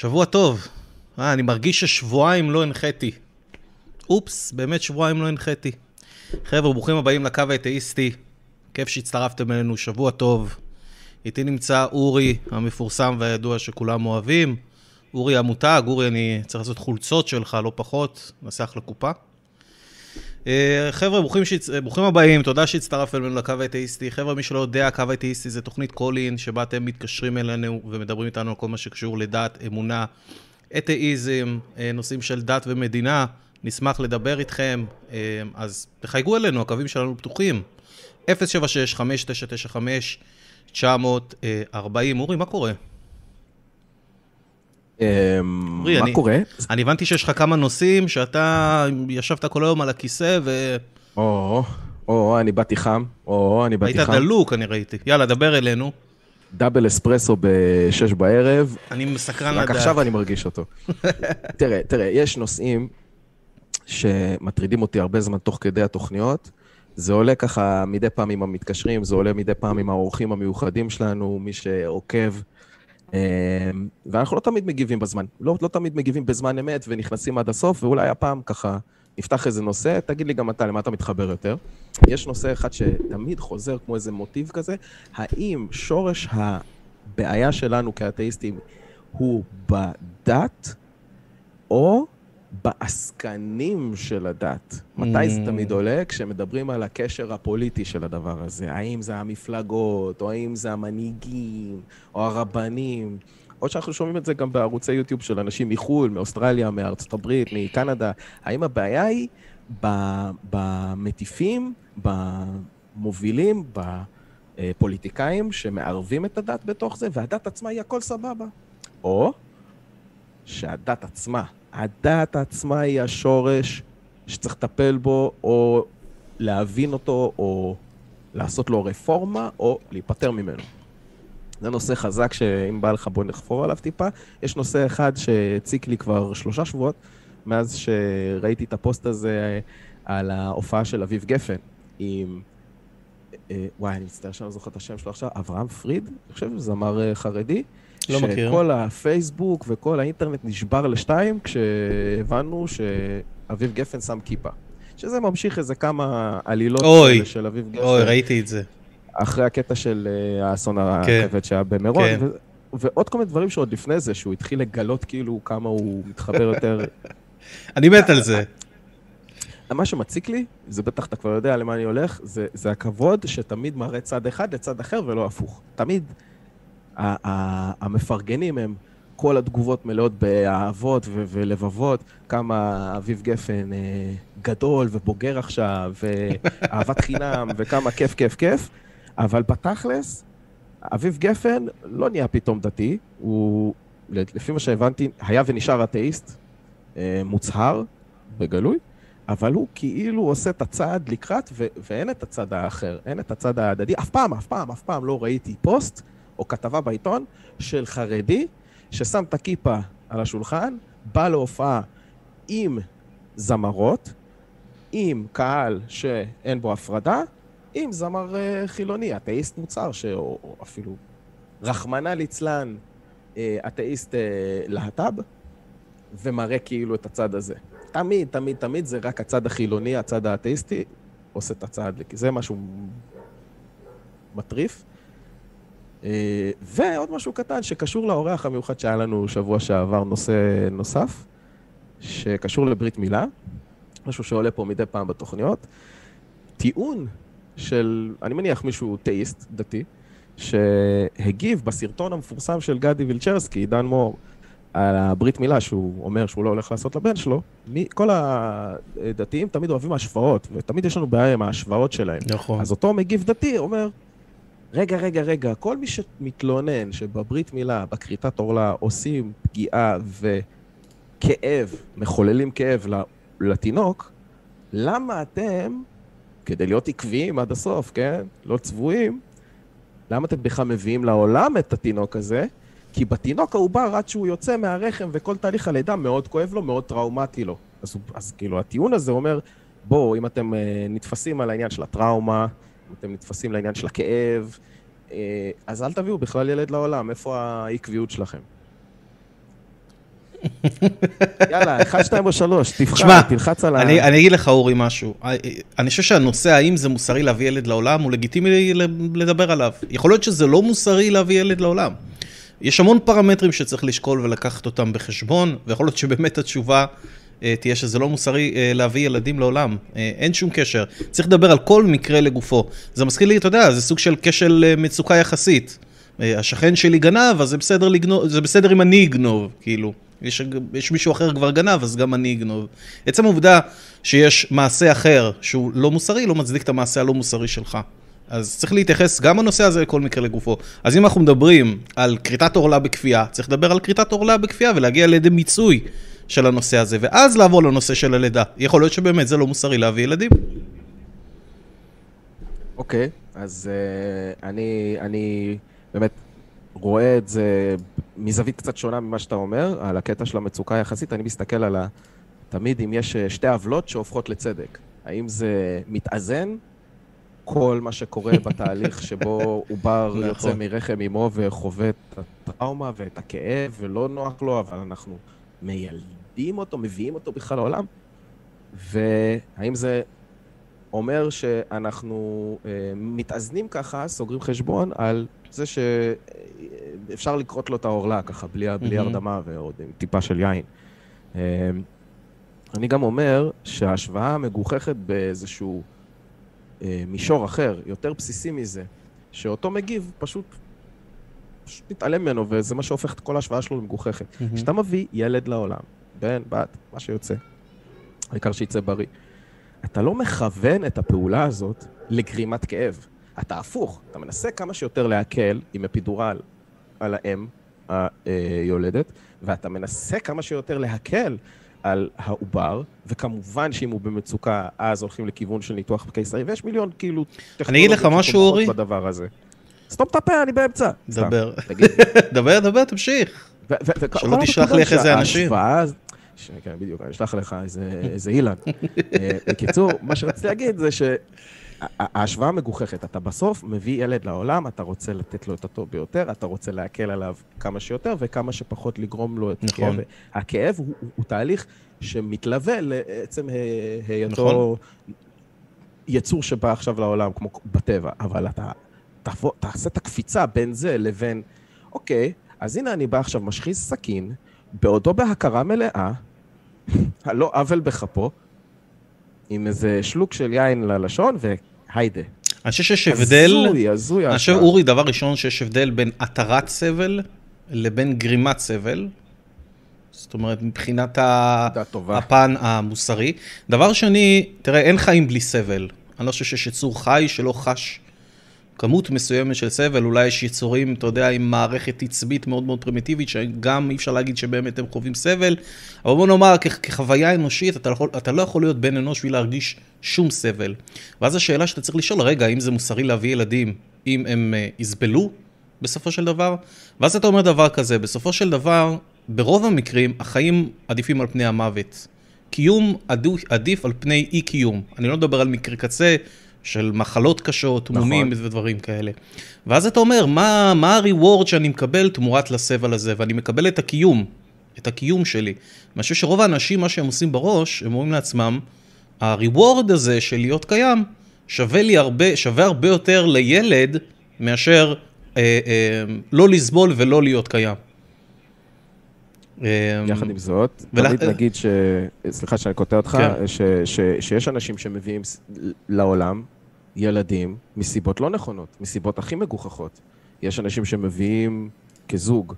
שבוע טוב. אני מרגיש ששבועיים לא הנחיתי. אופס, באמת שבועיים לא הנחיתי. חבר'ה, ברוכים הבאים לקו האתאיסטי. כיף שהצטרפתם אלינו, שבוע טוב. איתי נמצא אורי המפורסם והידוע שכולם אוהבים. אורי המותג, אורי אני צריך לעשות חולצות שלך, לא פחות, נעשה אחלה קופה. חבר'ה, ברוכים הבאים, תודה שהצטרף אלינו לקו האתאיסטי. חבר'ה, מי שלא יודע, הקו האתאיסטי זה תוכנית קולין שבה אתם מתקשרים אלינו ומדברים איתנו על כל מה שקשור לדת, אמונה, אתאיזם, נושאים של דת ומדינה. נשמח לדבר איתכם, אז תחייגו אלינו, הקווים שלנו פתוחים. 076-5995-940. אורי, מה קורה? מה קורה? אני הבנתי שיש לך כמה נושאים שאתה ישבת כל היום על הכיסא אני באתי חם. היית דלוק, אני ראיתי. יאללה, דבר אלינו. דאבל אספרסו ב-6 בערב. אני מסקרן לדעת. רק עכשיו אני מרגיש אותו. תראה, יש נושאים שמטרידים אותי הרבה זמן תוך כדי התוכניות. זה עולה ככה מדי פעם עם המתקשרים, זה עולה מדי פעם עם האורחים המיוחדים שלנו, מי שעוקב. ואנחנו לא תמיד מגיבים בזמן, לא תמיד מגיבים בזמן אמת ונכנסים עד הסוף, ואולי הפעם ככה נפתח איזה נושא, תגיד לי גם אתה, למה אתה מתחבר יותר? יש נושא אחד שתמיד חוזר כמו איזה מוטיב כזה, האם שורש הבעיה שלנו כאתאיסטים הוא בדת או בעסקנים של הדת? מתי זה תמיד עולה? כשמדברים על הקשר הפוליטי של הדבר הזה. האם זה המפלגות, או האם זה המנהיגים, או הרבנים. עוד שאנחנו שומעים את זה גם בערוצי יוטיוב של אנשים מחול, מאוסטרליה, מארצות הברית, מקנדה. האם הבעיה היא במטיפים, במובילים, בפוליטיקאים שמערבים את הדת בתוך זה, והדת עצמה היא הכל סבבה? או שהדת עצמה היא השורש שצריך לטפל בו, או להבין אותו, או לעשות לו רפורמה, או להיפטר ממנו. זה נושא חזק שאם בא לך בוא נחפור עליו טיפה. יש נושא אחד שהציק לי כבר 3 שבועות, מאז שראיתי את הפוסט הזה על ההופעה של אביב גפן, עם, אני מצטער שאני לא זוכר את השם שלו עכשיו, אברהם פריד, אני חושב שזה זמר חרדי, לא מכיר. שכל הפייסבוק וכל האינטרנט נשבר לשתיים כשהבנו שאביב גפן שם כיפה. שזה ממשיך איזה כמה עלילות של אביב גפן. אוי, ראיתי את זה. אחרי הקטע של האסון הכבד שהיה במירון. ועוד כל מיני דברים שעוד לפני זה, שהוא התחיל לגלות כאילו כמה הוא מתחבר יותר. אני מת על זה. מה שמציק לי, זה בטח אתה כבר יודע למה אני הולך, זה הכבוד שתמיד מראה צד אחד לצד אחר ולא הפוך. תמיד המפרגנים הם כל התגובות מלאות באהבות ולבבות, כמה אביב גפן גדול ובוגר עכשיו, ואהבת חינם, וכמה כיף כיף כיף, אבל בתכלס, אביב גפן לא נהיה פתאום דתי, הוא, לפי מה שהבנתי, היה ונשאר אתאיסט, מוצהר, בגלוי, אבל הוא כאילו עושה את הצעד לקראת, ואין את הצד האחר, אין את הצד ההדדי. אף פעם לא ראיתי פוסט, או כתבה בעיתון של חרדי, ששם את הכיפה על השולחן, בא להופעה עם זמרות, עם קהל שאין בו הפרדה, עם זמר חילוני, אתאיסט מוצהר, או אפילו רחמנא ליצלן, אתאיסט להט"ב, ומראה כאילו את הצד הזה. תמיד זה רק הצד החילוני, הצד האתאיסטי, עושה את הצד, זה משהו מטריף. ועוד משהו קטן שקשור לאורח המיוחד שהיה לנו שבוע שעבר, נושא נוסף, שקשור לברית מילה, משהו שעולה פה מדי פעם בתוכניות, טיעון של, אני מניח מישהו תאיסט דתי, שהגיב בסרטון המפורסם של גדי וילצ'רסקי, עידן מור, על הברית מילה שהוא אומר שהוא לא הולך לעשות לבן שלו, כל הדתיים תמיד אוהבים השוואות, ותמיד יש לנו בעיה עם ההשוואות שלהם. נכון. אז אותו מגיב דתי אומר, רגע, כל מי שמתלונן שבברית מילה, בכריתת עורלה, עושים פגיעה וכאב, מחוללים כאב לתינוק, למה אתם, כדי להיות עקביים עד הסוף, כן? לא צבועים, למה אתם בכלל מביאים לעולם את התינוק הזה? כי בתינוק העובר, עד שהוא יוצא מהרחם וכל תהליך הלידה מאוד כואב לו, מאוד טראומטי לו. אז כאילו הטיעון הזה אומר, בואו, אם אתם נתפסים על העניין של הטראומה, אם אתם נתפסים לעניין של הכאב, אז אל תביאו בכלל ילד לעולם, איפה העקביות שלכם? יאללה, 1, 2 או 3, תשמע, תלחץ על אני אגיד לך, אורי, משהו. אני חושב שהנושא, האם זה מוסרי להביא ילד לעולם, הוא לגיטימי לדבר עליו. יכול להיות שזה לא מוסרי להביא ילד לעולם. יש המון פרמטרים שצריך לשקול ולקחת אותם בחשבון, ויכול להיות שבאמת התשובה תהיה שזה לא מוסרי להביא ילדים לעולם. אין שום קשר. צריך לדבר על כל מקרה לגופו. זה מזכיר לי, אתה יודע, זה סוג של כשל מצוקה יחסית. השכן שלי גנב, אז זה בסדר אם אני אגנוב, כאילו. יש מישהו אחר כבר גנב, אז גם אני אגנוב. עצם העובדה שיש מעשה אחר שהוא לא מוסרי, לא מצדיק את המעשה הלא מוסרי שלך. אז צריך להתייחס גם הנושא הזה לכל מקרה לגופו. אז אם אנחנו מדברים על קריטת עורלה בכפייה, צריך לדבר על קריטת עורלה בכפייה ולהגיע לידי מיצוי של הנושא הזה, ואז לעבור לנושא של הלידה. יכול להיות שבאמת זה לא מוסרי להביא ילדים. אוקיי, אז אני באמת רואה את זה מזווית קצת שונה ממה שאתה אומר, על הקטע של המצוקה היחסית. אני מסתכל על תמיד אם יש שתי עוולות שהופכות לצדק. האם זה מתאזן? כל מה שקורה בתהליך שבו עובר יוצא מרחם אמו וחווה את הטראומה ואת הכאב ולא נוח לו, אבל אנחנו מיילדים אותו, מביאים אותו בכלל לעולם. והאם זה אומר שאנחנו מתאזנים ככה, סוגרים חשבון על זה שאפשר לקרות לו את העורלה ככה, בלי הרדמה ועוד עם טיפה של יין. אני גם אומר שההשוואה מגוחכת באיזשהו מישור אחר, יותר בסיסי מזה, שאותו מגיב פשוט מתעלם ממנו, וזה מה שהופך את כל ההשוואה שלו למגוחכת. כשאתה מביא ילד לעולם, בן, בת, מה שיוצא, העיקר שיצא בריא, אתה לא מכוון את הפעולה הזאת לגרימת כאב. אתה הפוך, אתה מנסה כמה שיותר להקל עם אפידורל על האם היולדת, ואתה מנסה כמה שיותר להקל על העובר, וכמובן שאם הוא במצוקה, אז הולכים לכיוון של ניתוח קיסרי, ויש מיליון כאילו טכנולוגיות שתומכות בדבר הזה. סתום את הפה, אני באמצע. דבר, תמשיך. שלא תשלח לי אחרי זה אנשים. כן, בדיוק, אני אשלח לך איזה אילן. בקיצור, מה שרציתי להגיד זה שההשוואה מגוחכת. אתה בסוף מביא ילד לעולם, אתה רוצה לתת לו את הטוב ביותר, אתה רוצה להקל עליו כמה שיותר, וכמה שפחות לגרום לו את הכאב. הכאב הוא תהליך שמתלווה לעצם היותו יצור שבא עכשיו לעולם, כמו בטבע. אבל אתה תעשה את הקפיצה בין זה לבין, אוקיי, אז הנה אני בא עכשיו משחיז סכין, בעודו בהכרה מלאה, הלא עוול בכפו, עם איזה שלוק של יין ללשון, והיידה. אני חושב שיש הבדל, הזוי. אני חושב, אורי, דבר ראשון, שיש הבדל בין התרת סבל לבין גרימת סבל. זאת אומרת, מבחינת הפן המוסרי. דבר שני, תראה, אין חיים בלי סבל. אני לא חושב שיש יצור חי שלא חש כמות מסוימת של סבל, אולי יש יצורים, אתה יודע, עם מערכת עצבית מאוד מאוד פרימיטיבית, שגם אי אפשר להגיד שבאמת הם חווים סבל, אבל בוא נאמר, כחוויה אנושית, אתה לא יכול להיות בן אנוש ולהרגיש שום סבל. ואז השאלה שאתה צריך לשאול, רגע, האם זה מוסרי להביא ילדים, אם הם יסבלו בסופו של דבר? ואז אתה אומר דבר כזה, בסופו של דבר, ברוב המקרים, החיים עדיפים על פני המוות. קיום עדיף על פני אי קיום. אני לא מדבר על מקרה קצה, של מחלות קשות, מומים ודברים כאלה. ואז אתה אומר, מה הריוורד שאני מקבל תמורת לסבל הזה, ואני מקבל את הקיום שלי. אני חושב שרוב האנשים, מה שהם עושים בראש, הם אומרים לעצמם, הריוורד הזה של להיות קיים, שווה הרבה יותר לילד, מאשר לא לסבול ולא להיות קיים. יחד עם זאת, תמיד נגיד סליחה שאני קוטע אותך, שיש אנשים שמביאים לעולם ילדים מסיבות לא נכונות, מסיבות הכי מגוחכות. יש אנשים שמביאים כזוג,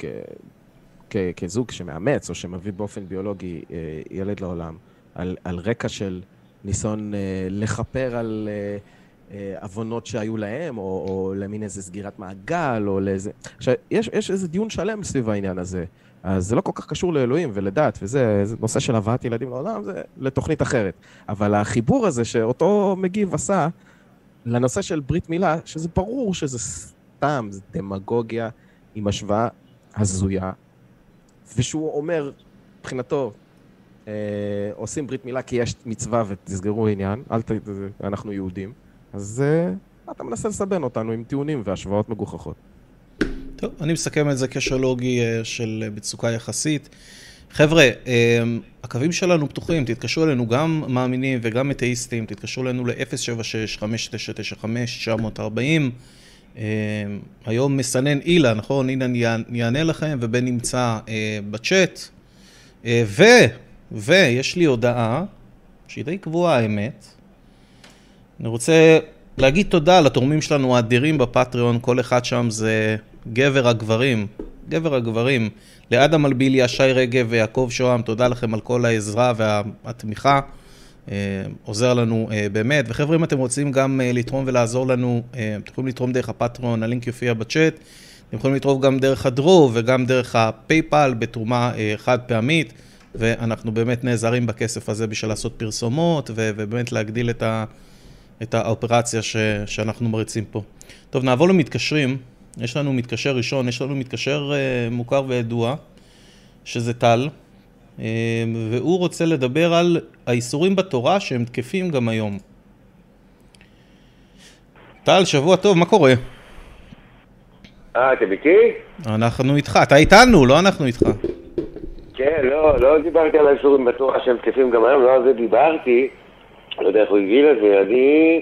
כזוג שמאמץ או שמביא באופן ביולוגי ילד לעולם, על רקע של ניסיון לחפר על אבונות שהיו להם, או למין איזה סגירת מעגל, או לאיזה... יש איזה דיון שלם סביב העניין הזה. אז זה לא כל כך קשור לאלוהים ולדת, וזה נושא של הבאת ילדים לעולם, זה לתוכנית אחרת. אבל החיבור הזה שאותו מגיב עשה, לנושא של ברית מילה, שזה ברור שזה סתם, זה דמגוגיה עם השוואה הזויה, ושהוא אומר, מבחינתו, עושים ברית מילה כי יש מצווה ותסגרו עניין, אנחנו יהודים, אז אתה מנסה לסבן אותנו עם טיעונים והשוואות מגוחכות. טוב, אני מסכם את זה קשר לוגי של מצוקה יחסית. חבר'ה, הקווים שלנו פתוחים, תתקשרו אלינו גם מאמינים וגם אתאיסטים, תתקשרו אלינו ל-076-5940. היום מסנן אילה, נכון? אילן יענה לכם, ובן נמצא בצ'אט. ויש לי הודעה, שהיא די קבועה האמת. אני רוצה להגיד תודה לתורמים שלנו האדירים בפטריון, כל אחד שם זה גבר הגברים. לאדם אלביליה, שי רגב ויעקב שוהם, תודה לכם על כל העזרה והתמיכה. עוזר לנו באמת. וחבר'ה, אם אתם רוצים גם לתרום ולעזור לנו, אתם יכולים לתרום דרך הפטריון, הלינק יופיע בצ'אט. אתם יכולים לתרום גם דרך הדרו וגם דרך הפייפל בתרומה חד פעמית. ואנחנו באמת נעזרים בכסף הזה בשביל לעשות פרסומות ובאמת להגדיל את האופרציה שאנחנו מריצים פה. טוב, נעבור למתקשרים. יש לנו מתקשר ראשון, יש לנו מתקשר מוכר וידוע, שזה טל, והוא רוצה לדבר על האיסורים בתורה שהם תקפים גם היום. טל, שבוע טוב, מה קורה? אתם איתי? אנחנו איתך, אתה איתנו, לא אנחנו איתך. כן, לא דיברתי על האיסורים בתורה שהם תקפים גם היום, לא על זה דיברתי, לא יודע איך הוא הגיע לזה, אני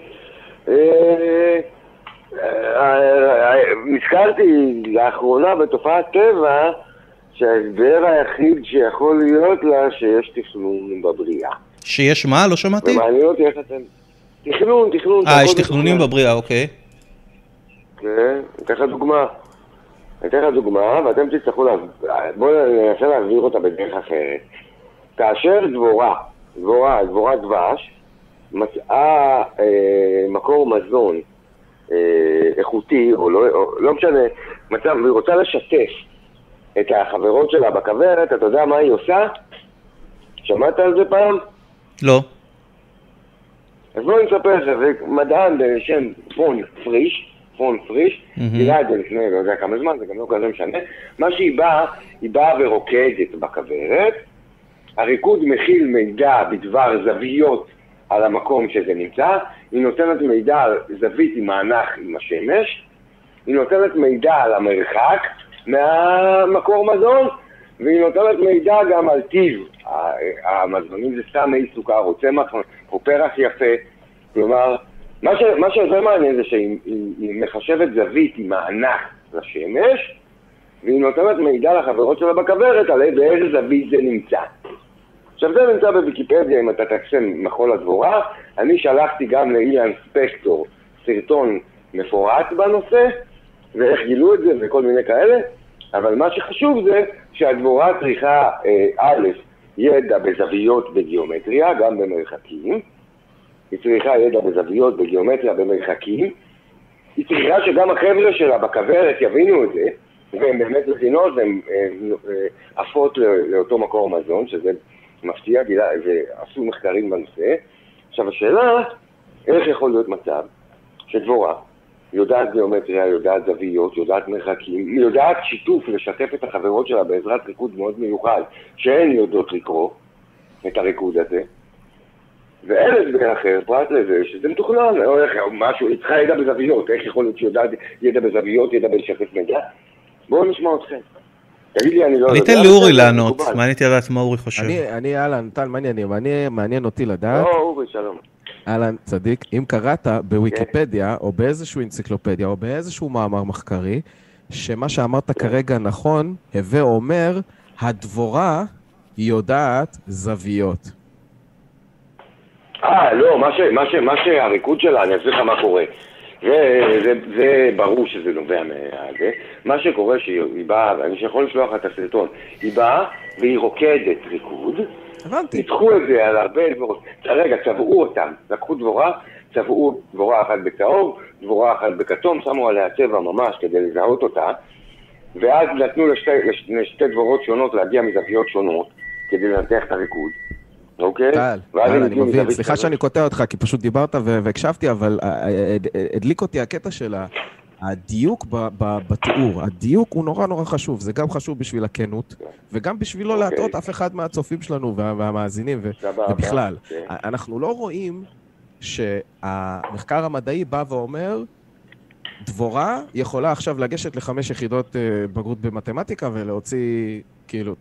נזכרתי לאחרונה בתופעת טבע שההסבר היחיד שיכול להיות לה שיש תכנון בבריאה. שיש מה? לא שמעתי? ומעניין אותי איך אתם... תכנון. יש תכנונים בבריאה, אוקיי. כן, אתן לך דוגמה, ואתם תצטרכו בואו ננסה להסביר אותה בדרך אחרת. כאשר דבורה דבש, מצאה מקור מזון איכותי, או לא משנה, והיא רוצה לשתף את החברות שלה בכוורת, אתה יודע מה היא עושה? שמעת על זה פעם? לא. אז בואו נספר לך, זה מדען בשם פון פריש, גילה את זה לפני, לא יודע כמה זמן, זה גם לא כזה משנה. מה שהיא באה ורוקדת בכוורת, הריקוד מכיל מידע בדבר זוויות על המקום שזה נמצא, היא נותנת מידע על זווית עם האנך עם השמש, היא נותנת מידע על המרחק מהמקור מזון, והיא נותנת מידע גם על טיב המזון, אם זה סתם מי סוכר או צמח או פרח יפה. כלומר, מה שיותר מעניין זה שהיא מחשבת זווית עם האנך לשמש, והיא נותנת מידע לחברות שלה בכוורת על באיזה זווית זה נמצא. עכשיו זה נמצא בוויקיפדיה, אם אתה תקסם מחול הדבורה. אני שלחתי גם לאילן ספקטור סרטון מפורט בנושא, ואיך גילו את זה וכל מיני כאלה, אבל מה שחשוב זה שהדבורה צריכה א', ידע בזוויות בגיאומטריה, גם במרחקים, היא צריכה ידע בזוויות בגיאומטריה במרחקים, היא צריכה שגם החבר'ה שלה בכוורת יבינו את זה, והן באמת מבינות והן עפות לאותו מקור מזון, שזה מפתיע, ועשו מחקרים בנושא. עכשיו השאלה, איך יכול להיות מצב שדבורה יודעת גיאומטריה, יודעת זוויות, יודעת מרחקים, יודעת שיתוף לשתף את החברות שלה בעזרת ריקוד מאוד מיוחד, שהן יודעות לקרוא את הריקוד הזה, ואין הסבר אחר, פרט לזה, שזה מתוכנן, או משהו, היא צריכה ידע בזוויות, איך יכול להיות שיודעת ידע בזוויות, ידע בלשתף מידע? בואו נשמע אתכם. תגיד לי, אני לא יודע. אני אתן לאורי לענות, מעניין אותי לדעת מה אורי חושב. אני אהלן, טל, מעניין אותי לדעת. לא, אורי, שלום. אהלן, צדיק, אם קראת בוויקיפדיה, או באיזשהו אנציקלופדיה, או באיזשהו מאמר מחקרי, שמה שאמרת כרגע נכון, הווה אומר, הדבורה יודעת זוויות. לא, מה שהריקוד שלה, אני אסביר לך מה קורה. זה ברור שזה נובע מזה. מה שקורה שהיא באה, ואני שיכול לשלוח את הסרטון, היא באה והיא רוקדת ריקוד, הבנתי. ניתחו את זה על הרבה דברות. רגע, צבעו אותם, לקחו דבורה, צבעו דבורה אחת בצהוב, דבורה אחת בכתום, שמו עליה צבע ממש כדי לזהות אותה, ואז נתנו לשתי דבורות שונות להגיע מזוויות שונות כדי לנתח את הריקוד. אוקיי? טל, אני מבין, סליחה שאני קוטע אותך, כי פשוט דיברת והקשבתי, אבל הדליק אותי הקטע של הדיוק בתיאור. הדיוק הוא נורא נורא חשוב, זה גם חשוב בשביל הכנות, וגם בשביל לא להטעות אף אחד מהצופים שלנו והמאזינים, ובכלל. אנחנו לא רואים שהמחקר המדעי בא ואומר, דבורה יכולה עכשיו לגשת ל5 יחידות בגרות במתמטיקה ולהוציא, כאילו,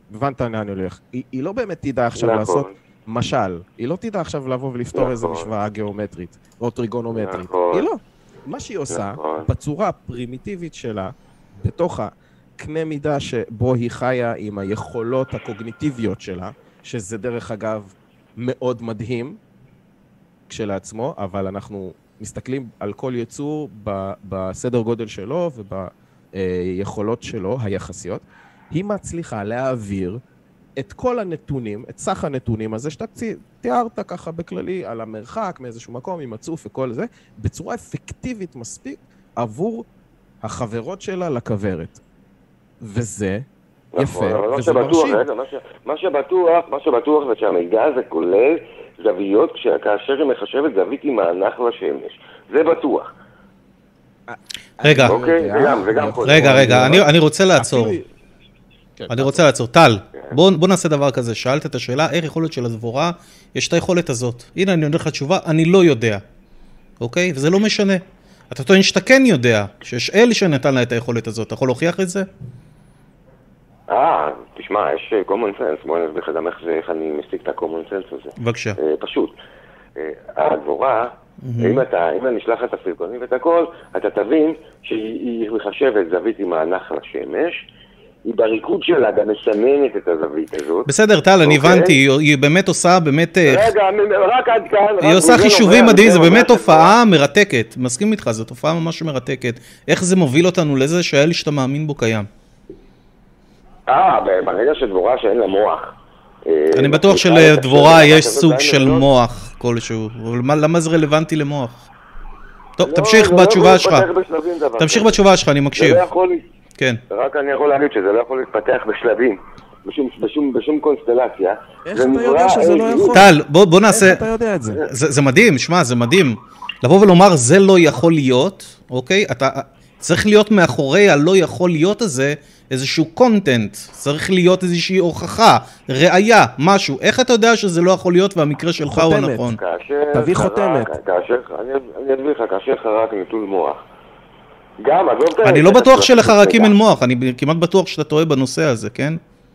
הבנת לאן אני הולך. היא לא באמת תדע עכשיו נכון. לעשות משל. היא לא תדע עכשיו לבוא ולפתור נכון. איזו משוואה גיאומטרית, או טריגונומטרית. נכון. היא לא. מה שהיא עושה, נכון. בצורה הפרימיטיבית שלה, בתוך הקנה מידה שבו היא חיה עם היכולות הקוגניטיביות שלה, שזה דרך אגב מאוד מדהים כשלעצמו, אבל אנחנו מסתכלים על כל יצור בסדר גודל שלו וביכולות שלו, היחסיות. היא מצליחה להעביר את כל הנתונים, את סך הנתונים הזה שאתה תיארת ככה בכללי על המרחק מאיזשהו מקום עם הצוף וכל זה, בצורה אפקטיבית מספיק עבור החברות שלה לכוורת. וזה יפה, וזה מרשים. מה שבטוח זה שהמידע הזה כולל זוויות כאשר היא מחשבת זווית עם הענך לשמש. זה בטוח. רגע, אוקיי? זה גם רגע, אני רוצה לעצור. אני רוצה לעצור. טל, בוא נעשה דבר כזה. שאלת את השאלה, איך יכול להיות שלדבורה יש את היכולת הזאת? הנה, אני עונה לך תשובה, אני לא יודע. אוקיי? וזה לא משנה. אתה טוען שאתה כן יודע, שיש אל שנתן לה את היכולת הזאת. אתה יכול להוכיח את זה? תשמע, יש common sense. בוא נסביר לך גם איך אני מסיק את ה-common sense הזה. בבקשה. פשוט. הדבורה, אם אני אשלח את הסרטונים ואת הכל, אתה תבין שהיא מחשבת זווית עם הענך לשמש, היא בריקוד שלה גם מסננת את הזווית הזאת. בסדר, טל, אני הבנתי, היא באמת עושה, באמת... רגע, רק עד כאן... היא עושה חישובים מדהים, זה באמת תופעה מרתקת. מסכים איתך, זו תופעה ממש מרתקת. איך זה מוביל אותנו לזה שהאל שאתה מאמין בו קיים? ברגע שדבורה שאין לה מוח. אני בטוח שלדבורה יש סוג של מוח כלשהו, אבל למה זה רלוונטי למוח? טוב, תמשיך בתשובה שלך. תמשיך בתשובה שלך, אני מקשיב. כן. רק אני יכול להגיד שזה לא יכול להתפתח בשלבים, בשום קונסטלציה. איך אתה יודע שזה לא יכול? טל, בוא נעשה... איך אתה יודע את זה? זה מדהים, שמע, זה מדהים. לבוא ולומר, זה לא יכול להיות, אוקיי? אתה צריך להיות מאחורי הלא יכול להיות הזה, איזשהו קונטנט, צריך להיות איזושהי הוכחה, ראייה, משהו. איך אתה יודע שזה לא יכול להיות והמקרה שלך הוא הנכון? תביא חותמת. אני אדבר לך, כאשר חרק נטול מוח. אני לא בטוח שלחרקים אין מוח, אני כמעט בטוח שאתה טועה בנושא הזה, כן?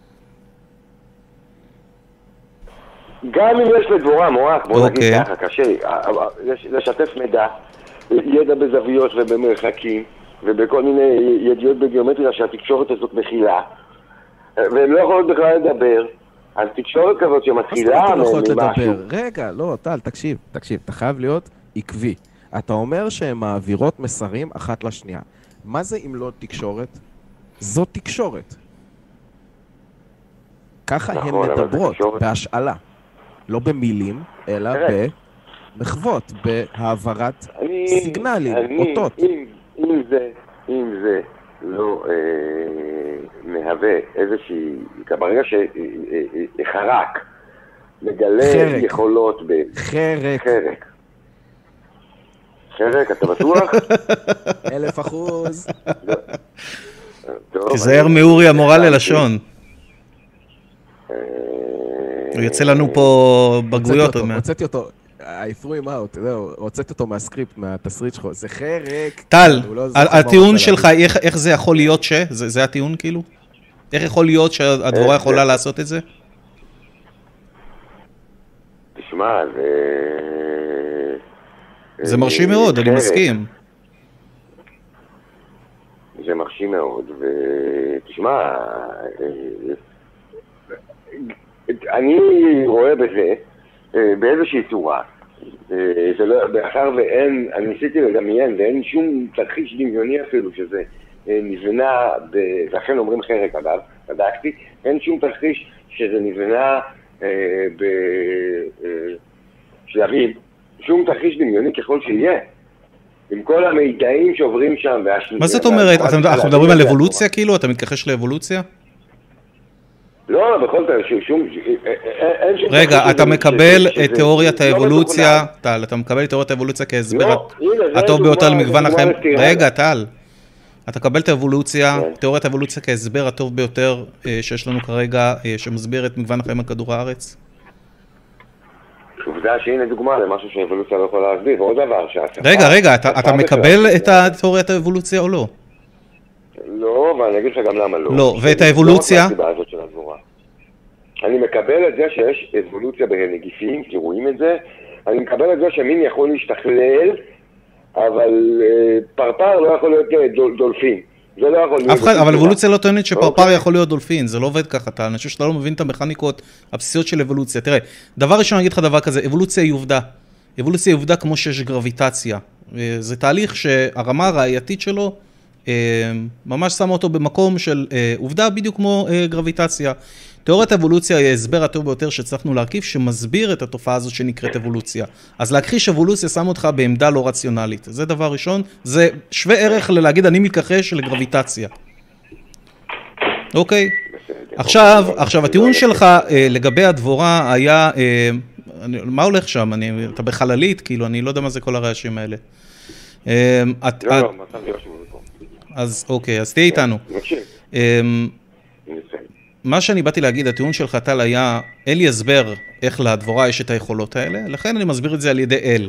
גם אם יש לדבורה מוח, בוא נגיד ככה, קשה, לשתף מידע, ידע בזוויות ובמרחקים, ובכל מיני ידיעות בגיאומטריה שהתקשורת הזאת מכילה, והם לא יכולות בכלל לדבר, אז תקשורת כזאת שמתחילה ממשהו. רגע, לא, טל, תקשיב, אתה חייב להיות עקבי. אתה אומר שהן מעבירות מסרים אחת לשנייה. מה זה אם לא תקשורת? זו תקשורת. ככה הן מדברות, בהשאלה. לא במילים, אלא במחוות, בהעברת סיגנלים, אותות. אם זה לא מהווה איזושהי, ברגע שחרק מגלה יכולות חרק. חרק, אתה בטוח? 1000%. תזהר מאורי המורה ללשון. הוא יצא לנו פה בגרויות. הוצאתי אותו, I threw him out, הוצאתי אותו מהסקריפט, מהתסריט שלך, זה חרק. טל, הטיעון שלך, איך זה יכול להיות זה הטיעון כאילו? איך יכול להיות שהדבורה יכולה לעשות את זה? תשמע, זה מרשים מאוד, אני מסכים. זה מרשים מאוד, ותשמע, אני רואה בזה, באיזושהי צורה, זה לא, באחר ואין, אני ניסיתי לדמיין, ואין שום תרחיש דמיוני אפילו שזה נבנה, ואכן אומרים חרק אגב, בדקתי, אין שום תרחיש שזה נבנה בשלבים, שום תרחיש דמיוני ככל שיהיה, עם כל המידעים שעוברים שם. מה זאת אומרת? אנחנו מדברים על אבולוציה כאילו? אתה מתכחש לאבולוציה? לא, בכל זאת, שום... רגע, אתה מקבל את תיאוריית האבולוציה, טל, אתה מקבל את תיאוריית האבולוציה כהסבר הטוב ביותר למגוון החיים. רגע, טל, אתה מקבל את האבולוציה, תיאוריית האבולוציה כהסבר הטוב ביותר שיש לנו כרגע, שמסביר את מגוון החיים על כדור הארץ? עובדה שהנה דוגמה למשהו שהאבולוציה לא יכולה להסביר, ועוד דבר שהשפה... רגע, אתה מקבל את תיאוריית האבולוציה או לא? לא, ואני אגיד לך גם למה לא. לא, ואת האבולוציה? אני מקבל את זה שיש אבולוציה בנגיפים, כי רואים את זה, אני מקבל את זה שמין יכול להשתכלל, אבל פרפר לא יכול להיות דולפין. זה לא יכול להיות... אבל אבולוציה לא טוענת שפרפר יכול להיות דולפין, זה לא עובד ככה, אני חושב שאתה לא מבין את המכניקות הבסיסיות של אבולוציה. תראה, דבר ראשון אני אגיד לך דבר כזה, אבולוציה היא עובדה. אבולוציה היא עובדה כמו שיש גרביטציה. זה תהליך שהרמה הראייתית שלו ממש שמה אותו במקום של עובדה בדיוק כמו גרביטציה. תיאוריית אבולוציה היא ההסבר הטוב ביותר שהצלחנו להרכיב, שמסביר את התופעה הזאת שנקראת אבולוציה. אז להכחיש אבולוציה שם אותך בעמדה לא רציונלית. זה דבר ראשון, זה שווה ערך ללהגיד אני מתכחש לגרביטציה. אוקיי? עכשיו, הטיעון שלך לגבי הדבורה היה, מה הולך שם? אתה בחללית? כאילו, אני לא יודע מה זה כל הרעשים האלה. לא, מצאתי רשום פה. אז אוקיי, אז תהיה איתנו. מה שאני באתי להגיד, הטיעון של טל היה, אין לי הסבר איך לדבורה יש את היכולות האלה, לכן אני מסביר את זה על ידי אל.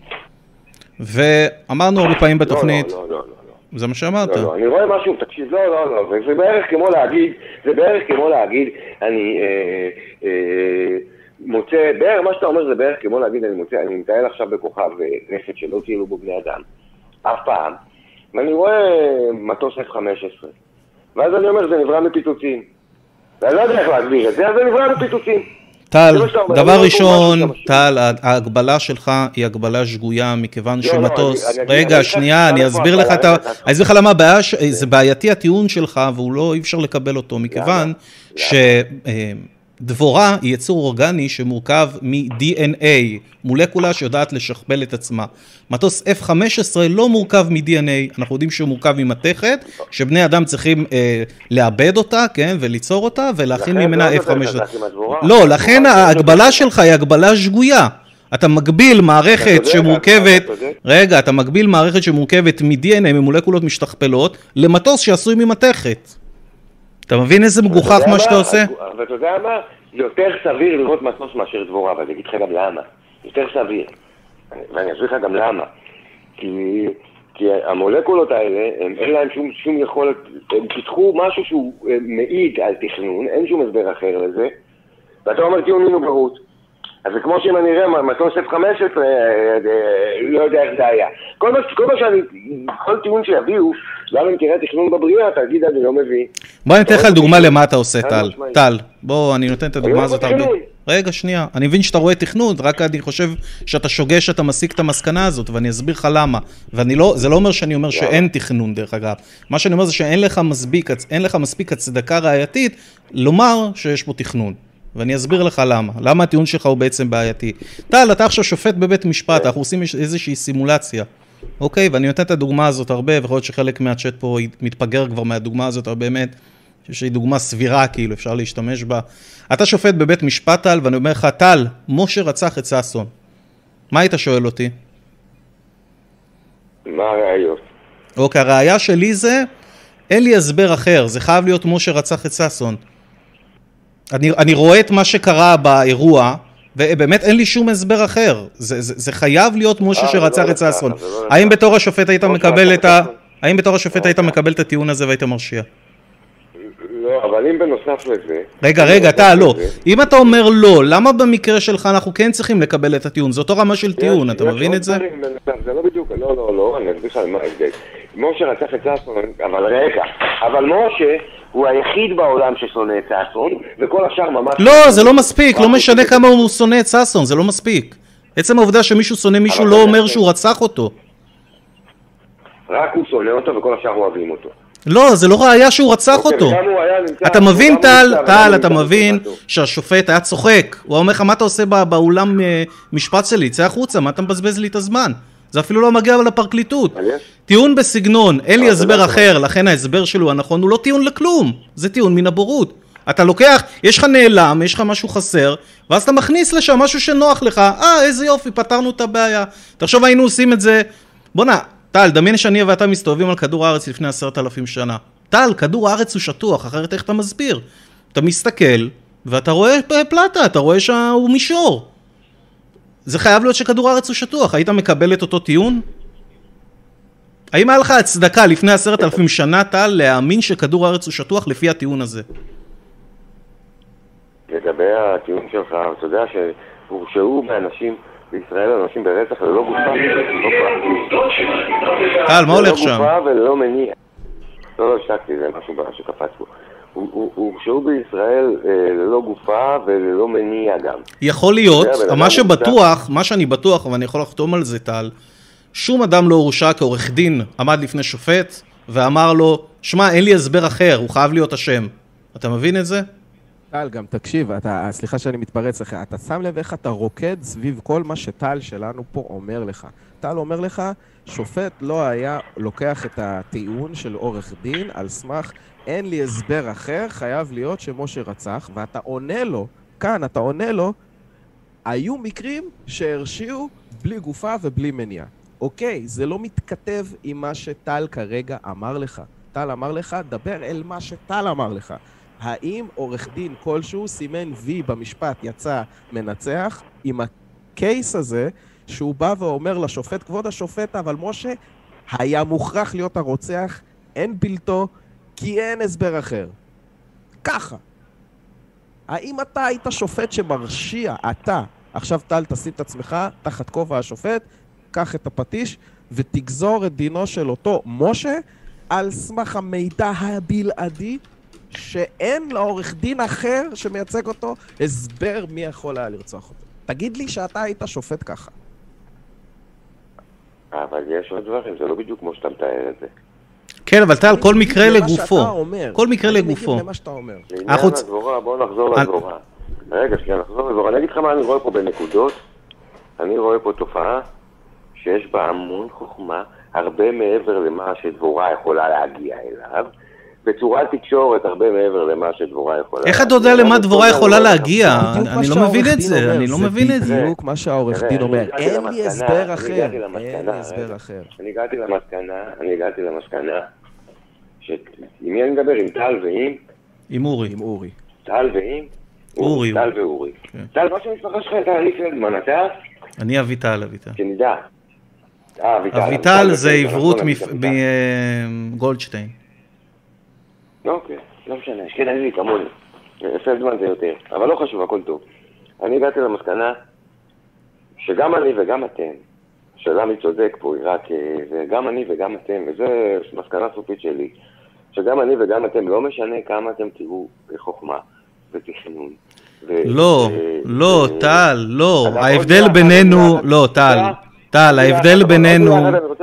ואמרנו הרבה פעמים בתוכנית... לא. זה מה שאמרת. לא, אני רואה משהו, תקשיב, לא. זה בערך כמו להגיד, אני מוצא, מה שאתה אומר זה בערך כמו להגיד, אני מטייל עכשיו בכוכב נפט שלא טיילו בו בני אדם, אף פעם, ואני רואה מטוס F-15, ואז אני אומר, זה נברא מפיצוצים. ואני לא יודע איך להסביר את זה, אז זה נברא מפיצוצים. טל, דבר ראשון, טל, ההגבלה שלך היא הגבלה שגויה, מכיוון שמטוס... רגע, שנייה, אני אסביר לך למה זה בעייתי הטיעון שלך, והוא לא, אי אפשר לקבל אותו, מכיוון שדבורה היא יצור אורגני שמורכב מ-DNA, מולקולה שיודעת לשכפל את עצמה. מטוס F-15 לא מורכב מ-DNA, אנחנו יודעים שהוא מורכב ממתכת, שבני אדם צריכים לאבד אותה, כן, וליצור אותה, ולהכין ממנה F-15. לא, לכן ההגבלה שלך היא הגבלה שגויה. אתה מגביל מערכת שמורכבת, רגע, אתה מגביל מערכת שמורכבת מ-DNA, ממולקולות משתכפלות, למטוס שעשוי ממתכת. אתה מבין איזה מגוחך מה שאתה עושה? ואתה יודע מה? זה יותר סביר לראות מטוס מאשר דבורה, אבל אני אגיד לך גם למה. יותר סביר. ואני אסביר לך גם למה. כי המולקולות האלה, אין להם שום יכולת, הם פיתחו משהו שהוא מעיד על תכנון, אין שום הסבר אחר לזה, ואתה אומר טיעון מנוברות. אז זה כמו שאם אני אראה מטוס F-15, לא יודע איך זה היה. כל טיעון שיביאו, למה אם תראה תכנון בבריאה, תגיד אני לא מביא. בוא אני אתן לך דוגמה למה אתה עושה, טל. טל, בוא, אני נותן את הדוגמה הזאת הרבה. רגע, שנייה. אני מבין שאתה רואה תכנון, רק אני חושב שאתה שוגה שאתה מסיק את המסקנה הזאת, ואני אסביר לך למה. זה לא אומר שאני אומר שאין תכנון, דרך אגב. מה שאני אומר זה שאין לך מספיק הצדקה ראייתית לומר שיש פה תכנון. ואני אסביר לך למה. למה הטיעון שלך הוא בעצם בעייתי. טל, אתה עכשיו שופט בבית משפט, אנחנו עושים איזושהי סימולציה. אוקיי, ואני נותן את הדוגמה הזאת הרבה, ויכול להיות שחלק מהצ'אט פה מתפגר כבר מהדוגמה הזאת, אבל באמת, שהיא דוגמה סבירה, כאילו, אפשר להשתמש בה. אתה שופט בבית משפט, טל, ואני אומר לך, טל, משה רצח את ששון. מה היית שואל אותי? מה הראיות? אוקיי, הראיה שלי זה, אין לי הסבר אחר, זה חייב להיות משה רצח את ששון. אני רואה את מה שקרה באירוע, ובאמת אין לי שום הסבר אחר. זה חייב להיות משה שרצח את ששון. האם בתור השופט היית מקבל את הטיעון הזה והיית מרשיע? לא, אבל אם בנוסף לזה... רגע, אתה לא. אם אתה אומר לא, למה במקרה שלך אנחנו כן צריכים לקבל את הטיעון? זו אותו רמה של טיעון, אתה מבין את זה? זה לא בדיוק, לא, אני אסביר לך על מה ההבדל. משה רצח את ששון, אבל משה הוא היחיד בעולם ששונא את ששון, וכל השאר ממש... לא, זה לא מספיק, לא משנה כמה הוא שונא את ששון, זה לא מספיק. עצם העובדה שמישהו שונא מישהו לא אומר שהוא רצח אותו. רק הוא שונא אותו וכל השאר אוהבים אותו. לא, זה לא ראיה שהוא רצח אותו. אתה מבין, טל, אתה מבין שהשופט היה צוחק. הוא אומר לך, מה אתה עושה באולם משפט שלי? צא החוצה, מה אתה מבזבז לי את הזמן? זה אפילו לא מגיע לפרקליטות. טיעון בסגנון, אין לי הסבר אחר, לכן ההסבר שלו הנכון, הוא לא טיעון לכלום. זה טיעון מן הבורות. אתה לוקח, יש לך נעלם, יש לך משהו חסר, ואז אתה מכניס לשם משהו שנוח לך. איזה יופי, פתרנו את הבעיה. תחשוב, היינו עושים את זה. בוא טל, דמיין שאני ואתה מסתובבים על כדור הארץ לפני 10,000 שנה. טל, כדור הארץ הוא שטוח, אחרת איך אתה מסביר? אתה מסתכל, ואתה רואה פלטה, אתה רואה שהוא מישור. זה חייב להיות שכדור הארץ הוא שטוח. היית מקבל את אותו טיעון? האם היה לך הצדקה לפני 10,000 שנה, טל, להאמין שכדור הארץ הוא שטוח לפי הטיעון הזה? לגבי הטיעון שלך, אתה יודע שהורשעו באנשים, בישראל אנשים ברצח ללא גופה. טל, מה הולך שם? ללא גופה וללא מניע. לא, השתקתי, זה משהו שקפץ פה. הורשעו בישראל ללא גופה וללא מניע גם. יכול להיות, מה שאני בטוח, ואני יכול לחתום על זה, טל, שום אדם לא הורשע כעורך דין, עמד לפני שופט, ואמר לו, שמע, אין לי הסבר אחר, הוא חייב להיות אשם. אתה מבין את זה? טל, גם תקשיב, סליחה שאני מתפרץ לך, אתה שם לב איך אתה רוקד סביב כל מה שטל שלנו פה אומר לך. טל אומר לך, שופט לא היה לוקח את הטיעון של עורך דין על סמך, אין לי הסבר אחר, חייב להיות שמשה רצח, ואתה עונה לו, כאן אתה עונה לו, היו מקרים שהרשיעו בלי גופה ובלי מניע. אוקיי, זה לא מתכתב עם מה שטל כרגע אמר לך. טל אמר לך, דבר אל מה שטל אמר לך. האם עורך דין כלשהו סימן וי במשפט יצא מנצח עם הקייס הזה שהוא בא ואומר לשופט, כבוד השופט, אבל משה היה מוכרח להיות הרוצח, אין בלתו, כי אין הסבר אחר. ככה. האם אתה היית שופט שמרשיע, אתה, עכשיו טל תשים את עצמך תחת כובע השופט, קח את הפטיש ותגזור את דינו של אותו משה על סמך המידע הבלעדי שאין לעורך דין אחר שמייצג אותו הסבר מי יכול היה לרצוח אותו. תגיד לי שאתה היית שופט ככה. אבל יש עוד דברים, זה לא בדיוק כמו שאתה מתאר את זה. כן, אבל טל, כל מקרה לגופו. כל מקרה לגופו. אני מגיב למה שאתה אומר. לעניין הדבורה, בואו נחזור לדבורה. רגע, נחזור לדבורה. אני אגיד לך מה אני רואה פה בנקודות. אני רואה פה תופעה שיש בה המון חוכמה, הרבה מעבר למה שדבורה יכולה להגיע אליו. בצורת תקשורת הרבה מעבר למה שדבורה יכולה. איך אתה יודע למה דבורה יכולה להגיע? אני לא מבין את זה, אני לא מבין את זה. זה בדיוק מה שהעורך דין אומר. אין לי הסבר אחר. אין לי הסבר אחר. אני הגעתי למסקנה, עם מי אני מדבר? עם טל ועם? עם אורי. עם אורי. טל ועם? אורי. טל ואורי. טל, מה שהמשפחה שלך הייתה לי פלדמן, אתה? אני אביטל. שנדע. אביטל זה עברות מגולדשטיין. אוקיי, לא משנה, אשכנזי כמוני. פלדמן זה יותר, אבל לא חשוב, הכל טוב. אני הגעתי למסקנה שגם אני וגם אתם, שלמי צודק פה, רק גם אני וגם אתם, וזו מסקנה סופית שלי, שגם אני וגם אתם, לא משנה כמה אתם תראו בחוכמה ותכנון. לא, טל, לא. ההבדל בינינו, לא, טל, ההבדל בינינו,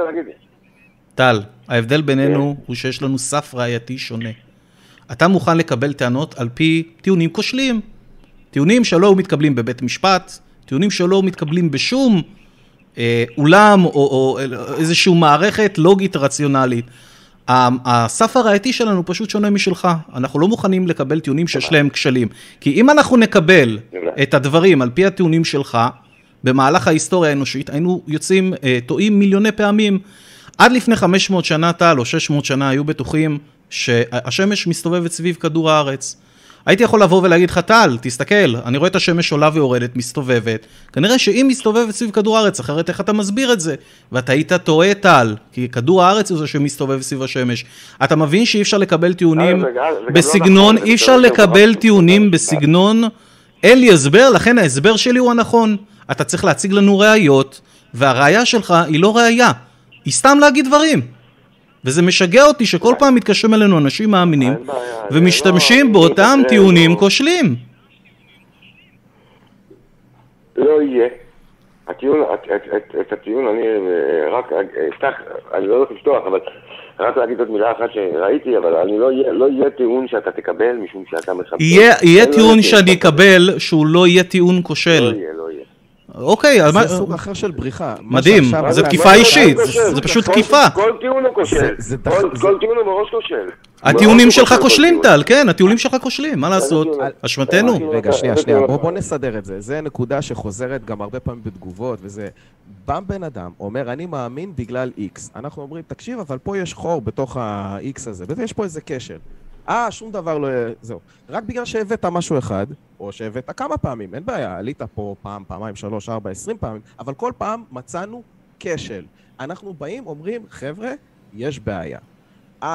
טל, ההבדל בינינו הוא שיש לנו סף ראייתי שונה. אתה מוכן לקבל טענות על פי טיעונים כושלים. טיעונים שלא מתקבלים בבית משפט, טיעונים שלא מתקבלים בשום אולם או איזושהי מערכת לוגית רציונלית. הסף הראייתי שלנו פשוט שונה משלך. אנחנו לא מוכנים לקבל טיעונים שיש להם כשלים. כי אם אנחנו נקבל את הדברים על פי הטיעונים שלך, במהלך ההיסטוריה האנושית, היינו יוצאים טועים מיליוני פעמים. עד לפני 500 שנה טל או 600 שנה היו בטוחים שהשמש מסתובבת סביב כדור הארץ. הייתי יכול לבוא ולהגיד לך, טל, תסתכל, אני רואה את השמש עולה ויורדת, מסתובבת. כנראה שאם מסתובבת סביב כדור הארץ, אחרת איך אתה מסביר את זה? ואתה היית טועה, טל, כי כדור הארץ הוא זה שמסתובב סביב השמש. אתה מבין שאי אפשר לקבל טיעונים בסגנון, אי אפשר לקבל טיעונים בסגנון, אין לי הסבר, לכן ההסבר שלי הוא הנכון. אתה צריך להציג לנו ראיות, והראיה שלך היא לא ראיה, היא סתם להגיד דברים. וזה משגע אותי שכל פעם מתקשרים אלינו אנשים מאמינים, ומשתמשים באותם טיעונים כושלים. לא יהיה. את הטיעון אני רק, אני לא הולך לפתוח, אבל רק להגיד עוד מילה אחת שראיתי, אבל אני לא יהיה טיעון שאתה תקבל משום שאתה מחפש. יהיה טיעון שאני אקבל שהוא לא יהיה טיעון כושל. לא יהיה. אוקיי, זה סוג אחר של בריחה. מדהים, זה תקיפה אישית, זה פשוט תקיפה. כל טיעון הוא כושל, כל טיעון הוא מראש כושל. הטיעונים שלך כושלים, טל, כן, הטיעונים שלך כושלים, מה לעשות? אשמתנו. רגע, שנייה, בוא נסדר את זה. זה נקודה שחוזרת גם הרבה פעמים בתגובות, וזה, בן אדם אומר, אני מאמין בגלל X. אנחנו אומרים, תקשיב, אבל פה יש חור בתוך ה-X הזה, ויש פה איזה כשל. שום דבר לא... זהו. רק בגלל שהבאת משהו אחד, או שהבאת כמה פעמים, אין בעיה, עלית פה פעם, פעמיים, 3, 4, 20 פעמים, אבל כל פעם מצאנו כשל. אנחנו באים, אומרים, חבר'ה, יש בעיה.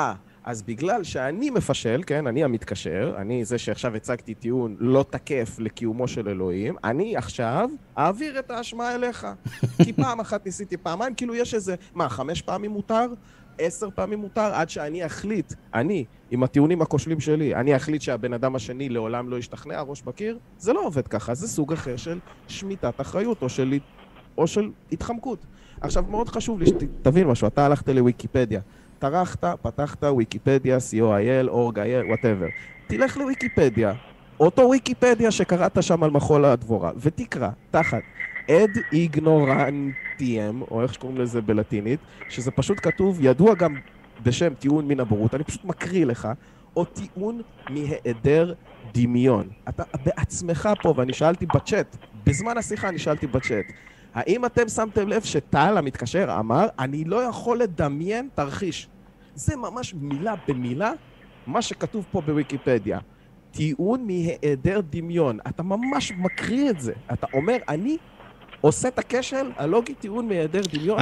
אז בגלל שאני מפשל, כן, אני המתקשר, אני זה שעכשיו הצגתי טיעון לא תקף לקיומו של אלוהים, אני עכשיו אעביר את האשמה אליך. כי פעם אחת ניסיתי פעמיים, כאילו יש איזה, 5 פעמים מותר? 10 פעמים מותר? עד שאני אחליט, אני, עם הטיעונים הכושלים שלי, אני אחליט שהבן אדם השני לעולם לא ישתכנע, ראש בקיר, זה לא עובד ככה, זה סוג אחר של שמיטת אחריות או של התחמקות. עכשיו, מאוד חשוב לי שתבין משהו, אתה הלכת לוויקיפדיה. טרחת, פתחת ויקיפדיה, co.il, org.il, whatever. תלך לוויקיפדיה, אותו ויקיפדיה שקראת שם על מחול הדבורה, ותקרא תחת ad ignorantium, או איך שקוראים לזה בלטינית, שזה פשוט כתוב, ידוע גם בשם טיעון מן הבורות, אני פשוט מקריא לך, או טיעון מהיעדר דמיון. אתה בעצמך פה, ואני שאלתי בצ'אט, בזמן השיחה אני שאלתי בצ'אט, האם אתם שמתם לב שטל המתקשר אמר, אני לא יכול לדמיין תרחיש. זה ממש מילה במילה, מה שכתוב פה בוויקיפדיה. טיעון מהיעדר דמיון. אתה ממש מקריא את זה. אתה אומר, אני עושה את הכשל, הלוגי טיעון מהיעדר דמיון.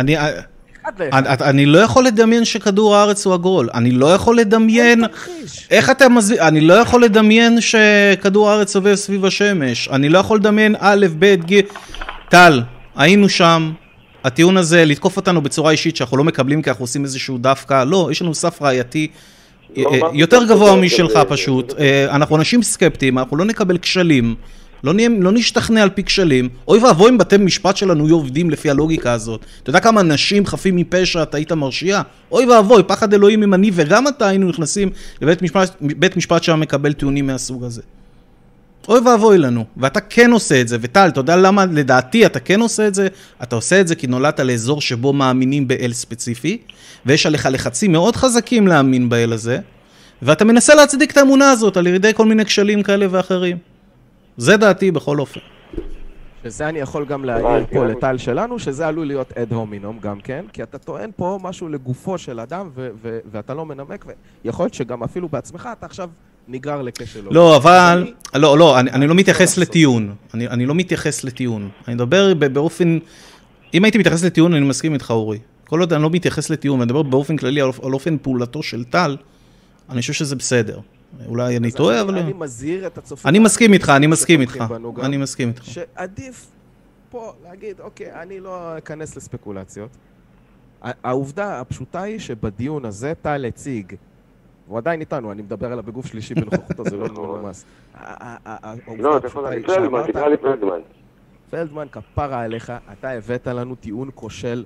אני לא יכול לדמיין שכדור הארץ הוא עגול. אני לא יכול לדמיין... איך אתה מסביר? אני לא יכול לדמיין שכדור הארץ עובר סביב השמש. אני לא יכול לדמיין א', ב', ג'... טל, היינו שם, הטיעון הזה, לתקוף אותנו בצורה אישית, שאנחנו לא מקבלים כי אנחנו עושים איזשהו דווקא, לא, יש לנו סף ראייתי יותר גבוה משלך פשוט, אנחנו אנשים סקפטיים, אנחנו לא נקבל כשלים, לא נשתכנע על פי כשלים, אוי ואבוי אם בתי משפט שלנו יהיו עובדים לפי הלוגיקה הזאת, אתה יודע כמה אנשים חפים מפשע אתה היית מרשיע? אוי ואבוי, פחד אלוהים אם אני וגם אתה היינו נכנסים לבית משפט שם מקבל טיעונים מהסוג הזה. אוי ואבוי לנו, ואתה כן עושה את זה, וטל, אתה יודע למה לדעתי אתה כן עושה את זה? אתה עושה את זה כי נולדת לאזור שבו מאמינים באל ספציפי, ויש עליך לחצים מאוד חזקים להאמין באל הזה, ואתה מנסה להצדיק את האמונה הזאת על ידי כל מיני כשלים כאלה ואחרים. זה דעתי בכל אופן. שזה אני יכול גם להעיר פה לטל שלנו, שזה עלול להיות אד הומינום גם כן, כי אתה טוען פה משהו לגופו של אדם, ואתה לא מנמק, ויכול להיות שגם אפילו בעצמך אתה עכשיו נגרר לקשר. לא, אבל, אני לא מתייחס לטיעון. אני לא מתייחס לטיעון. אני מדבר באופן, אם הייתי מתייחס לטיעון, אני מסכים איתך, אורי. כל עוד אני לא מתייחס לטיעון, אני מדבר באופן כללי על אופן פעולתו של טל, אני חושב שזה בסדר. אולי אני טועה, אבל... אני מזהיר את הצופים. אני מסכים איתך, אני מסכים איתך. אני מסכים איתך. שעדיף פה להגיד, אוקיי, אני לא אכנס לספקולציות. העובדה הפשוטה היא שבדיון הזה טל הציג, הוא עדיין איתנו, אני מדבר עליו בגוף שלישי בנוכחותו, זה לא נומס. לא, אתה יכול להגיד פלדמן, תקרא לי פלדמן. פלדמן, כפרה עליך, אתה הבאת לנו טיעון כושל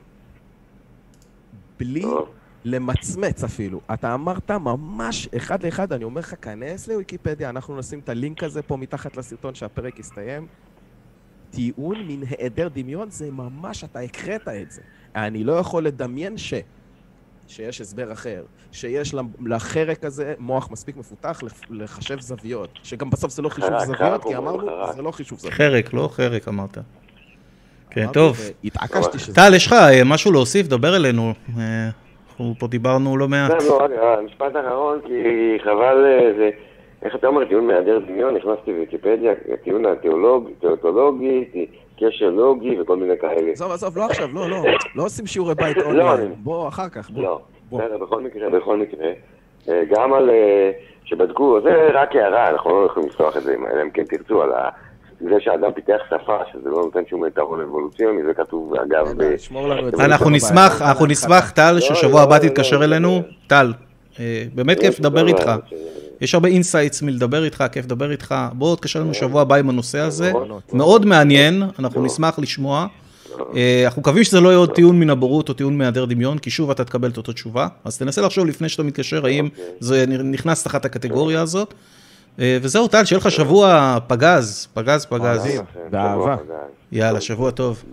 בלי למצמץ אפילו. אתה אמרת ממש אחד לאחד, אני אומר לך, כנס לוויקיפדיה, אנחנו נשים את הלינק הזה פה מתחת לסרטון שהפרק יסתיים. טיעון מן היעדר דמיון, זה ממש, אתה הקראת את זה. אני לא יכול לדמיין שיש הסבר אחר, שיש לחרק הזה מוח מספיק מפותח לחשב זוויות, שגם בסוף זה לא חישוב זוויות, כי אמרנו, זה לא חישוב זוויות. חרק, לא חרק אמרת. כן, טוב. התעקשתי שזה... טל, יש לך משהו להוסיף? דבר אלינו. אנחנו פה דיברנו לא מעט. לא, המשפט האחרון, כי חבל זה... איך אתה אומר, טיעון מהיעדר דמיון, נכנסתי בוויקיפדיה, טיעון תיאולוגי, קשר לוגי וכל מיני כאלה. עזוב, לא עכשיו, לא עושים שיעורי בית אונליין. בוא, אחר כך, בוא. לא, בכל מקרה, גם על שבדקו, זה רק הערה, אנחנו לא יכולים לפתוח את זה, אם כן תרצו, על זה שאדם פיתח שפה, שזה לא נותן שום יתרון אבולוציוני, זה כתוב, אגב... אנחנו נשמח, טל, ששבוע הבא תתקשר אלינו. טל, באמת כיף לדבר איתך. יש הרבה אינסייטס מלדבר איתך, כיף לדבר איתך. בואו תקשר לנו שבוע הבא עם הנושא הזה. מאוד מעניין, אנחנו נשמח לשמוע. אנחנו מקווים שזה לא יהיה עוד טיעון מן הבורות או טיעון מהיעדר דמיון, כי שוב אתה תקבל את אותו תשובה. אז תנסה לחשוב לפני שאתה מתקשר, האם זה נכנס תחת הקטגוריה הזאת. וזהו, טל, שיהיה לך שבוע פגז. באהבה. יאללה, שבוע טוב.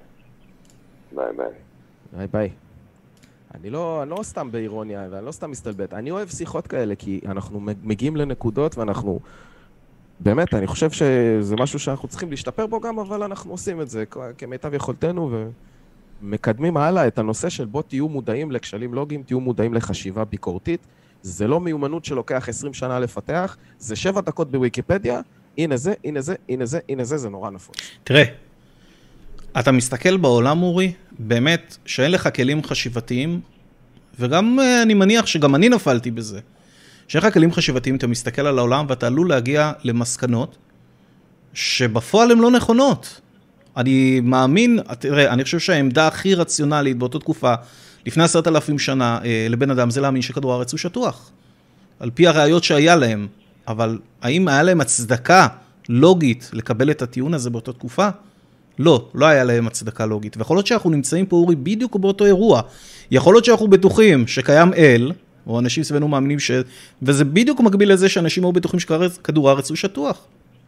ביי. אני לא סתם באירוניה, ואני לא סתם מסתלבט. אני אוהב שיחות כאלה, כי אנחנו מגיעים לנקודות, ואנחנו... באמת, אני חושב שזה משהו שאנחנו צריכים להשתפר בו גם, אבל אנחנו עושים את זה כמיטב יכולתנו, ומקדמים הלאה את הנושא של בוא תהיו מודעים לכשלים לוגיים, תהיו מודעים לחשיבה ביקורתית. זה לא מיומנות שלוקח 20 שנה לפתח, זה 7 דקות בוויקיפדיה, הנה זה, זה נורא נפוץ. תראה, אתה מסתכל בעולם, אורי, באמת, שאין לך כלים חשיבתיים, וגם אני מניח שגם אני נפלתי בזה. שאין לך כלים חשיבתיים, אתה מסתכל על העולם ואתה עלול להגיע למסקנות שבפועל הן לא נכונות. אני מאמין, תראה, אני חושב שהעמדה הכי רציונלית באותה תקופה, לפני 10,000 שנה, לבן אדם זה להאמין שכדור הארץ הוא שטוח. על פי הראיות שהיה להם. אבל האם היה להם הצדקה לוגית לקבל את הטיעון הזה באותה תקופה? לא, לא היה להם הצדקה לוגית. ויכול להיות שאנחנו נמצאים פה, אורי, בדיוק באותו אירוע. יכול להיות שאנחנו בטוחים שקיים אל, או אנשים סביבנו מאמינים וזה בדיוק מקביל לזה שאנשים היו בטוחים שכדור הארץ הוא שטוח.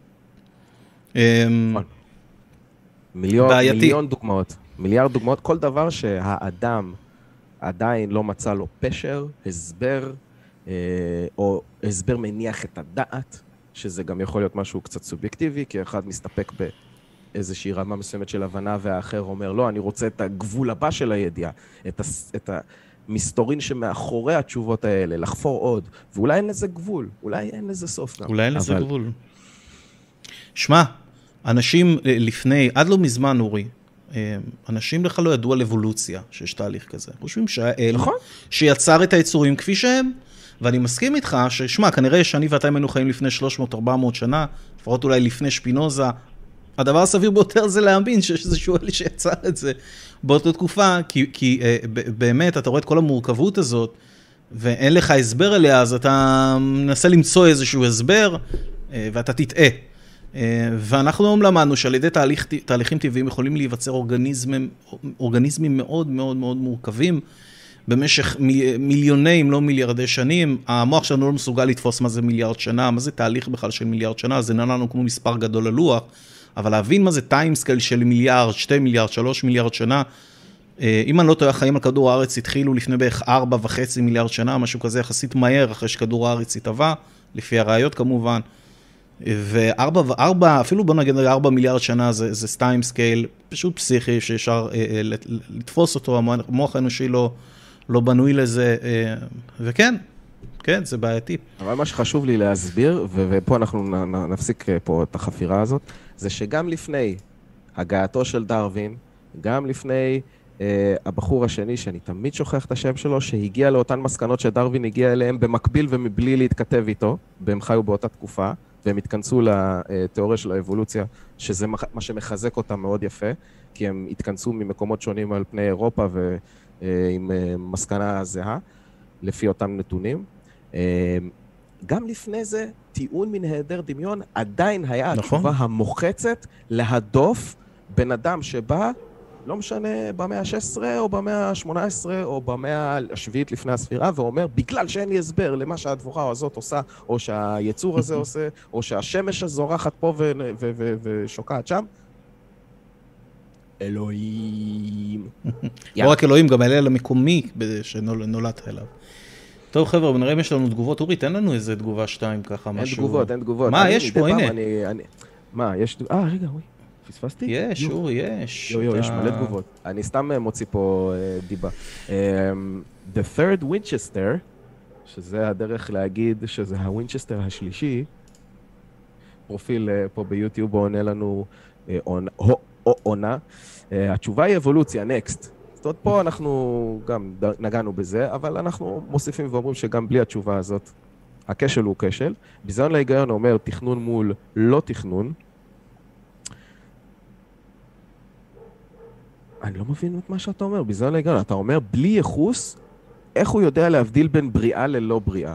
מיליון דוגמאות. מיליארד דוגמאות. כל דבר שהאדם עדיין לא מצא לו פשר, הסבר, או הסבר מניח את הדעת, שזה גם יכול להיות משהו קצת סובייקטיבי, כי אחד מסתפק באיזושהי רמה מסוימת של הבנה, והאחר אומר, לא, אני רוצה את הגבול הבא של הידיעה, את המסתורין שמאחורי התשובות האלה, לחפור עוד, ואולי אין לזה גבול, אולי אין לזה סוף גם. אולי אין לזה גבול. שמע, אנשים לפני, עד לא מזמן, אורי, אנשים לך לא ידעו על אבולוציה, שיש תהליך כזה. חושבים שהאל, שיצר את היצורים כפי שהם, ואני מסכים איתך ששמע, כנראה שאני ואתה היינו חיים לפני 300-400 שנה, לפחות אולי לפני שפינוזה, הדבר הסביר ביותר זה להאמין שיש איזשהו אל שיצר את זה באותה תקופה, כי באמת אתה רואה את כל המורכבות הזאת, ואין לך הסבר אליה, אז אתה מנסה למצוא איזשהו הסבר, ואתה תטעה. ואנחנו היום למדנו שעל ידי תהליכים טבעיים יכולים להיווצר אורגניזמים מאוד מאוד מאוד מורכבים, במשך מיליוני, אם לא מיליארדי שנים. המוח שלנו לא מסוגל לתפוס מה זה מיליארד שנה, מה זה תהליך בכלל של מיליארד שנה, זה נראה לנו כמו מספר גדול ללוח, אבל להבין מה זה טיימסקייל של מיליארד, 2 מיליארד, 3 מיליארד שנה, אם אני לא טועה, החיים על כדור הארץ התחילו לפני בערך 4.5 מיליארד שנה, משהו כזה יחסית מהר, אחרי שכדור הארץ התהווה, לפי הראיות כמובן, אפילו בוא נגיד 4 מיליארד שנה זה טיימסקייל פשוט פסיכי, שאפשר לתפוס אותו, המוח האנושי לא בנוי לזה, וכן, כן, זה בעייתי. אבל מה שחשוב לי להסביר, ופה אנחנו נפסיק פה את החפירה הזאת, זה שגם לפני הגעתו של דרווין, גם לפני הבחור השני, שאני תמיד שוכח את השם שלו, שהגיע לאותן מסקנות שדרווין הגיע אליהם במקביל ומבלי להתכתב איתו, והם חיו באותה תקופה, והם התכנסו לתיאוריה של האבולוציה, שזה מה שמחזק אותם מאוד יפה, כי הם התכנסו ממקומות שונים על פני אירופה ועם מסקנה זהה, לפי אותם נתונים. גם לפני זה, טיעון מן היעדר דמיון עדיין היה התשובה המוחצת להדוף בן אדם שבא, לא משנה, במאה ה-16 או במאה ה-18 או במאה השביעית לפני הספירה, ואומר, בגלל שאין לי הסבר למה שהדבורה הזאת עושה, או שהיצור הזה עושה, או שהשמש הזורחת פה ושוקעת שם, אלוהים. לא רק אלוהים, גם אלה למקומי שנולדת אליו. טוב חבר'ה, נראה אם יש לנו תגובות. אורי, תן לנו איזה תגובה 2 ככה, משהו. אין תגובות. מה, יש פה, הנה. מה, יש... רגע, אוי. פספסתי? יש, אורי, יש. יש מלא תגובות. אני סתם מוציא פה דיבה. The third Winchester, שזה הדרך להגיד שזה הווינצ'סטר השלישי, פרופיל פה ביוטיוב עונה לנו עונה. התשובה היא אבולוציה, next. זאת אומרת, פה אנחנו גם נגענו בזה, אבל אנחנו מוסיפים ואומרים שגם בלי התשובה הזאת, הכשל הוא כשל. ביזיון להיגיון אומר תכנון מול לא תכנון, אני לא מבין את מה שאתה אומר, ביזיון להיגיון. אתה אומר, בלי ייחוס, איך הוא יודע להבדיל בין בריאה ללא בריאה?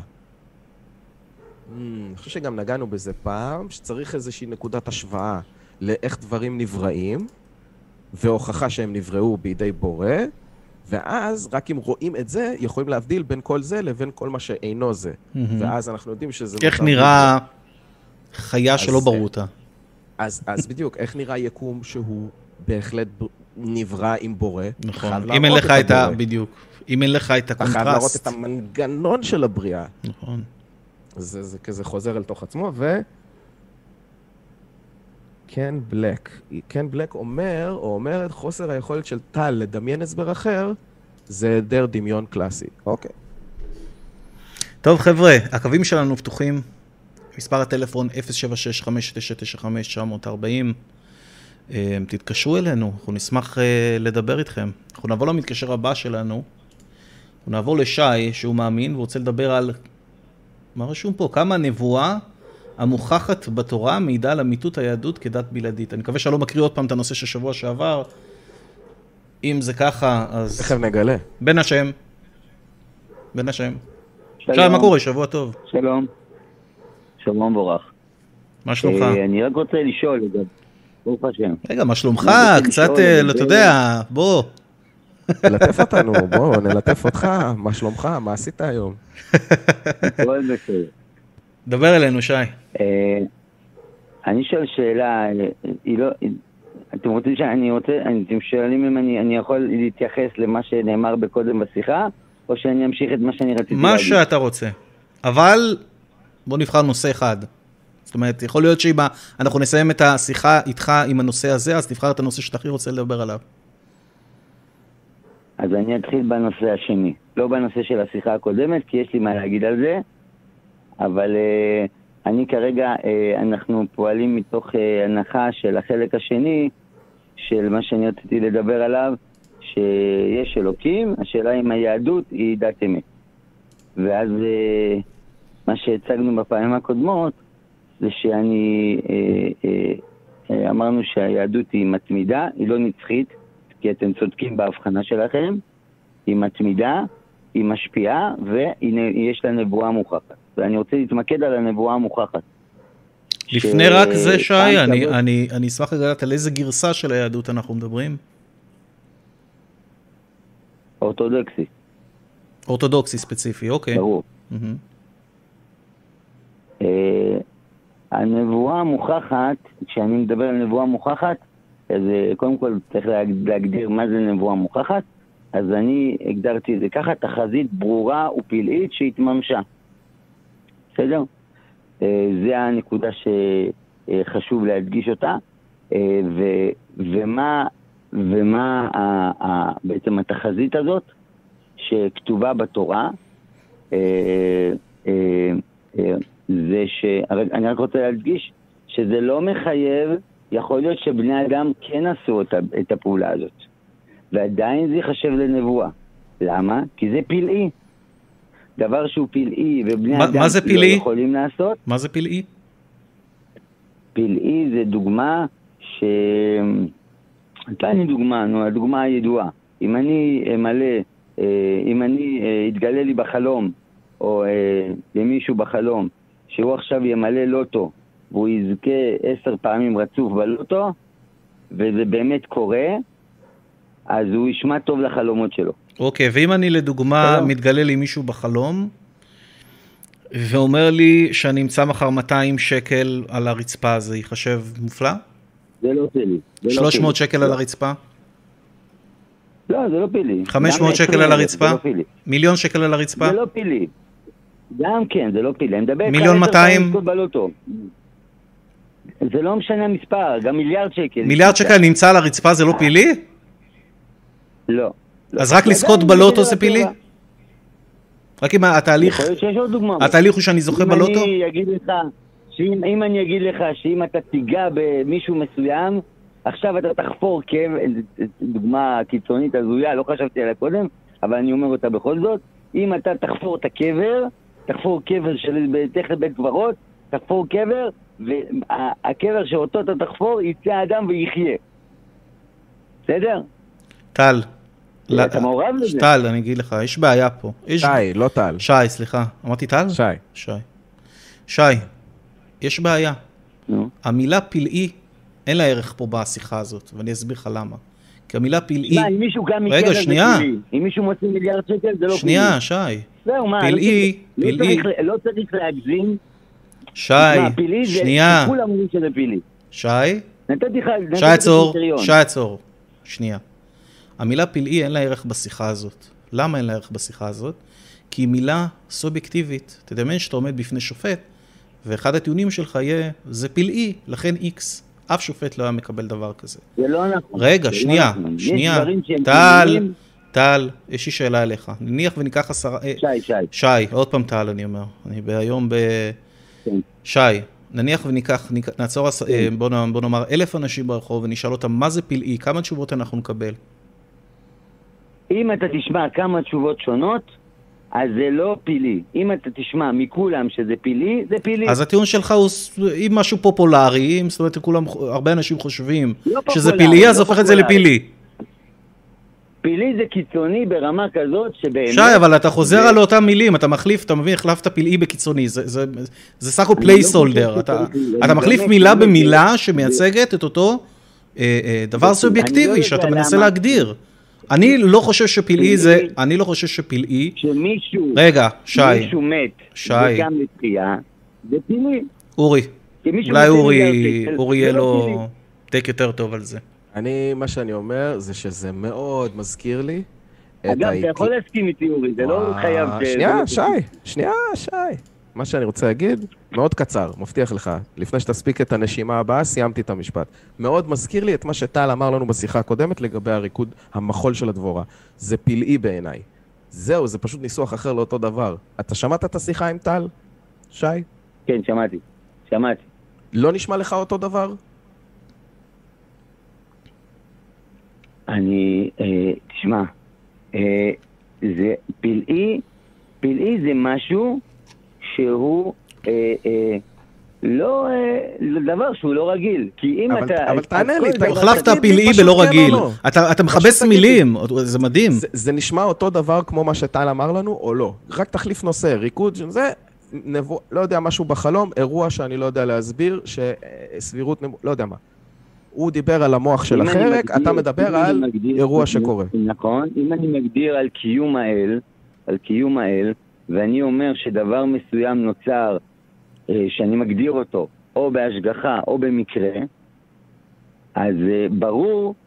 אני חושב שגם נגענו בזה פעם, שצריך איזושהי נקודת השוואה לאיך דברים נבראים, והוכחה שהם נבראו בידי בורא, ואז רק אם רואים את זה, יכולים להבדיל בין כל זה לבין כל מה שאינו זה. ואז אנחנו יודעים שזה... איך נראה חיה שלא בראו אותה? אז בדיוק, איך נראה יקום שהוא בהחלט נברא עם בורא. נכון, אם אין לך את ה... בדיוק. אם אין לך את הקונטרסט. אתה חייב להראות את המנגנון של הבריאה. נכון. זה כזה חוזר אל תוך עצמו, ו... קן בלק. קן בלק אומר, או אומרת, חוסר היכולת של טל לדמיין הסבר אחר, זה היעדר דמיון קלאסי. אוקיי. טוב חבר'ה, הקווים שלנו פתוחים. מספר הטלפון 076-5995-940. תתקשרו אלינו, אנחנו נשמח לדבר איתכם. אנחנו נבוא למתקשר הבא שלנו, נעבור לשי, שהוא מאמין, ורוצה לדבר על, מה רשום פה? כמה הנבואה המוכחת בתורה מעידה על אמיתות היהדות כדת בלעדית. אני מקווה שלא מקריא עוד פעם את הנושא של שבוע שעבר. אם זה ככה, אז... תכף נגלה. בן השם. בן השם. שלום. שי, מה קורה? שבוע טוב. שלום. שלום מבורך. מה שלומך? אני רק רוצה לשאול, ברוך השם. רגע, מה שלומך? קצת, אתה יודע, בוא. נלטף אותנו, בוא, נלטף אותך, מה שלומך, מה עשית היום? כל בסדר. דבר אלינו, שי. אני שואל שאלה, אתם רוצים אתם שואלים אם אני יכול להתייחס למה שנאמר בקודם בשיחה, או שאני אמשיך את מה שאני רציתי להגיד? מה שאתה רוצה. אבל בוא נבחר נושא אחד. זאת אומרת, יכול להיות שאם אנחנו נסיים את השיחה איתך עם הנושא הזה, אז תבחר את הנושא שאתה הכי רוצה לדבר עליו. אז אני אתחיל בנושא השני. לא בנושא של השיחה הקודמת, כי יש לי מה להגיד על זה, אבל אני כרגע, אנחנו פועלים מתוך הנחה של החלק השני, של מה שאני רציתי לדבר עליו, שיש אלוקים, השאלה אם היהדות היא דת אמת. ואז מה שהצגנו בפעמים הקודמות, זה שאני אמרנו שהיהדות היא מתמידה, היא לא נצחית, כי אתם צודקים בהבחנה שלכם, היא מתמידה, היא משפיעה, ויש לה נבואה מוכחת. ואני רוצה להתמקד על הנבואה המוכחת. לפני רק זה, שי, אני אשמח לדעת על איזה גרסה של היהדות אנחנו מדברים. אורתודוקסי. אורתודוקסי ספציפי, אוקיי. ברור. הנבואה המוכחת, כשאני מדבר על נבואה מוכחת, אז קודם כל צריך להגדיר מה זה נבואה מוכחת, אז אני הגדרתי את זה ככה, תחזית ברורה ופלאית שהתממשה. בסדר? זה הנקודה שחשוב להדגיש אותה, ומה בעצם התחזית הזאת שכתובה בתורה, זה אני רק רוצה להדגיש שזה לא מחייב, יכול להיות שבני אדם כן עשו את הפעולה הזאת, ועדיין זה יחשב לנבואה. למה? כי זה פלאי. דבר שהוא פלאי ובני אדם לא יכולים לעשות. מה זה פלאי? פלאי זה דוגמה נתן דוגמה, הדוגמה הידועה. אם אני יתגלה לי בחלום, או למישהו בחלום, שהוא עכשיו ימלא לוטו, והוא יזכה 10 פעמים רצוף בלוטו, וזה באמת קורה, אז הוא ישמע טוב לחלומות שלו. אוקיי, ואם אני לדוגמה מתגלה לי מישהו בחלום, ואומר לי שאני אמצא מחר 200 שקל על הרצפה, זה יחשב מופלא? זה לא פילי. 300 שקל על הרצפה? לא, זה לא פילי. 500 שקל על הרצפה? מיליון שקל על הרצפה? זה לא פילי. גם כן, זה לא פילי. אני מדבר 1,200,000? זה לא משנה המספר, גם מיליארד שקל. מיליארד שקל נמצא על הרצפה זה לא פילי? לא. אז רק לזכות בלוטו זה פילי? רק אם התהליך... יכול להיות שיש עוד דוגמה. התהליך הוא שאני זוכה בלוטו? אם אני אגיד לך שאם אתה תיגע במישהו מסוים, עכשיו אתה תחפור דוגמה קיצונית הזויה, לא חשבתי עליה קודם, אבל אני אומר אותה בכל זאת, אם אתה תחפור את הקבר, תחפור קבר של בית קברות, תחפור קבר, והקבר שאותו אתה תחפור יצא אדם ויחיה. בסדר? טל. אתה מעורב לזה? טל, אני אגיד לך, יש בעיה פה. שי, לא טל. שי, סליחה. אמרתי טל? שי. יש בעיה. המילה פלאי, אין לה ערך פה בשיחה הזאת, ואני אסביר לך למה. כי המילה פלאי... אם מישהו גם יקר זה פלאי. אם מישהו מוציא מיליארד שקל זה לא פלאי. שנייה, שי. זהו, מה? פלאי. לא צריך להגזים. שי, שנייה. כולם אומרים שזה פלאי. שי? שי עצור. שנייה. המילה פלאי אין לה ערך בשיחה הזאת. למה אין לה ערך בשיחה הזאת? כי היא מילה סובייקטיבית. תדמיין שאתה עומד בפני שופט, ואחד הטיעונים שלך יהיה, זה פלאי, לכן X. אף שופט לא היה מקבל דבר כזה. זה לא נכון. רגע, שנייה. טל, יש לי שאלה אליך. נניח וניקח 10... שי, עוד פעם טל אני אומר. אני היום שי, נניח וניקח, נעצור, בוא נאמר 1,000 אנשים ברחוב, ונשאל אותם מה זה פלאי, כמה תשובות אנחנו נקבל? אם אתה תשמע כמה תשובות שונות, אז זה לא פילי. אם אתה תשמע מכולם שזה פילי, זה פילי. אז הטיעון שלך הוא, אם משהו פופולרי, זאת אומרת, הרבה אנשים חושבים לא שזה פופולרי, פילי, אז לא הופך את זה פופולרי. לפילי. פילי זה קיצוני ברמה כזאת שבאמת... שי, אבל אתה חוזר על אותם מילים, אתה מחליף, אתה מבין, החלפת פלאי בקיצוני, זה סך הכל פלייסולדר, אתה מחליף מילה במילה שמייצגת את אותו דבר סובייקטיבי שאתה מנסה להגדיר. אני לא חושב שפלאי זה, אני לא חושב שפלאי... שמישהו... רגע, שי. מישהו מת, שי. וקם לתחייה, זה פילי. אורי, שמישהו אולי מת אורי יהיה זה לא לו פילי. טק יותר טוב על זה. מה שאני אומר זה שזה מאוד מזכיר לי את אגב, אתה יכול להסכים איתי, אורי, זה לא חייב... שנייה, שי. מה שאני רוצה להגיד, מאוד קצר, מבטיח לך. לפני שתספיק את הנשימה הבאה, סיימתי את המשפט. מאוד מזכיר לי את מה שטל אמר לנו בשיחה הקודמת לגבי הריקוד המחול של הדבורה. זה פלאי בעיניי. זהו, זה פשוט ניסוח אחר לאותו דבר. אתה שמעת את השיחה עם טל, שי? כן, שמעתי. לא נשמע לך אותו דבר? תשמע, זה פלאי זה משהו שהוא לא, דבר שהוא לא רגיל, כי אם אתה... אבל תענה לי, החלפת פלאי בלא רגיל, אתה מכבס מילים, זה מדהים. זה נשמע אותו דבר כמו מה שטל אמר לנו או לא? רק תחליף נושא, ריקוד, זה לא יודע, משהו בחלום, אירוע שאני לא יודע להסביר, שסבירות, לא יודע מה. הוא דיבר על המוח של החרק, אתה מדבר על אירוע שקורה. נכון, אם אני מגדיר על קיום האל, ואני אומר שדבר מסוים נוצר, שאני מגדיר אותו, או בהשגחה או במקרה, אז ברור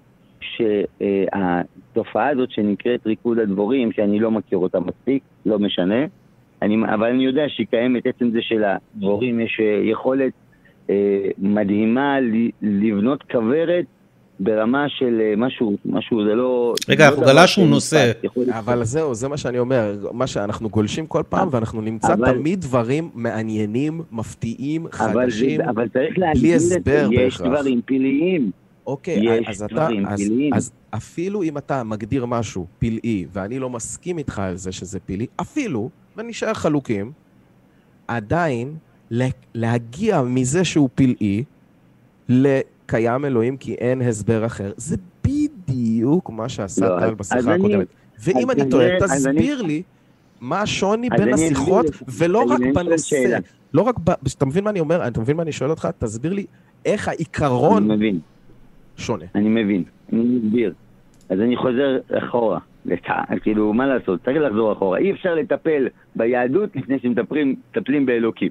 שהתופעה הזאת שנקראת ריקוד הדבורים, שאני לא מכיר אותה מספיק, לא משנה, אבל אני יודע שהיא קיימת, עצם זה שלדבורים יש יכולת מדהימה לבנות כברת ברמה של משהו זה לא... רגע, אנחנו גלשנו נושא. אבל זהו, זה מה שאני אומר, מה שאנחנו גולשים כל פעם, ואנחנו נמצא תמיד דברים מעניינים, מפתיעים, חדשים, בלי הסבר בהכרח. יש דברים פלאיים. אוקיי, אז אפילו אם אתה מגדיר משהו פלאי, ואני לא מסכים איתך על זה שזה פלאי, אפילו, ונשאר חלוקים, עדיין להגיע מזה שהוא פלאי, לקיים אלוהים כי אין הסבר אחר. זה בדיוק מה שעשה טל בשיחה הקודמת. ואם אני טועה, תסביר לי מה השוני בין השיחות, ולא רק בנושא. לא רק, אתה מבין מה אני אומר? אתה מבין מה אני שואל אותך? תסביר לי איך העיקרון שונה. אני מבין, אני מסביר. אז אני חוזר אחורה. כאילו, מה לעשות? צריך לחזור אחורה. אי אפשר לטפל ביהדות לפני שמטפלים באלוקים.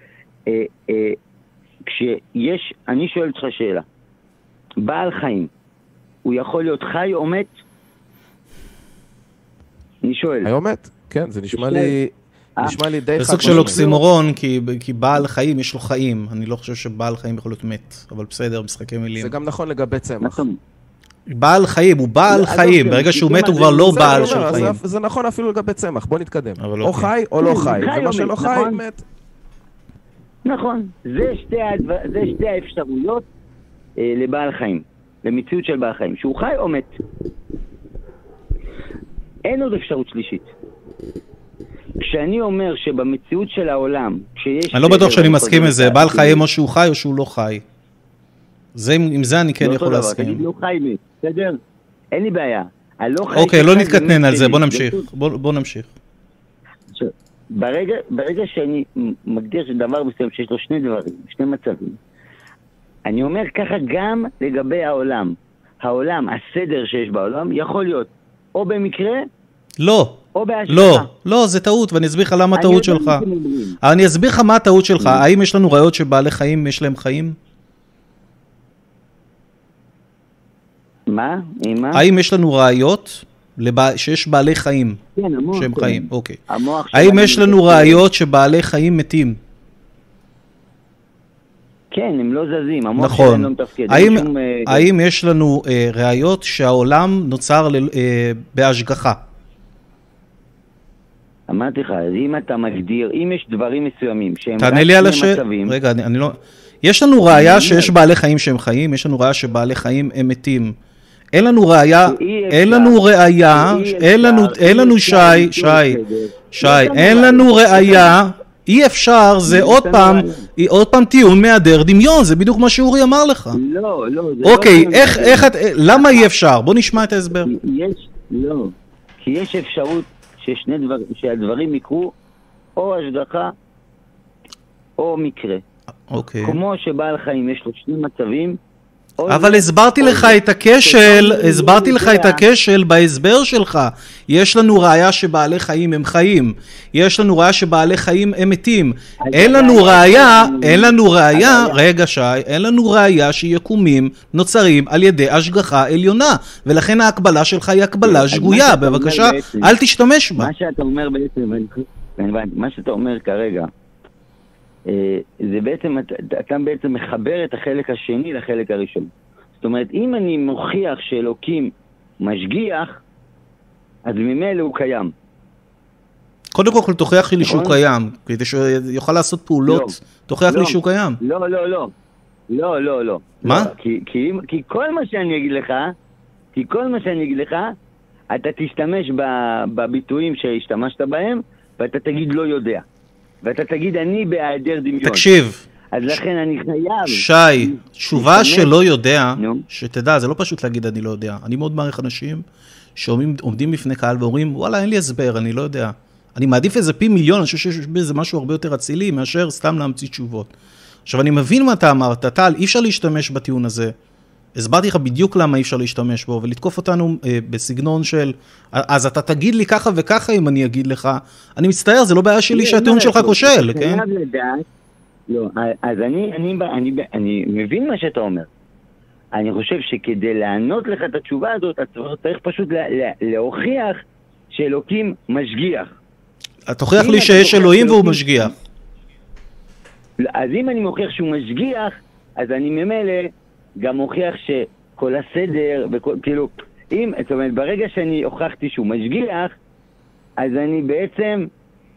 כשיש, אני שואל אותך שאלה, בעל חיים, הוא יכול להיות חי או מת? אני שואל. חי או מת? כן, זה נשמע לי די חד. זה סוג של אוקסימורון, כי בעל חיים יש לו חיים. אני לא חושב שבעל חיים יכול להיות מת, אבל בסדר, משחקי מילים. זה גם נכון לגבי צמח. בעל חיים, הוא בעל חיים, ברגע שהוא מת הוא כבר לא בעל של חיים. זה נכון אפילו לגבי צמח, בוא נתקדם. או חי או לא חי, ומה שלא חי מת. נכון, זה שתי האפשרויות לבעל חיים, למציאות של בעל חיים, שהוא חי או מת. אין עוד אפשרות שלישית. כשאני אומר שבמציאות של העולם, כשיש... אני לא בטוח שאני מסכים עם זה, בעל חיים או שהוא חי או שהוא לא חי. עם זה אני כן יכול להסכים. תגיד לא חי מת, בסדר? אין לי בעיה. אוקיי, לא נתקטנן על זה, בוא נמשיך. ברגע שאני מגדיר שדבר מסוים שיש לו שני דברים, שני מצבים, אני אומר ככה גם לגבי העולם. העולם, הסדר שיש בעולם, יכול להיות או במקרה, לא, או בהשגחה. לא, זה טעות, ואני אסביר לך למה הטעות שלך. אני אסביר לך מה הטעות שלך. האם יש לנו ראיות שבעלי חיים יש להם חיים? מה? האם יש לנו ראיות שיש בעלי חיים? כן, המוח. שהם חיים, אוקיי. האם יש לנו ראיות שבעלי חיים מתים? כן, הם לא זזים, המוח שלהם לא מתפקד. האם יש לנו ראיות שהעולם נוצר בהשגחה? אמרתי לך, אז אם אתה מגדיר, אם יש דברים מסוימים שהם תענה לי על השאלה. רגע, אני לא... יש לנו ראיה שיש בעלי חיים שהם חיים, יש לנו ראיה שבעלי חיים הם מתים. אין לנו ראייה, אין לנו ראייה, אין לנו שי, אין לנו ראייה, אי אפשר, זה עוד פעם טיעון מהיעדר דמיון, זה בדיוק מה שאורי אמר לך. לא. אוקיי, למה אי אפשר? בוא נשמע את ההסבר. לא, כי יש אפשרות שהדברים יקרו, או השגחה, או מקרה. אוקיי. כמו שבעל חיים יש לו שני מצבים, אבל הסברתי לך את הכשל בהסבר שלך. יש לנו ראייה שבעלי חיים הם חיים. יש לנו ראייה שבעלי חיים הם מתים. אין לנו ראייה שיקומים נוצרים על ידי השגחה עליונה. ולכן ההקבלה שלך היא הקבלה שגויה. בבקשה, אל תשתמש בה. מה שאתה אומר כרגע, זה בעצם, אתה בעצם מחבר את החלק השני לחלק הראשון. זאת אומרת, אם אני מוכיח שאלוקים משגיח, אז ממילא הוא קיים. קודם כל תוכיח לי שהוא קיים, כדי שיוכל לעשות פעולות, תוכיח לי שהוא קיים. לא. מה? כי כל מה שאני אגיד לך, אתה תשתמש בביטויים שהשתמשת בהם, ואתה תגיד לא יודע. ואתה תגיד, אני בהיעדר דמיון. תקשיב. אז לכן אני חייב... שי, תשובה שלא יודע, שתדע, זה לא פשוט להגיד אני לא יודע. אני מאוד מעריך אנשים שעומדים בפני קהל ואומרים, וואלה, אין לי הסבר, אני לא יודע. אני מעדיף איזה פי מיליון, אני חושב שיש בזה משהו הרבה יותר אצילי, מאשר סתם להמציא תשובות. עכשיו, אני מבין מה אתה אמרת, טל, אי אפשר להשתמש בטיעון הזה. הסברתי לך בדיוק למה אי אפשר להשתמש בו, ולתקוף אותנו בסגנון של, אז אתה תגיד לי ככה וככה אם אני אגיד לך, אני מצטער, זה לא בעיה שלי שהטיעון שלך כושל, כן? לא, אז אני מבין מה שאתה אומר. אני חושב שכדי לענות לך את התשובה הזאת, אתה צריך פשוט להוכיח שאלוקים משגיח. תוכיח לי שיש אלוהים והוא משגיח. אז אם אני מוכיח שהוא משגיח, אז אני ממילא גם מוכיח שכל הסדר, כאילו, זאת אומרת, ברגע שאני הוכחתי שהוא משגיח, אז אני בעצם,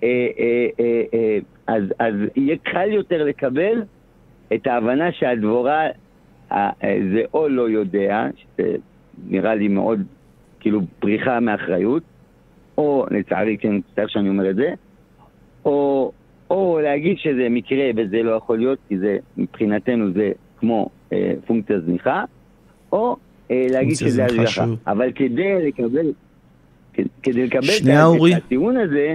אז יהיה קל יותר לקבל את ההבנה שהדבורה זה או לא יודע, שזה נראה לי מאוד כאילו פריחה מאחריות, או לצערי, כן, מצטער שאני אומר את זה, או להגיד שזה מקרה וזה לא יכול להיות, כי זה מבחינתנו זה כמו פונקציה זניחה, או להגיד שזה השגחה. אבל כדי לקבל את הטיעון הזה,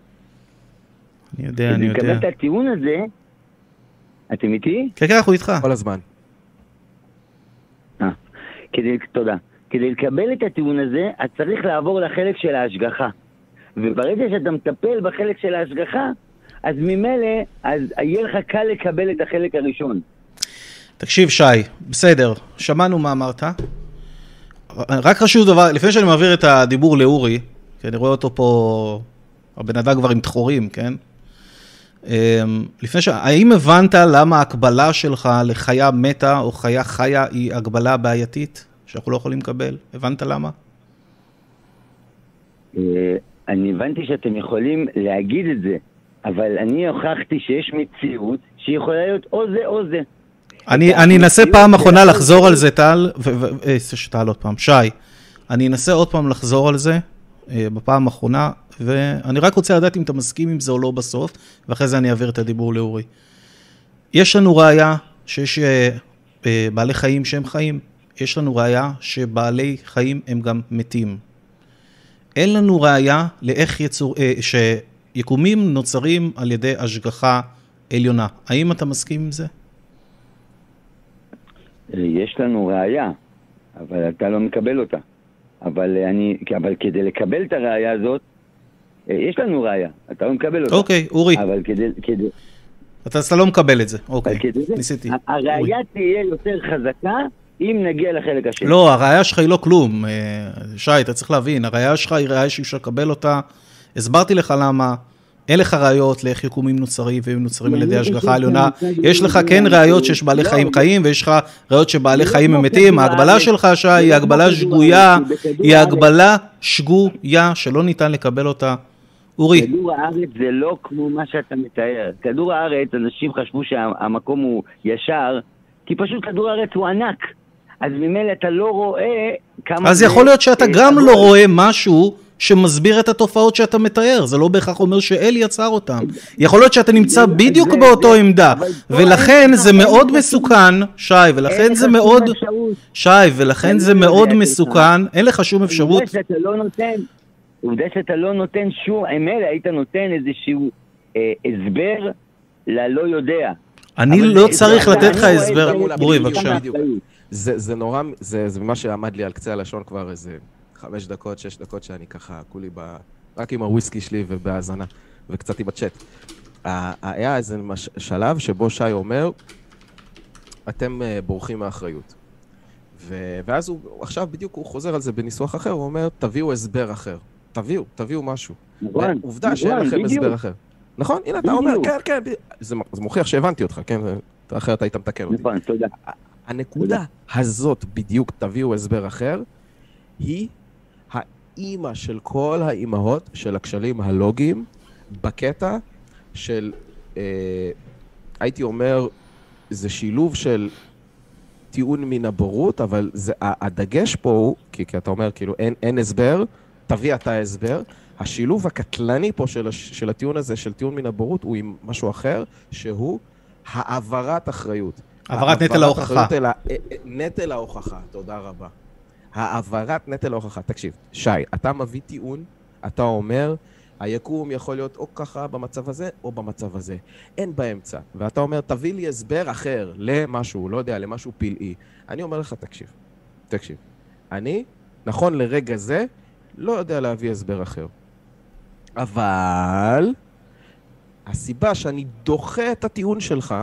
אני יודע. לקבל את הטיעון הזה, אתם איתי? כן, אנחנו איתך. כל הזמן. תודה. כדי לקבל את הטיעון הזה, את צריך לעבור לחלק של ההשגחה. וברגע שאתה מטפל בחלק של ההשגחה, אז ממילא, אז יהיה לך קל לקבל את החלק הראשון. תקשיב שי, בסדר, שמענו מה אמרת. רק חשוב דבר, לפני שאני מעביר את הדיבור לאורי, כי אני רואה אותו פה, הבן אדם כבר עם תחורים, כן? האם הבנת למה ההקבלה שלך לחיה מתה או חיה חיה היא הגבלה בעייתית שאנחנו לא יכולים לקבל? הבנת למה? אני הבנתי שאתם יכולים להגיד את זה, אבל אני הוכחתי שיש מציאות שיכולה להיות או זה או זה. אני אנסה פעם אחרונה לחזור על זה, טל, טל עוד פעם, שי, אני אנסה עוד פעם לחזור על זה בפעם האחרונה, ואני רק רוצה לדעת אם אתה מסכים עם זה או לא בסוף, ואחרי זה אני אעביר את הדיבור לאורי. יש לנו ראייה שיש בעלי חיים שהם חיים, יש לנו ראייה שבעלי חיים הם גם מתים. אין לנו ראייה לאיך שיקומים נוצרים על ידי השגחה עליונה. האם אתה מסכים עם זה? יש לנו ראייה, אבל אתה לא מקבל אותה. אבל כדי לקבל את הראייה הזאת, יש לנו ראייה, אתה לא מקבל אותה. אוקיי, אורי. אבל כדי... אתה לא מקבל את זה, אוקיי, ניסיתי. הראייה תהיה יותר חזקה אם נגיע לחלק השני. לא, הראייה שלך היא לא כלום. שי, אתה צריך להבין, הראייה שלך היא ראייה שאי אפשר לקבל אותה. הסברתי לך למה. אין לך ראיות לאיך יקומים נוצרים והם נוצרים על ידי השגחה עליונה. יש לך כן ראיות שיש בעלי חיים חיים, ויש לך ראיות שבעלי חיים הם מתים. ההגבלה שלך, שי, היא הגבלה שגויה, היא הגבלה שגויה שלא ניתן לקבל אותה. אורי. כדור הארץ זה לא כמו מה שאתה מתאר. כדור הארץ, אנשים חשבו שהמקום הוא ישר, כי פשוט כדור הארץ הוא ענק. אז ממילא אתה לא רואה כמה... אז יכול להיות שאתה גם לא רואה משהו שמסביר את התופעות שאתה מתאר, זה לא בהכרח אומר שאל יצר אותם. יכול להיות שאתה נמצא בדיוק באותו עמדה, ולכן זה מאוד מסוכן, שי, ולכן זה מאוד... שי, ולכן זה מאוד מסוכן, אין לך שום אפשרות... עובדה שאתה לא נותן שום... ממילא היית נותן איזשהו הסבר ללא יודע. אני לא צריך לתת לך הסבר, בורי, בבקשה. זה נורא, זה מה שעמד לי על קצה הלשון כבר איזה 5 דקות, 6 דקות שאני ככה, כולי רק עם הוויסקי שלי ובהאזנה, וקצת עם הצ'אט. היה איזה שלב שבו שי אומר, אתם בורחים מאחריות. ואז הוא, עכשיו בדיוק הוא חוזר על זה בניסוח אחר, הוא אומר, תביאו הסבר אחר. תביאו משהו. עובדה שאין לכם הסבר אחר. נכון? הנה, אתה אומר, כן, זה מוכיח שהבנתי אותך, כן? אחרת היית מתקן אותי. נכון, תודה. הנקודה הזאת בדיוק, תביאו הסבר אחר, היא האימא של כל האימהות של הכשלים הלוגיים, בקטע של, הייתי אומר, זה שילוב של טיעון מן הבורות, אבל הדגש פה הוא, כי אתה אומר, כאילו, אין הסבר, תביא אתה הסבר, השילוב הקטלני פה של הטיעון הזה, של טיעון מן הבורות, הוא עם משהו אחר, שהוא העברת אחריות. העברת נטל ההוכחה. נטל ההוכחה, תודה רבה. העברת נטל ההוכחה. תקשיב, שי, אתה מביא טיעון, אתה אומר, היקום יכול להיות או ככה במצב הזה, או במצב הזה. אין באמצע. ואתה אומר, תביא לי הסבר אחר למשהו, לא יודע, למשהו פלאי. אני אומר לך, תקשיב. אני, נכון לרגע זה, לא יודע להביא הסבר אחר. אבל הסיבה שאני דוחה את הטיעון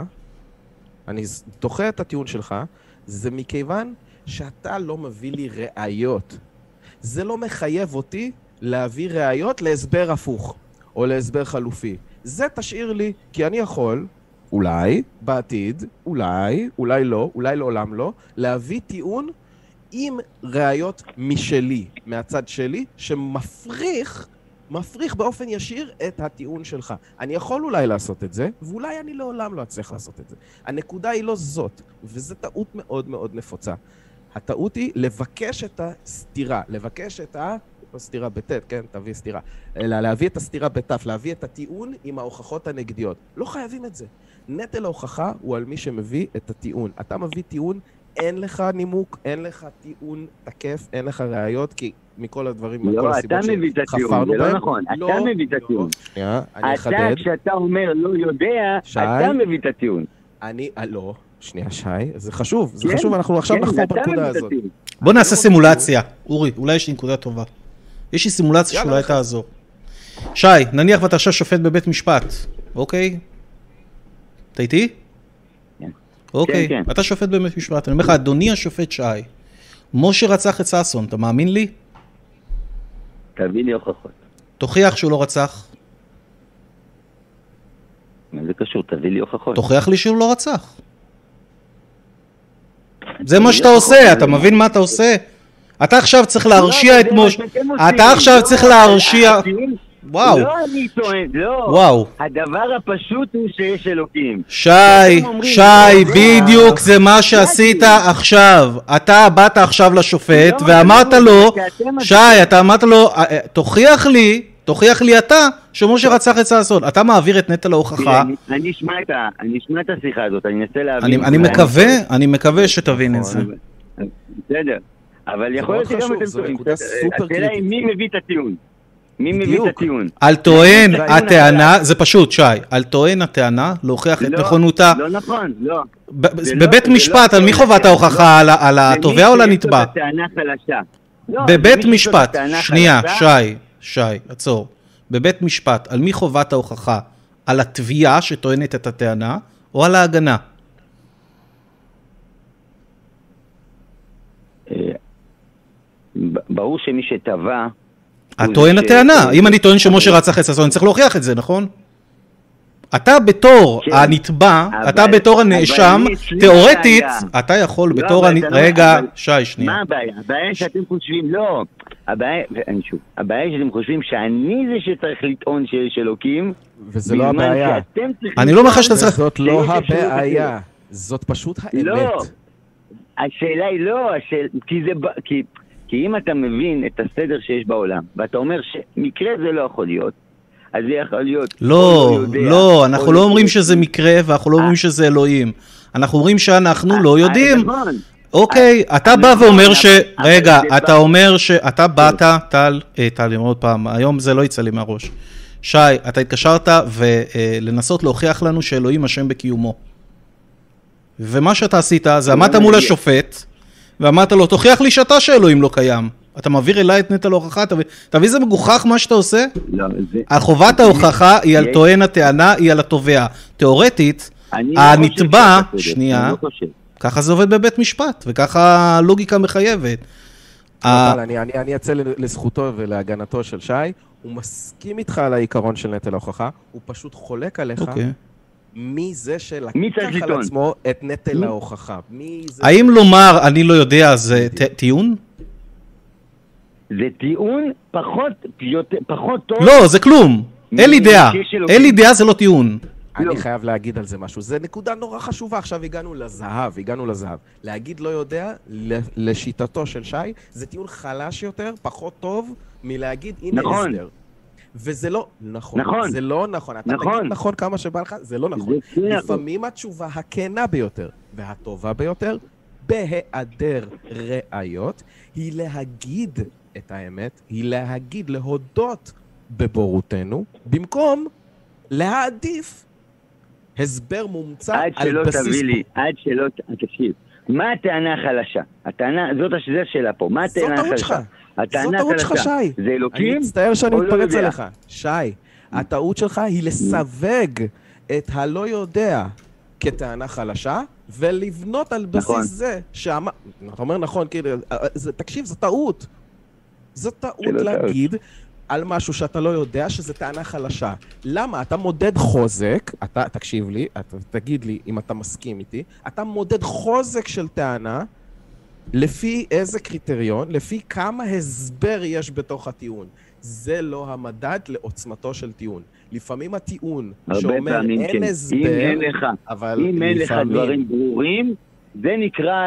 שלך, זה מכיוון שאתה לא מביא לי ראיות. זה לא מחייב אותי להביא ראיות להסבר הפוך, או להסבר חלופי. זה תשאיר לי, כי אני יכול, אולי, בעתיד, אולי לא, אולי לעולם לא, להביא טיעון עם ראיות משלי, מהצד שלי, שמפריך באופן ישיר את הטיעון שלך. אני יכול אולי לעשות את זה, ואולי אני לעולם לא אצליח לעשות את זה. הנקודה היא לא זאת, וזו טעות מאוד מאוד נפוצה. הטעות היא לבקש את הסתירה, לבקש את הסתירה בטט, כן, תביא סתירה, אלא להביא את הסתירה בטף, להביא את הטיעון עם ההוכחות הנגדיות. לא חייבים את זה. נטל ההוכחה הוא על מי שמביא את הטיעון. אתה מביא טיעון, אין לך נימוק, אין לך טיעון תקף, אין לך ראיות, כי מכל הדברים, מכל הסיבות שחפרנו בהם. זה לא נכון, אתה מביא את הטיעון. שנייה, אני אחדד. אתה, כשאתה אומר לא יודע, אתה מביא את הטיעון. לא, שנייה, שי, זה חשוב, אנחנו עכשיו נחפור בנקודה הזאת. בוא נעשה סימולציה. אורי, אולי יש לי נקודה טובה. יש לי סימולציה שאולי תעזור. שי, נניח ואתה עכשיו שופט בבית משפט, אוקיי? אתה איתי? אוקיי, אתה שופט בבית משפט. אני אומר לך, אדוני השופט שי, משה רצח את ששון, אתה מאמין לי? תביא לי הוכחות. תוכיח שהוא לא רצח. מה זה קשור? תביא לי הוכחות. תוכיח לי שהוא לא רצח. זה מה שאתה עושה, אתה מבין מה אתה עושה? אתה עכשיו צריך להרשיע את משה. אתה עכשיו צריך להרשיע... וואו. לא אני טוען, לא. וואו. הדבר הפשוט הוא שיש אלוקים. שי, בדיוק זה מה שעשית עכשיו. אתה באת עכשיו לשופט ואמרת לו, שי, אתה אמרת לו, תוכיח לי אתה שמשה רצח את ששון. אתה מעביר את נטל ההוכחה. אני אשמע את השיחה הזאת, אני אנסה להבין. אני מקווה שתבין את זה. בסדר, אבל יכול להיות שגם אתם טועים. השאלה היא מי מביא את הטיעון. מי מביא את הטיעון? על טוען הטענה, זה פשוט שי, על טוען הטענה להוכיח את נכונותה. לא נכון, לא. בבית משפט, על מי חובת ההוכחה? על התובע או לנתבע? בבית משפט, שנייה, שי, עצור. בבית משפט, על מי חובת ההוכחה? על התביעה שטוענת את הטענה, או על ההגנה? ברור שמי שטבע... הטוען הטענה. אם אני טוען שמשה רצח את ששון, אני צריך להוכיח את זה, נכון? אתה בתור הנתבע, אתה בתור הנאשם, תיאורטית, אתה יכול בתור... רגע, שי, שנייה. מה הבעיה? הבעיה שאתם חושבים, לא. הבעיה שאתם חושבים שאני זה שצריך לטעון שיש אלוקים, וזה לא הבעיה. אני לא מחש שאתה צריך... זאת לא הבעיה. זאת פשוט האמת. השאלה היא לא, כי אם אתה מבין את הסדר שיש בעולם, ואתה אומר שמקרה זה לא יכול להיות, אז זה יכול להיות... לא, אנחנו לא אומרים שזה מקרה, ואנחנו לא אומרים שזה אלוהים. אנחנו אומרים שאנחנו לא יודעים. אוקיי, אתה בא ואומר ש... רגע, אתה אומר שאתה באת, טל, עוד פעם, היום זה לא יצא לי מהראש. שי, אתה התקשרת ולנסות להוכיח לנו שאלוהים אשם בקיומו. ומה שאתה עשית, זה עמדת מול השופט, ואמרת לו, תוכיח לי שאתה שאלוהים לא קיים. אתה מעביר אליי את נטל ההוכחה, תביא זה מגוחך מה שאתה עושה? לא, זה... החובת ההוכחה היא על טוען הטענה, היא על התובע. תיאורטית, הנתבע, שנייה, ככה זה עובד בבית משפט, וככה הלוגיקה מחייבת. אבל אני אצא לזכותו ולהגנתו של שי, הוא מסכים איתך על העיקרון של נטל ההוכחה, הוא פשוט חולק עליך. מי זה שלקח על עצמו את נטל ההוכחה? האם לומר, אני לא יודע, זה טיעון? זה טיעון פחות טוב. לא, זה כלום. אין לי דעה. אין לי דעה, זה לא טיעון. אני חייב להגיד על זה משהו. זה נקודה נורא חשובה. עכשיו הגענו לזהב. להגיד לא יודע, לשיטתו של שי, זה טיעון חלש יותר, פחות טוב, מלהגיד הנה הסדר. וזה לא נכון. זה לא נכון. אתה תגיד נכון כמה שבא לך, זה לא נכון. לפעמים התשובה הכנה ביותר והטובה ביותר, בהיעדר ראיות, היא להגיד את האמת, היא להודות בבורותנו, במקום להעדיף הסבר מומצא על בסיס... עד שלא תקשיב. מה הטענה החלשה? זאת השאלה פה. מה הטענה החלשה? זאת טעות שלך, שי. זה אלוקים? אני מצטער שאני מתפרץ עליך. שי, הטעות שלך היא לסווג את הלא יודע כטענה חלשה, ולבנות על בסיס זה אתה אומר נכון, תקשיב, זו טעות. זו טעות להגיד על משהו שאתה לא יודע שזה טענה חלשה. למה? אתה מודד חוזק, תקשיב לי, תגיד לי אם אתה מסכים איתי, אתה מודד חוזק של טענה, לפי איזה קריטריון, לפי כמה הסבר יש בתוך הטיעון. זה לא המדד לעוצמתו של טיעון. לפעמים הטיעון שאומר אין הסבר, אם אין לך דברים ברורים, זה נקרא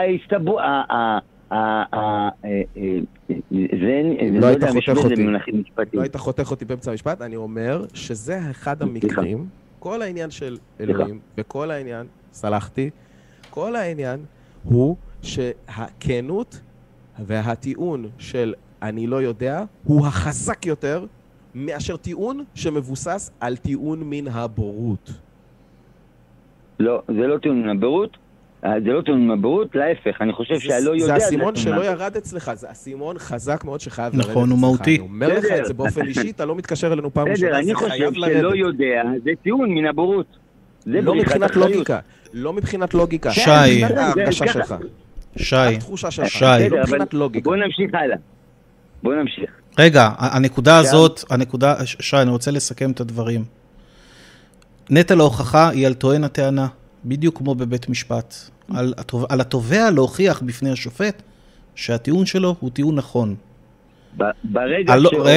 לא היית חותך אותי באמצע המשפט, אני אומר שזה אחד המקרים, כל העניין של אלוהים, וכל העניין, סלחתי, כל העניין הוא שהכנות והטיעון של אני לא יודע הוא החזק יותר מאשר טיעון שמבוסס על טיעון מן הבורות. לא, זה לא טיעון מן הבורות. זה לא טיעון מן הבורות, להפך, אני חושב שהלא יודע... זה הסימון שלא ירד אצלך, זה הסימון חזק מאוד שחייב לרדת אצלך. נכון, הוא מהותי. אני אומר לך את זה באופן אישי, אתה לא מתקשר אלינו פעם ראשונה, אני חושב שלא יודע, זה טיעון מן הבורות. לא מבחינת לוגיקה. לא מבחינת לוגיקה. שי. ההרגשה שלך. שי. התחושה שלך. לא מבחינת לוגיקה. בוא נמשיך הלאה. בוא נמשיך. רגע, הנקודה הזאת, שי, אני רוצה לסכם את הדברים. נטל ההוכחה היא על טוען הטענה, בדיוק כמו בבית משפט. על התובע להוכיח בפני השופט שהטיעון שלו הוא טיעון נכון. ברגע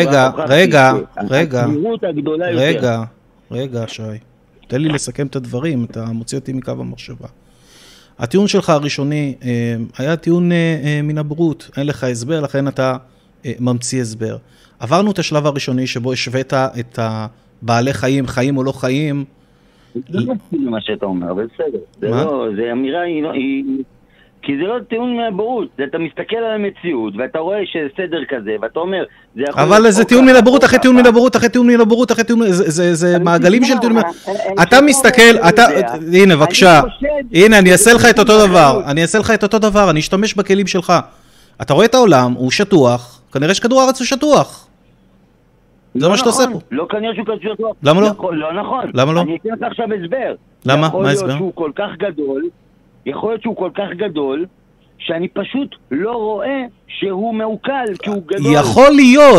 רגע, שי. תן לי לסכם את הדברים, אתה מוציא אותי מקו המחשבה. הטיעון שלך הראשוני היה טיעון מן הבורות, אין לך הסבר, לכן אתה ממציא הסבר. עברנו את השלב הראשוני שבו השווית את בעלי חיים, חיים או לא חיים. לא מסכים מה שאתה אומר, אבל בסדר. זה אמירה, כי זה לא טיעון מהבורות. אתה מסתכל על המציאות, ואתה רואה שסדר כזה, ואתה אומר... אבל זה טיעון מן הבורות, אחרי טיעון מן הבורות, אחרי טיעון מן הבורות, אחרי טיעון... זה מעגלים של טיעון מן... אתה מסתכל, הנה, בבקשה. הנה, אני אעשה לך את אותו דבר. אני אשתמש בכלים שלך. אתה רואה את העולם, הוא שטוח, כנראה שכדור הארץ הוא שטוח. זה מה שאתה עושה פה. לא כנראה שהוא כדור שטוח. למה לא? לא נכון. למה לא? אני אתן לך עכשיו הסבר. למה? מה הסבר? יכול להיות שהוא כל כך גדול, שאני פשוט לא רואה שהוא מעוקל, כי הוא גדול. יכול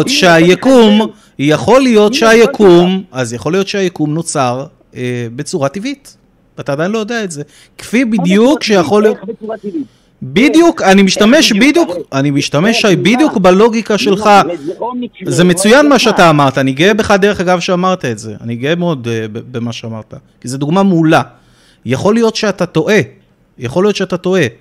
להיות שהיקום נוצר בצורה טבעית. אתה עדיין לא יודע את זה. כפי בדיוק שיכול להיות... בדיוק, אני משתמש בדיוק בלוגיקה שלך. זה מצוין מה שאתה אמרת, אני גאה בך דרך אגב שאמרת את זה. אני גאה מאוד במה שאמרת, כי זו דוגמה מעולה. יכול להיות שאתה טועה,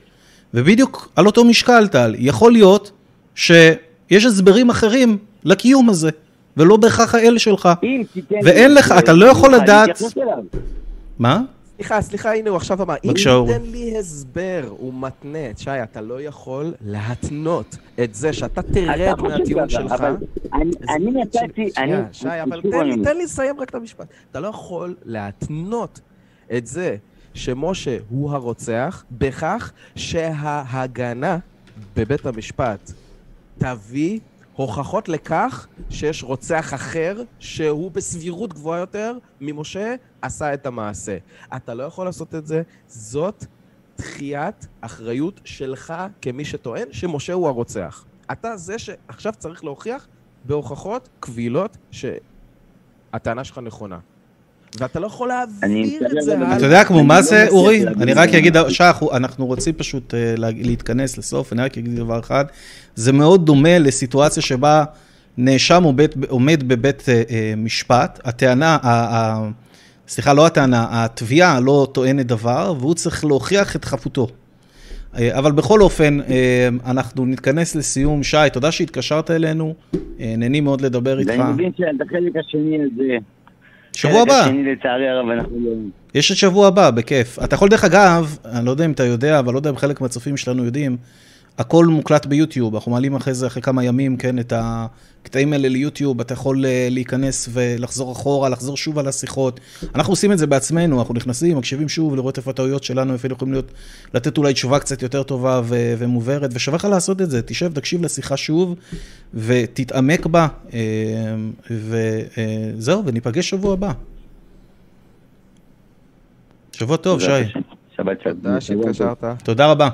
ובדיוק על אותו משקל, טל, יכול להיות שיש הסברים אחרים לקיום הזה, ולא בהכרח האל שלך. ואין לך, אתה לא יכול לדעת... מה? סליחה, הנה הוא עכשיו אמר, אם תיתן לי הסבר, הוא מתנה, שי, אתה לא יכול להתנות את זה שאתה תרד מהטיעון שלך. אני נתתי... שי, אבל תן לי לסיים רק את המשפט. אתה לא יכול להתנות את זה שמשה הוא הרוצח, בכך שההגנה בבית המשפט תביא הוכחות לכך שיש רוצח אחר שהוא בסבירות גבוהה יותר ממשה עשה את המעשה. אתה לא יכול לעשות את זה, זאת דחיית אחריות שלך כמי שטוען שמשה הוא הרוצח. אתה זה שעכשיו צריך להוכיח בהוכחות קבילות שהטענה שלך נכונה. ואתה לא יכול להעביר את זה. אתה יודע כמו מה זה, אורי? אני רק אגיד, אנחנו רוצים פשוט להתכנס לסוף, אני רק אגיד דבר אחד. זה מאוד דומה לסיטואציה שבה נאשם עומד בבית משפט, הטענה, סליחה, לא הטענה, התביעה לא טוענת דבר, והוא צריך להוכיח את חפותו. אבל בכל אופן, אנחנו נתכנס לסיום. שי, תודה שהתקשרת אלינו, נהנים מאוד לדבר איתך. ואני מבין שאת החלק השני הזה... שבוע הבא. השני לצערי הרב, אנחנו לא... יש את שבוע הבא, בכיף. אתה יכול דרך אגב, אני לא יודע אם אתה יודע, אבל לא יודע אם חלק מהצופים שלנו יודעים, הכל מוקלט ביוטיוב, אנחנו מעלים אחרי זה, אחרי כמה ימים, כן, את הקטעים האלה ליוטיוב, אתה יכול להיכנס ולחזור אחורה, לחזור שוב על השיחות. אנחנו עושים את זה בעצמנו, אנחנו נכנסים, מקשיבים שוב, לראות איפה הטעויות שלנו, איפה יכולים לתת אולי תשובה קצת יותר טובה ומוברת, ושווה לך לעשות את זה, תשב, תקשיב לשיחה שוב, ותתעמק בה, וזהו, וניפגש שבוע הבא. שבוע טוב, שי. שבת טוב. תודה שהתקשרת. תודה רבה.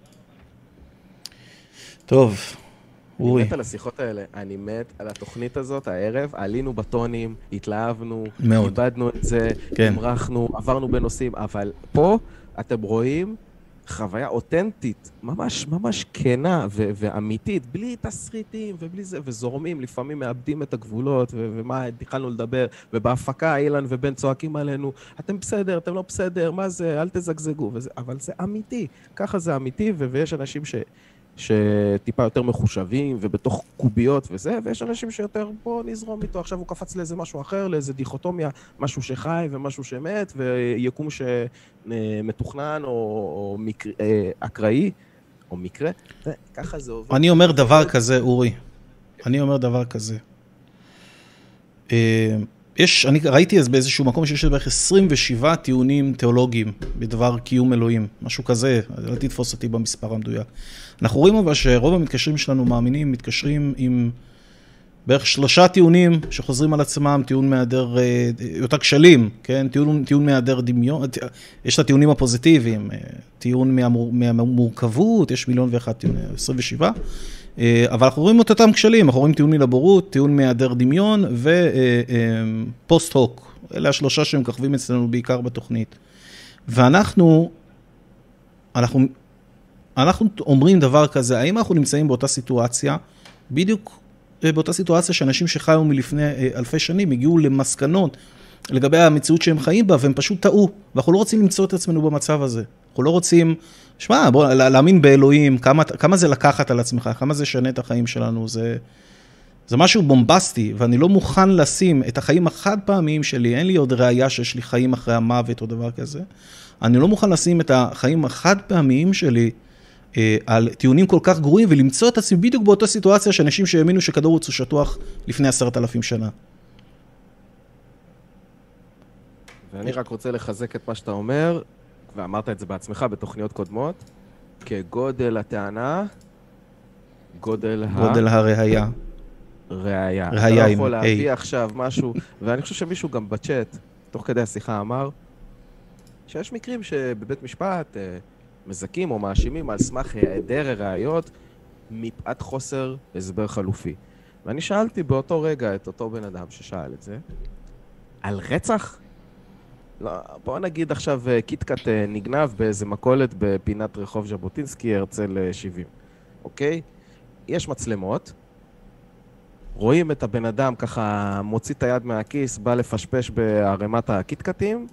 טוב, אורי. אני מת על השיחות האלה, אני מת על התוכנית הזאת, הערב, עלינו בטונים, התלהבנו, איבדנו את זה, המרחנו, עברנו בנושאים, אבל פה אתם רואים חוויה אותנטית, ממש ממש כנה ואמיתית, בלי תסריטים ובלי זה, וזורמים, לפעמים מאבדים את הגבולות, ומה התחלנו לדבר, ובהפקה אילן ובן צועקים עלינו, אתם בסדר, אתם לא בסדר, מה זה, אל תזגזגו, אבל זה אמיתי, ככה זה אמיתי, ויש אנשים שטיפה יותר מחושבים ובתוך קוביות וזה, ויש אנשים שיותר בוא נזרום איתו, עכשיו הוא קפץ לאיזה משהו אחר, לאיזה דיכוטומיה, משהו שחי ומשהו שמת, ויקום שמתוכנן או אקראי, או מקרה, וככה זה עובד. אני אומר דבר כזה, אורי, אני אומר דבר כזה. אני ראיתי אז באיזשהו מקום שיש בערך 27 טיעונים תיאולוגיים בדבר קיום אלוהים, משהו כזה, אל תתפוס אותי במספר המדויק. אנחנו רואים אבל שרוב המתקשרים שלנו מאמינים, מתקשרים עם בערך 3 טיעונים שחוזרים על עצמם, טיעון מהיעדר, יותר כשלים, כן? טיעון מהיעדר דמיון, יש את הטיעונים הפוזיטיביים, טיעון מהמורכבות, יש 1,001,000 טיעונים, 27, אבל אנחנו רואים את אותם כשלים, אנחנו רואים טיעון מלבורות, טיעון מהיעדר דמיון ופוסט-הוק. אלה השלושה שהם מככבים אצלנו בעיקר בתוכנית. ואנחנו אומרים דבר כזה, האם אנחנו נמצאים באותה סיטואציה, בדיוק באותה סיטואציה שאנשים שחיו מלפני אלפי שנים הגיעו למסקנות לגבי המציאות שהם חיים בה, והם פשוט טעו, ואנחנו לא רוצים למצוא את עצמנו במצב הזה. אנחנו לא רוצים, בוא, להאמין באלוהים, כמה זה לקחת על עצמך, כמה זה שנה את החיים שלנו, זה משהו בומבסטי, ואני לא מוכן לשים את החיים החד פעמיים שלי, אין לי עוד ראייה שיש לי חיים אחרי המוות או דבר כזה, אני לא מוכן לשים את החיים החד פעמיים שלי על טיעונים כל כך גרועים, ולמצוא את עצמי בדיוק באותה סיטואציה שאנשים שהאמינו שכדור הוא שטוח לפני 10,000 שנה. ואני רק רוצה לחזק את מה שאתה אומר, ואמרת את זה בעצמך בתוכניות קודמות, כגודל הטענה, גודל הראיה. ראיה. אתה לא יכול להביא עכשיו משהו, ואני חושב שמישהו גם בצ'אט, תוך כדי השיחה אמר, שיש מקרים שבבית משפט מזכים או מאשימים על סמך היעדר הראיות, מפאת חוסר הסבר חלופי. ואני שאלתי באותו רגע את אותו בן אדם ששאל את זה, על רצח? לא, בוא נגיד עכשיו קיטקט נגנב באיזה מקולת בפינת רחוב ז'בוטינסקי, הרצל 70, אוקיי? יש מצלמות, רואים את הבן אדם ככה מוציא את היד מהכיס, בא לפשפש בערימת הקיטקטים,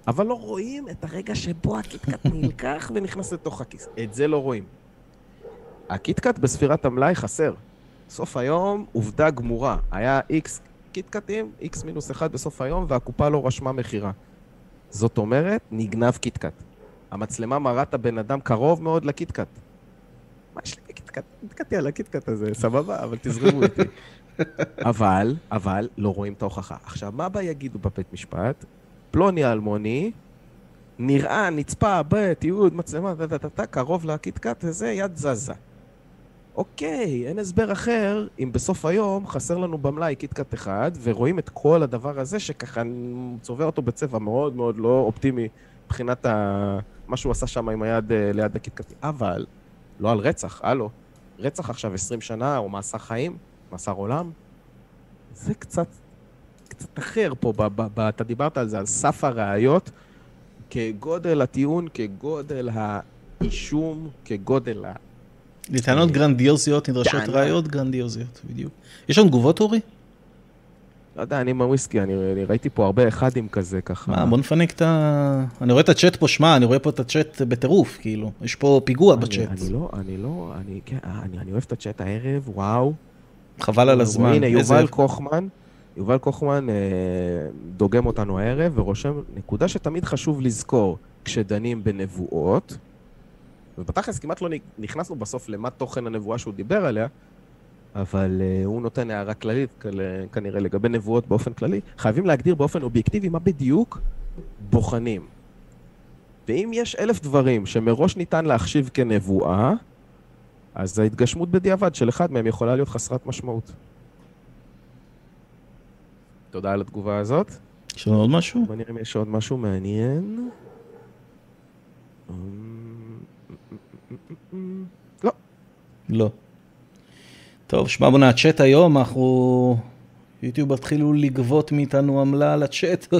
אבל לא רואים את הרגע שבו הקיטקאט נלקח ונכנס לתוך הכיס. את זה לא רואים. הקיטקאט בספירת המלאי חסר. סוף היום, עובדה גמורה. היה X קיטקאטים, X-1 בסוף היום, והקופה לא רשמה מחירה. זאת אומרת, נגנב קיטקאט. המצלמה מראה את הבן אדם קרוב מאוד לקיטקאט. מה יש לי בקיטקאט? נתקעתי על הקיטקאט הזה, סבבה, אבל תזרמו איתי. אבל, לא רואים את ההוכחה. עכשיו, מה בה יגידו בבית משפט? פלוני אלמוני, נראה, נצפה, תיעוד, מצלמה, קרוב לקיטקאט, וזה יד זזה. אוקיי, אין הסבר אחר, אם בסוף היום חסר לנו במלאי קיטקאט אחד, ורואים את כל הדבר הזה, שככה צובע אותו בצבע מאוד מאוד לא אופטימי, מבחינת מה שהוא עשה שם עם היד ליד הקיטקאט. אבל, לא על רצח, הלו. רצח עכשיו 20 שנה, או מאסר חיים, מאסר עולם. זה קצת אחר פה, אתה דיברת על זה, על סף הראיות, כגודל הטיעון, כגודל האישום, כגודל לטענות גרנדיוזיות, נדרשות ראיות גרנדיוזיות, בדיוק. יש לנו תגובות, אורי? לא יודע, אני עם הוויסקי, אני ראיתי פה הרבה אחדים כזה, ככה. מה, בוא נפנק את ה... אני רואה את הצ'אט פה, שמע, אני רואה פה את הצ'אט בטירוף, כאילו. יש פה פיגוע בצ'אט. אני אוהב את הצ'אט הערב, וואו. חבל על הזמן. הנה, יובל קוחמן דוגם אותנו הערב, ורושם נקודה שתמיד חשוב לזכור, כשדנים בנבואות, ובתכלס כמעט לא נכנסנו בסוף למה תוכן הנבואה שהוא דיבר עליה, אבל הוא נותן הערה כללית, כנראה לגבי נבואות באופן כללי, חייבים להגדיר באופן אובייקטיבי מה בדיוק בוחנים. ואם יש 1000 דברים שמראש ניתן להחשיב כנבואה, אז ההתגשמות בדיעבד של אחד מהם יכולה להיות חסרת משמעות. תודה על התגובה הזאת. יש לנו עוד משהו? בוא נראה אם יש עוד משהו מעניין. לא. לא. טוב, שמע בונה, הצ'אט היום, אנחנו... יוטיוב התחילו לגבות מאיתנו עמלה על הצ'אט.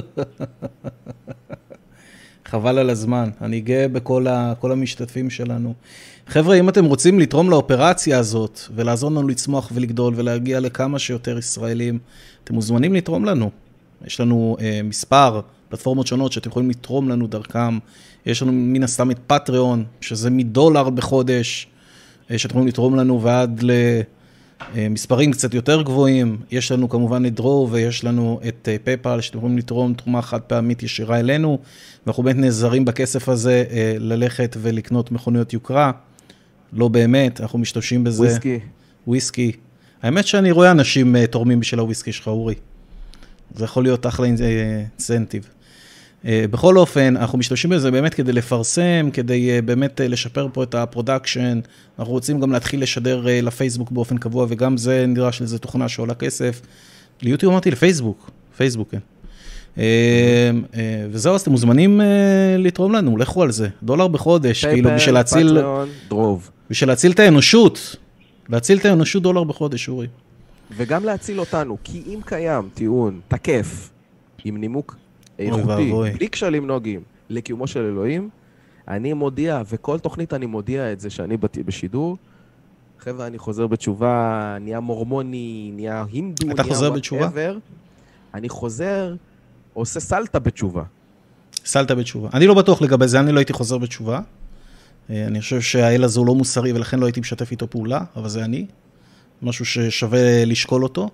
חבל על הזמן. אני גאה בכל המשתתפים שלנו. חבר'ה, אם אתם רוצים לתרום לאופרציה הזאת, ולעזור לנו לצמוח ולגדול, ולהגיע לכמה שיותר ישראלים, אתם מוזמנים לתרום לנו. יש לנו מספר פלטפורמות שונות שאתם יכולים לתרום לנו דרכם. יש לנו מן הסתם את פטריון, שזה $1 בחודש, שאתם יכולים לתרום לנו ועד למספרים קצת יותר גבוהים. יש לנו כמובן את דרו, ויש לנו את פייפל, שאתם יכולים לתרום תרומה חד פעמית ישירה אלינו, ואנחנו באמת נעזרים בכסף הזה ללכת ולקנות מכוניות יוקרה. לא באמת, אנחנו משתמשים בזה. וויסקי. האמת שאני רואה אנשים תורמים בשביל הוויסקי שלך, אורי. זה יכול להיות אחלה אינסנטיב. בכל אופן, אנחנו משתמשים בזה באמת כדי לפרסם, כדי באמת לשפר פה את הפרודקשן. אנחנו רוצים גם להתחיל לשדר לפייסבוק באופן קבוע, וגם זה נדרש לזה תוכנה שעולה כסף. ליוטיוב אמרתי לפייסבוק, פייסבוק, כן. וזהו, אז אתם מוזמנים לתרום לנו, לכו על זה. $1 בחודש, כאילו בשביל להציל... בשביל להציל את האנושות. להציל את האנושות $1 בחודש, אורי. וגם להציל אותנו, כי אם קיים טיעון תקף, עם נימוק איכותי, בלי כשלים נוגעים, לקיומו של אלוהים, אני מודיע, וכל תוכנית אני מודיע את זה שאני בשידור, חבר'ה, אני חוזר בתשובה, נהיה מורמוני, נהיה הינדו, אתה חוזר בתשובה? אני חוזר, עושה סלטה בתשובה. סלטה בתשובה. אני לא בטוח לגבי זה, אני לא הייתי חוזר בתשובה. אני חושב שהאל הזה הוא לא מוסרי, ולכן לא הייתי משתף איתו פעולה, אבל זה אני. משהו ששווה לשקול אותו.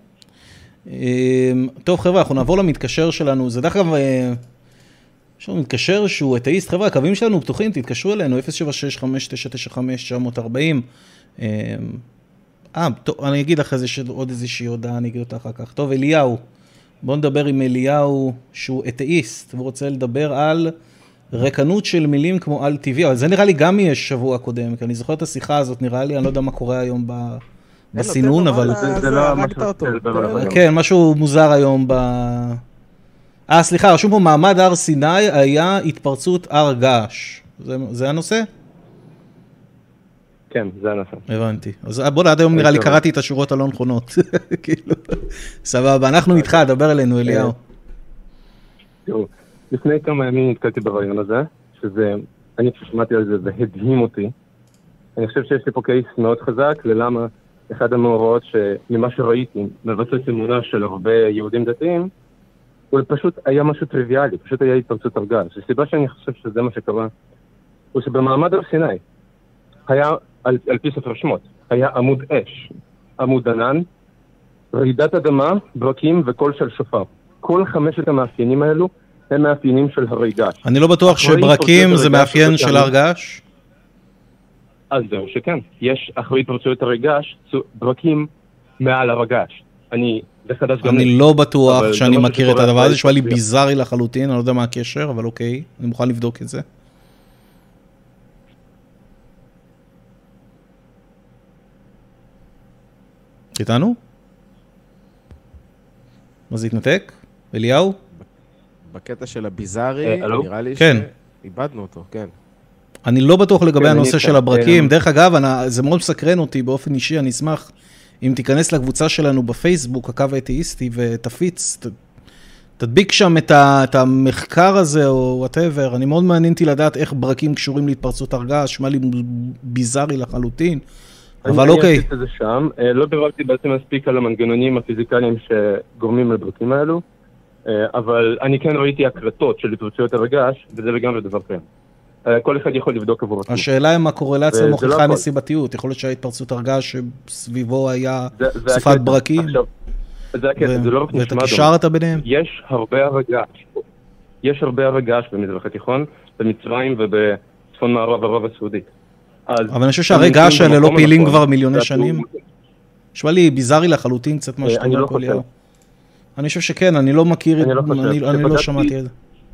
טוב, חבר'ה, אנחנו נעבור למתקשר שלנו. זה דרך אגב, יש לנו מתקשר שהוא אתאיסט. חבר'ה, הקווים שלנו פתוחים, תתקשרו אלינו, 076-5995-940. טוב, אני אגיד אחרי זה עוד איזושהי הודעה, אני אגיד אותה אחר כך. טוב, אליהו. בואו נדבר עם אליהו, שהוא אתאיסט, והוא רוצה לדבר על רקנות של מילים כמו על טבעי, אבל זה נראה לי גם יש שבוע קודם, כי אני זוכר את השיחה הזאת, נראה לי, אני לא יודע מה קורה היום בסינון, אבל... זה לא הרגת אותו. כן, משהו מוזר היום סליחה, רשום פה, מעמד הר סיני היה התפרצות הר געש. זה הנושא? כן, זה הנושא. הבנתי. אז בוא, עד היום נראה לי קראתי את השורות הלא נכונות. כאילו, סבבה, אנחנו איתך, דבר אלינו, אליהו. תראו, לפני כמה ימים נתקלתי ברעיון הזה, שזה, אני ששמעתי על זה והדהים אותי. אני חושב שיש לי פה קייס מאוד חזק, ללמה אחד המאורעות שממה שראיתי מבסס אמונה של הרבה יהודים דתיים, הוא פשוט היה משהו טריוויאלי, פשוט היה התפרצות הר געש. הסיבה שאני חושב שזה מה שקרה, הוא שבמעמד הר סיני היה, על פי ספר שמות, היה עמוד אש, עמוד ענן, רעידת אדמה, ברקים וקול של שופר. כל 5 המאפיינים האלו הם מאפיינים של הרי געש. אני לא בטוח שברקים זה מאפיין של הר געש. אז זהו שכן, יש אחרי התפרצויות הרי געש, ברקים מעל הר געש. זה חדש גם לי. אני לא בטוח שאני מכיר את הדבר הזה, שהוא היה לי ביזארי לחלוטין, אני לא יודע מה הקשר, אבל אוקיי, אני מוכן לבדוק את זה. איתנו? מה זה התנתק? אליהו? בקטע של הביזארי, נראה לי שאיבדנו אותו, כן. אני לא בטוח לגבי הנושא של הברקים. דרך אגב, זה מאוד מסקרן אותי באופן אישי, אני אשמח אם תיכנס לקבוצה שלנו בפייסבוק, הקו האתאיסטי, ותפיץ, תדביק שם את המחקר הזה או whatever. אני מאוד מעניינתי לדעת איך ברקים קשורים להתפרצות הר געש, שמע לי ביזארי לחלוטין. אבל אוקיי. אני עשיתי את זה שם, לא ביררתי בעצם מספיק על המנגנונים הפיזיקליים שגורמים לברקים האלו, אבל אני כן ראיתי הקלטות של התפרצויות הר געש, וזה לגמרי דבר קיים. כל אחד יכול לבדוק עבור עצמו. השאלה אם הקורלציה מוכיחה נסיבתיות, יכול להיות שההתפרצות הר געש שסביבו היה סופת ברקים, ואתה קישרת ביניהם? יש הרבה הר געש במזרח התיכון, במצרים ובצפון מערב ערב הסעודית. אבל אני חושב שהרי געש האלה לא פעילים כבר מיליוני שנים. נשמע לי ביזארי לחלוטין קצת מה שאתה אומר כל יום. אני חושב שכן, אני לא מכיר, אני לא שמעתי את זה.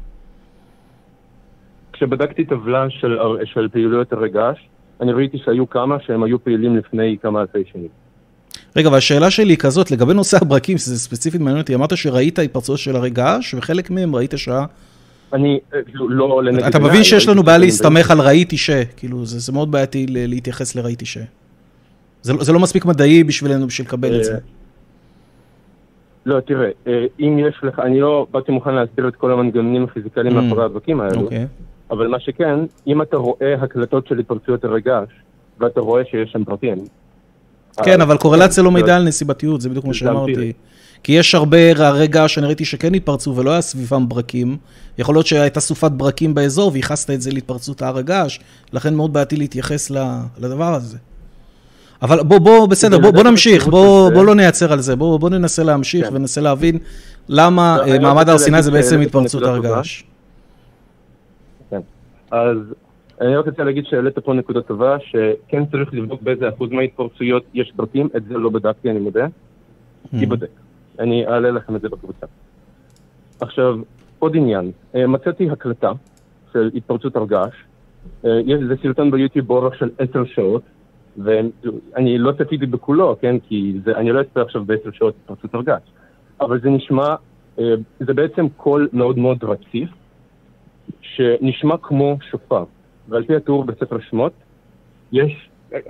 כשבדקתי טבלה של פעילויות הרי געש, אני ראיתי שהיו כמה שהם היו פעילים לפני כמה אלפי שנים. רגע, והשאלה שלי היא כזאת, לגבי נושא הברקים, שזה ספציפית מעניין אותי, אמרת שראית התפרצויות של הרי געש, וחלק מהם ראית אני לא לנגד... אתה מבין שיש לנו בעיה להסתמך על ראיתי ש, כאילו, זה מאוד בעייתי להתייחס לראיתי ש. זה לא מספיק מדעי בשבילנו בשביל לקבל את זה. לא, תראה, אם יש לך, אני לא באתי מוכן להסביר את כל המנגנונים הפיזיקליים מאחורי הברקים האלו, אבל מה שכן, אם אתה רואה הקלטות של התפרצויות הרי געש, ואתה רואה שיש שם פרטים. כן, אבל קורלציה לא מידע על נסיבתיות, זה בדיוק מה שאמרתי. כי יש הרבה הרי געש שאני ראיתי שכן התפרצו ולא היה סביבם ברקים. יכול להיות שהייתה סופת ברקים באזור וייחסת את זה להתפרצות הר געש, לכן מאוד בעייתי להתייחס לדבר הזה. אבל בסדר, בוא נמשיך, בוא לא נייצר על זה, בוא ננסה להמשיך וננסה להבין למה מעמד הר סיני זה בעצם התפרצות הר געש. כן, אז אני רק רוצה להגיד שהעלית פה נקודה טובה, שכן צריך לבדוק באיזה אחוז מההתפרצויות יש ברקים, את זה לא בדקתי, אני מודה, ייבדק. אני אעלה לכם את זה בקבוצה. עכשיו, עוד עניין, מצאתי הקלטה של התפרצות הר געש, זה סרטון ביוטיוב באורך של 10 שעות, ואני לא צפיתי בכולו, כן, כי אני לא אצפה עכשיו ב10 שעות התפרצות הר געש, אבל זה נשמע, זה בעצם קול מאוד מאוד רציף, שנשמע כמו שופר, ועל פי התיאור בספר שמות, יש,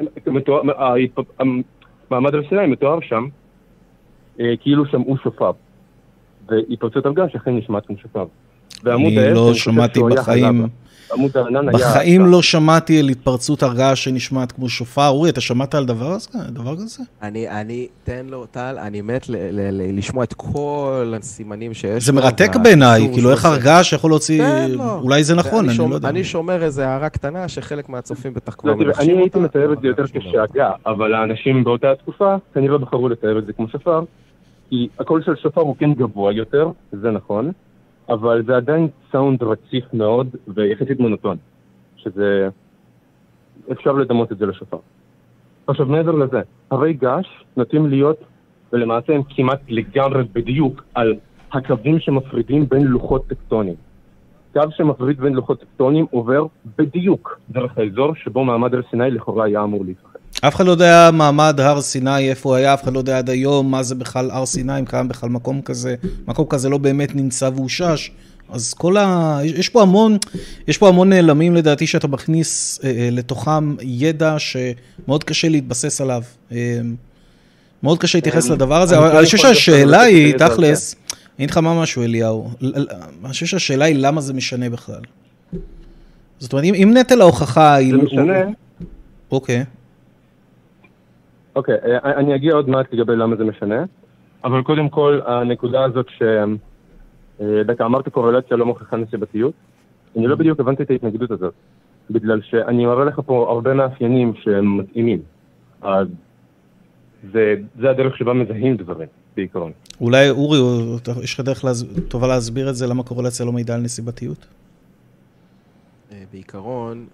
מעמד הר סיני מתואר שם, כאילו שמעו שופר, והתפרצות הר געש אכן נשמעת כמו שופר. אני לא שמעתי בחיים לא שמעתי על התפרצות הר געש שנשמעת כמו שופר. אורי, אתה שמעת על דבר כזה? אני, תן לו, טל, אני מת לשמוע את כל הסימנים שיש. זה מרתק בעיניי, כאילו איך הר געש יכול להוציא, אולי זה נכון, אני לא יודע. אני שומר איזו הערה קטנה שחלק מהצופים בטח כבר מנחשים אותה. אני הייתי מתאר את זה יותר כשאגה, אבל האנשים באותה התקופה כנראה בחרו לתאר את זה כמו שופר, כי הקול של שופר הוא כן גבוה יותר, זה נכון. אבל זה עדיין סאונד רציף מאוד ויחסית מונוטון, שזה אפשר לדמות את זה לשופר. עכשיו מעבר לזה, הרי געש נוטים להיות, ולמעשה הם כמעט לגמרי בדיוק על הקווים שמפרידים בין לוחות טקטונים. קו שמפריד בין לוחות טקטונים עובר בדיוק דרך האזור שבו מעמד הר סיני לכאורה היה אמור להתרחש. אף אחד לא יודע מעמד הר סיני, איפה הוא היה, אף אחד לא יודע עד היום מה זה בכלל הר סיני, אם קיים בכלל מקום כזה לא באמת נמצא ואושש, אז יש פה המון נעלמים לדעתי שאתה מכניס לתוכם ידע שמאוד קשה להתבסס עליו, מאוד קשה להתייחס לדבר הזה, אבל אני חושב שהשאלה היא, תכלס, אני אגיד לך משהו אליהו, אני חושב שהשאלה היא למה זה משנה בכלל. זאת אומרת, אם נטל ההוכחה... זה משנה... אוקיי. אוקיי, אני אגיע עוד מעט לגבי למה זה משנה, אבל קודם כל הנקודה הזאת דקה, אמרתי קורלציה לא מוכיחה נסיבתיות. אני לא בדיוק הבנתי את ההתנגדות הזאת, בגלל שאני מראה לך פה הרבה מאפיינים שהם מתאימים. אז זה הדרך שבה מזהים דברים, בעיקרון. אולי, אורי, יש לך דרך טובה להסביר את זה, למה קורלציה לא מעידה על נסיבתיות? בעיקרון,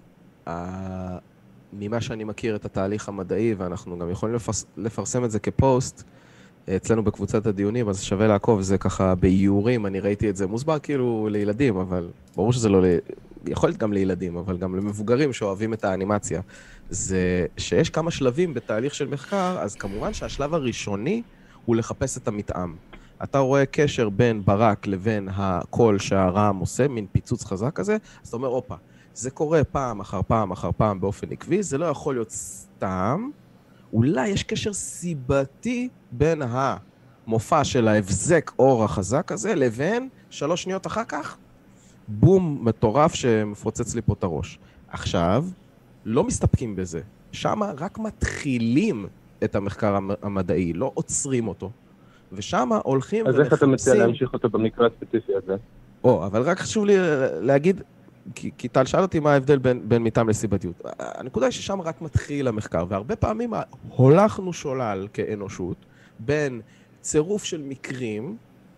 ממה שאני מכיר את התהליך המדעי, ואנחנו גם יכולים לפרסם את זה כפוסט, אצלנו בקבוצת הדיונים, אז שווה לעקוב, זה ככה באיורים, אני ראיתי את זה מוסבר כאילו לילדים, אבל ברור שזה לא, יכול להיות גם לילדים, אבל גם למבוגרים שאוהבים את האנימציה. זה שיש כמה שלבים בתהליך של מחקר, אז כמובן שהשלב הראשוני הוא לחפש את המתאם. אתה רואה קשר בין ברק לבין הקול שהרעם עושה, מין פיצוץ חזק כזה, אז אתה אומר, אופה, זה קורה פעם אחר פעם אחר פעם באופן עקבי, זה לא יכול להיות סתם, אולי יש קשר סיבתי בין המופע של ההבזק אור החזק הזה, לבין 3 שניות אחר כך, בום מטורף שמפוצץ לי פה את הראש. עכשיו, לא מסתפקים בזה. שם רק מתחילים את המחקר המדעי, לא עוצרים אותו. ושם הולכים אז איך אתה מציע להמשיך אותו במקרה הספציפי הזה? אבל רק חשוב לי להגיד, כי טל שאל אותי מה ההבדל בין מתאם לסיבתיות. הנקודה היא ששם רק מתחיל המחקר, והרבה פעמים הולכנו שולל כאנושות בין צירוף של מקרים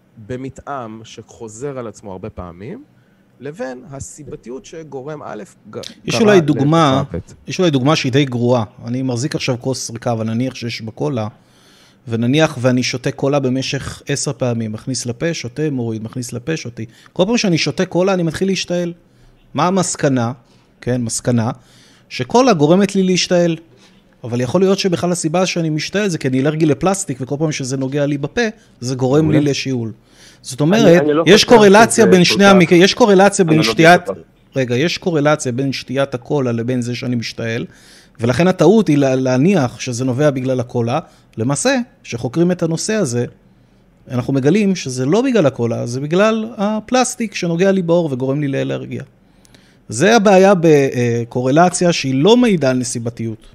במתאם שחוזר על עצמו הרבה פעמים, לבין הסיבתיות שגורם א' יש אולי דוגמה שהיא די גרועה. אני מחזיק עכשיו כוס ריקה, ונניח שיש בקולה, ונניח ואני שותה קולה במשך 10 פעמים, מכניס לפה, שותה, מוריד, מכניס לפה, שותה. כל פעם שאני שותה קולה, אני מתחיל להשתעל. מה המסקנה? כן, מסקנה, שקולה גורמת לי להשתעל. אבל יכול להיות שבכלל הסיבה שאני משתעל זה כי אני אלרגי לפלסטיק, וכל פעם שזה נוגע לי בפה, זה גורם לי לשיעול. זאת אומרת, יש קורלציה בין שני המקרים, יש קורלציה בין שתיית, יש קורלציה בין שתיית הקולה לבין זה שאני משתעל, ולכן הטעות היא להניח שזה נובע בגלל הקולה. למעשה, שחוקרים את הנושא הזה, אנחנו מגלים שזה לא בגלל הקולה, זה בגלל הפלסטיק שנוגע לי בעור וגורם לי לאלרגיה. זה הבעיה בקורלציה שהיא לא מעידה על נסיבתיות.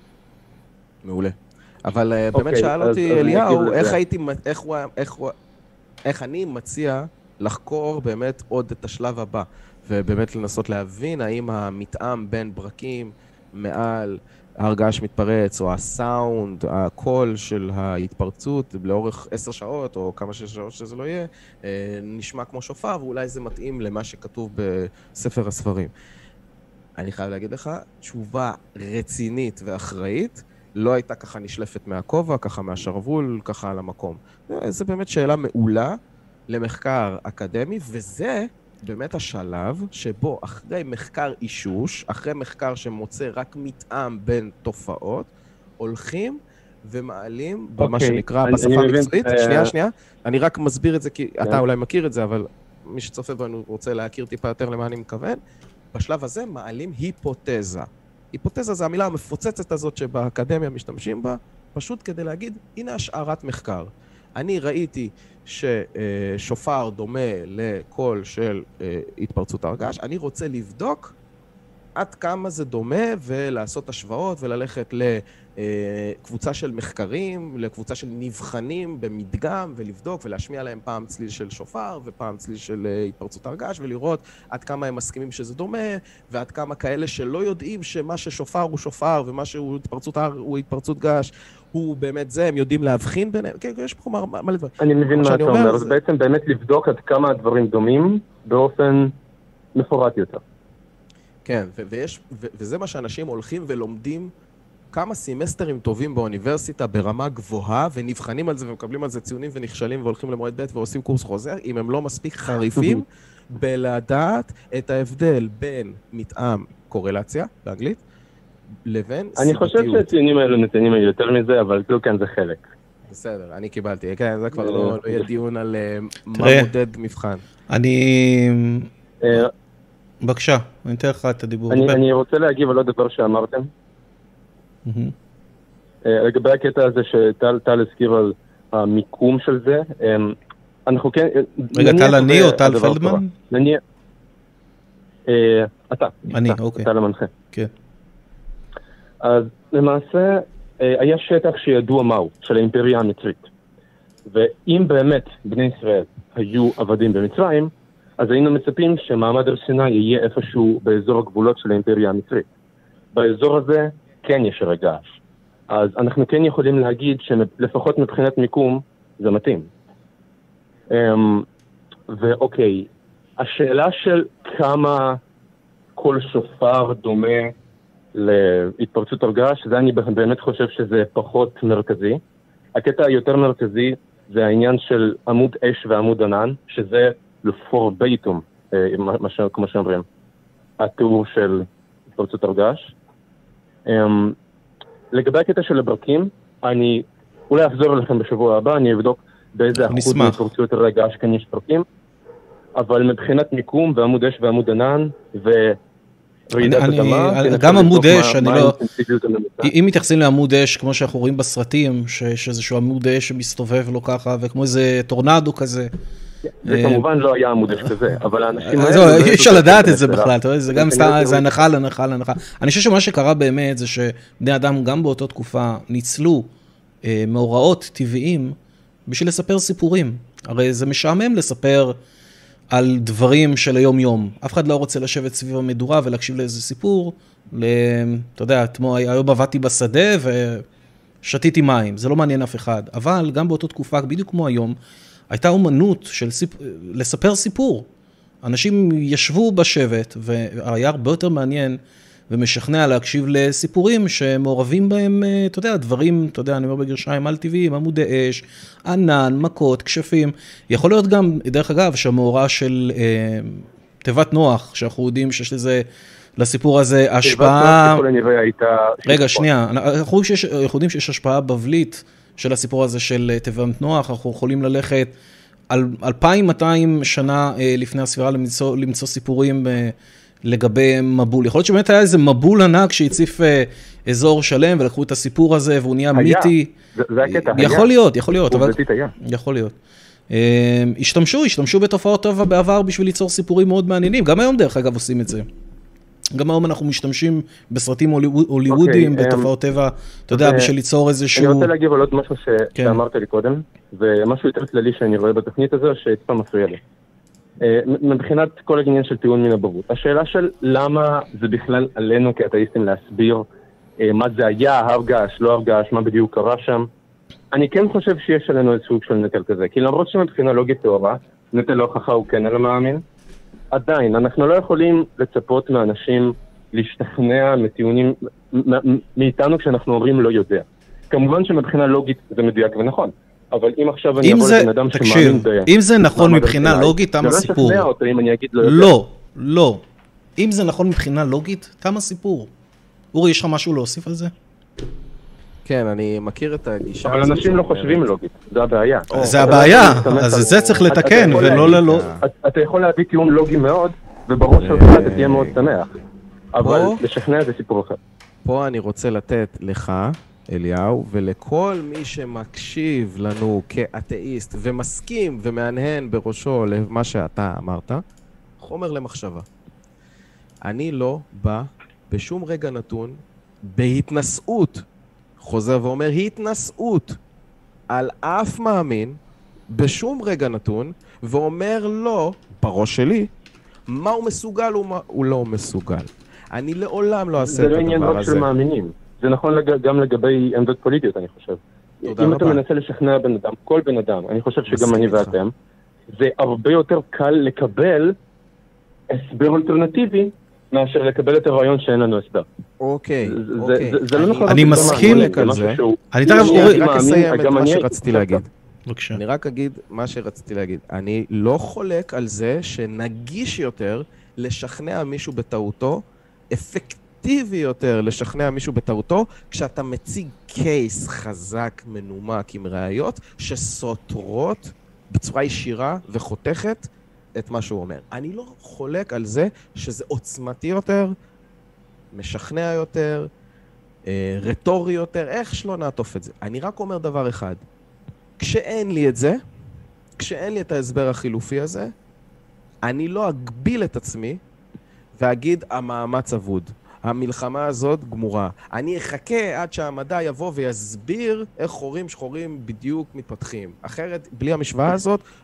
מעולה. אבל באמת שאל אותי אליהו, איך אני מציע לחקור באמת עוד את השלב הבא, ובאמת לנסות להבין האם המתאם בין ברקים מעל ההרגעה שמתפרץ, או הסאונד, הקול של ההתפרצות לאורך 10 שעות, או כמה שעות שזה לא יהיה, נשמע כמו שופר, ואולי זה מתאים למה שכתוב בספר הספרים. אני חייב להגיד לך, תשובה רצינית ואחראית, לא הייתה ככה נשלפת מהכובע, ככה מהשרוול, ככה על המקום. זה באמת שאלה מעולה למחקר אקדמי, וזה באמת השלב שבו אחרי מחקר אישוש, אחרי מחקר שמוצא רק מתאם בין תופעות, הולכים ומעלים במה שנקרא בשפה המקצועית. שנייה. אני רק מסביר את זה כי אתה אולי מכיר את זה, אבל מי שצופה בנו רוצה להכיר טיפה יותר למה אני מכוון. בשלב הזה מעלים היפותזה. היפותזה זה המילה המפוצצת הזאת שבאקדמיה משתמשים בה, פשוט כדי להגיד, הנה השערת מחקר. אני ראיתי ששופר דומה לקול של התפרצות הרגש, אני רוצה לבדוק עד כמה זה דומה ולעשות השוואות וללכת לקבוצה של מחקרים, לקבוצה של נבחנים במדגם ולבדוק ולהשמיע להם פעם צליל של שופר ופעם צליל של התפרצות הרגש ולראות עד כמה הם מסכימים שזה דומה ועד כמה כאלה שלא יודעים שמה ששופר הוא שופר ומה שהוא התפרצות הר הוא התפרצות גש הוא באמת זה, הם יודעים להבחין ביניהם, כן, יש פה מלא דברים. אני מבין מה אתה אומר, זה בעצם באמת לבדוק עד כמה הדברים דומים באופן מפורט יותר. כן, וזה מה שאנשים הולכים ולומדים כמה סמסטרים טובים באוניברסיטה ברמה גבוהה, ונבחנים על זה ומקבלים על זה ציונים ונכשלים והולכים למועד ב' ועושים קורס חוזר, אם הם לא מספיק חריפים בלדעת את ההבדל בין מתאם קורלציה, באנגלית, לבין סיבתיות. אני חושב שהציונים האלו נתנים יותר מזה, אבל כאילו כן זה חלק. בסדר, אני קיבלתי, כן, זה כבר לא יהיה דיון על מה מודד מבחן. בבקשה, אני אתן לך את הדיבור. אני רוצה להגיב על עוד דבר שאמרתם. לגבי הקטע הזה שטל הזכיר על המיקום של זה, אנחנו כן... רגע, טל אני או טל פלדמן? אתה. אני, אוקיי. טל המנחה. כן. אז למעשה היה שטח שידוע מהו, של האימפריה המצרית. ואם באמת בני ישראל היו עבדים במצרים, אז היינו מצפים שמעמד הר סיני יהיה איפשהו באזור הגבולות של האימפריה המצרית. באזור הזה כן יש הרי געש. אז אנחנו כן יכולים להגיד שלפחות מבחינת מיקום זה מתאים. ואוקיי, השאלה של כמה כל שופר דומה להתפרצות הר געש, זה אני באמת חושב שזה פחות מרכזי. הקטע היותר מרכזי זה העניין של עמוד אש ועמוד ענן, שזה לפורבייטום, כמו שאומרים, התיאור של התפרצות הר געש. לגבי הקטע של הברקים, אני אולי אחזור אליכם בשבוע הבא, אני אבדוק באיזה אחוז מהתפרצויות הר געש כאן יש ברקים, אבל מבחינת מיקום ועמוד אש ועמוד ענן ורעידת אדמה, גם עמוד אש, אני לא... אם מתייחסים לעמוד אש, כמו שאנחנו רואים בסרטים, שיש איזשהו עמוד אש שמסתובב לו ככה, וכמו איזה טורנדו כזה. זה כמובן לא היה עמוד אש כזה, אבל האנשים... אי אפשר לדעת את זה בכלל, זה גם סתם, זה הנחה. אני חושב שמה שקרה באמת זה שבני אדם גם באותה תקופה ניצלו מאורעות טבעיים בשביל לספר סיפורים. הרי זה משעמם לספר על דברים של היום-יום. אף אחד לא רוצה לשבת סביב המדורה ולהקשיב לאיזה סיפור. אתה יודע, היום עבדתי בשדה ושתיתי מים. זה לא מעניין אף אחד. אבל גם באותה תקופה, בדיוק כמו היום, הייתה אומנות של לספר סיפור. אנשים ישבו בשבט, והיה הרבה יותר מעניין ומשכנע להקשיב לסיפורים שמעורבים בהם, אתה יודע, דברים, אתה יודע, אני אומר בגרשיים על טבעיים, עמודי אש, ענן, מכות, כשפים. יכול להיות גם, דרך אגב, שהמאורע של תיבת נוח, שאנחנו יודעים שיש לזה, לסיפור הזה, השפעה... רגע, שנייה, אנחנו יודעים שיש השפעה בבלית של הסיפור הזה של תיבת נוח, אנחנו יכולים ללכת על 2200 שנה לפני הספירה למצוא סיפורים לגבי מבול. יכול להיות שבאמת היה איזה מבול ענק שהציף אזור שלם, ולקחו את הסיפור הזה, והוא נהיה מיתי. זה הקטע, יכול להיות, אבל... יכול להיות. השתמשו בתופעות טובה בעבר בשביל ליצור סיפורים מאוד מעניינים. גם היום דרך אגב עושים את זה. גם היום אנחנו משתמשים בסרטים הוליוודיים, בתופעות טבע, אתה יודע, בשביל ליצור איזשהו... אני רוצה להגיב על עוד משהו שאמרת לי קודם, ומשהו יותר כללי שאני רואה בתוכנית הזו, שטיפה מפריע לי. מבחינת כל העניין של טיעון מן הבורות. השאלה של למה זה בכלל עלינו כאתאיסטים להסביר מה זה היה, הר געש, לא הר געש, מה בדיוק קרה שם. אני כן חושב שיש עלינו איזה סוג של נטל כזה, כי למרות שמבחינה לוגית תאורה, נטל הוכחה הוא כן אלא מאמין, עדיין, אנחנו לא יכולים לצפות מאנשים להשתכנע מטיעונים מאיתנו כשאנחנו אומרים לא יודע. כמובן שמבחינה לוגית זה מדויק ונכון. אבל אם עכשיו אני אבוא לבן אדם שמאמין אם זה נכון מבחינה לוגית, תם הסיפור. זה לא שכנע אותו אם אני אגיד לא יודע. לא. אם זה נכון מבחינה לוגית, תם הסיפור. אורי, יש לך משהו להוסיף על זה? כן, אני מכיר את הגישה. אבל אנשים לא חושבים לוגית, זה הבעיה. זה הבעיה, אז זה צריך לתקן, ולא ללא. אתה יכול להביא טיעון לוגי מאוד, ובראש שלך אתה תהיה מאוד שמח. אבל לשכנע זה סיפור אחר. פה אני רוצה לתת לך, אליהו, ולכל מי שמקשיב לנו כאתאיסט ומסכים ומענהן בראשו למה שאתה אמרת, חומר למחשבה. אני לא בא בשום רגע נתון בהתנסות, חוזר ואומר התנסות, על אף מאמין בשום רגע נתון, ואומר לו, בראש שלי, מה הוא מסוגל ומה הוא לא מסוגל. אני לעולם לא אעשה את הדבר הזה. זה לא עניין רק של מאמינים. זה נכון גם לגבי עמדות פוליטיות, אני חושב. אם אתה מנסה לשכנע בן אדם, כל בן אדם, אני חושב שגם אני ואתם, זה הרבה יותר קל לקבל הסבר אלטרנטיבי, מאשר לקבל את הרעיון שאין לנו הסבר. אוקיי. זה לא נכון. אני מסכים על זה. אני רק אסיים את מה שרציתי להגיד. אני רק אגיד מה שרציתי להגיד. אני לא חולק על זה שנגיש יותר לשכנע מישהו בטעותו, אפקטיבי יותר לשכנע מישהו בטעותו, כשאתה מציג קייס חזק, מנומק עם ראיות, שסותרות בצורה ישירה וחותכת את מה שהוא אומר. אני לא חולק על זה שזה עוצמתי יותר, משכנע יותר, רטורי יותר, איך שלא נעטוף את זה. אני רק אומר דבר אחד, כשאין לי את זה, כשאין לי את ההסבר החילופי הזה, אני לא אגביל את עצמי ואגיד המאמץ אבוד. המלחמה הזאת גמורה. אני אחכה עד שהמדע יבוא ויסביר איך חורים שחורים בדיוק מתפתחים. אחרת, בלי המשוואה הזאת,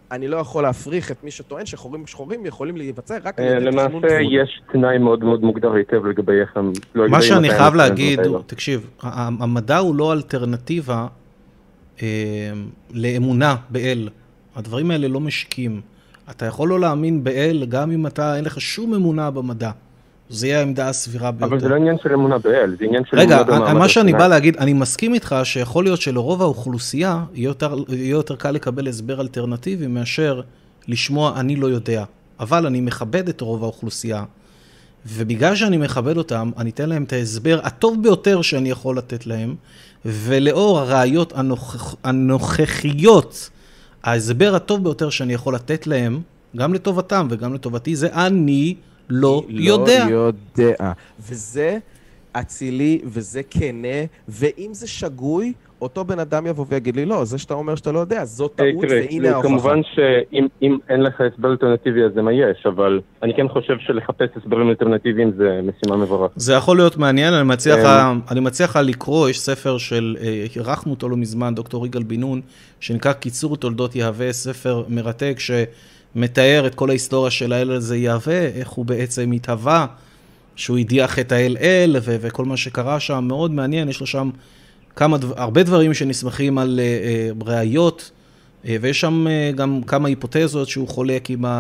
אני לא יכול להפריך את מי שטוען שחורים שחורים יכולים להיווצר רק על ידי תכנון גבול. למעשה יש תנאי מאוד מאוד מוגדר היטב לגבי איך הם... מה שאני חייב להגיד, תקשיב, המדע הוא לא אלטרנטיבה לאמונה באל. הדברים האלה לא משיקים. אתה יכול לא להאמין באל גם אם אין לך שום אמונה במדע. זה יהיה העמדה הסבירה ביותר. אבל זה לא עניין של אמונה באל, זה עניין של אמונה במעמד. רגע, מה שאני בא להגיד, אני מסכים איתך שיכול להיות שלרוב האוכלוסייה יהיה יותר קל לקבל הסבר אלטרנטיבי מאשר לשמוע אני לא יודע. אבל אני מכבד את רוב האוכלוסייה, ובגלל שאני מכבד אותם, אני אתן להם את ההסבר הטוב ביותר שאני יכול לתת להם, ולאור הראיות הנוכחיות, ההסבר הטוב ביותר שאני יכול לתת להם, גם לטובתם וגם לטובתי, זה אני לא יודע. לא יודע. וזה אצילי, וזה כנה, ואם זה שגוי, אותו בן אדם יבוא ויגיד לי, לא, זה שאתה אומר שאתה לא יודע, זאת טעות, והנה ההוכחה. כמובן שאם אין לך הסבר אלטרנטיבי, אז זה מה יש, אבל אני כן חושב שלחפש הסברים אלטרנטיביים זה משימה מבורך. זה יכול להיות מעניין, אני מציע לך לקרוא, יש ספר של, ערכנו אותו לא מזמן, דוקטור יגאל בן נון, שנקרא קיצור תולדות יהווה, ספר מרתק שמתאר את כל ההיסטוריה של האל הזה יהווה, איך הוא בעצם התהווה, שהוא הדיח את האל וכל מה שקרה שם, מאוד מעניין, יש לו שם הרבה דברים שנסמכים על ראיות, ויש שם גם כמה היפותזות שהוא חולק עם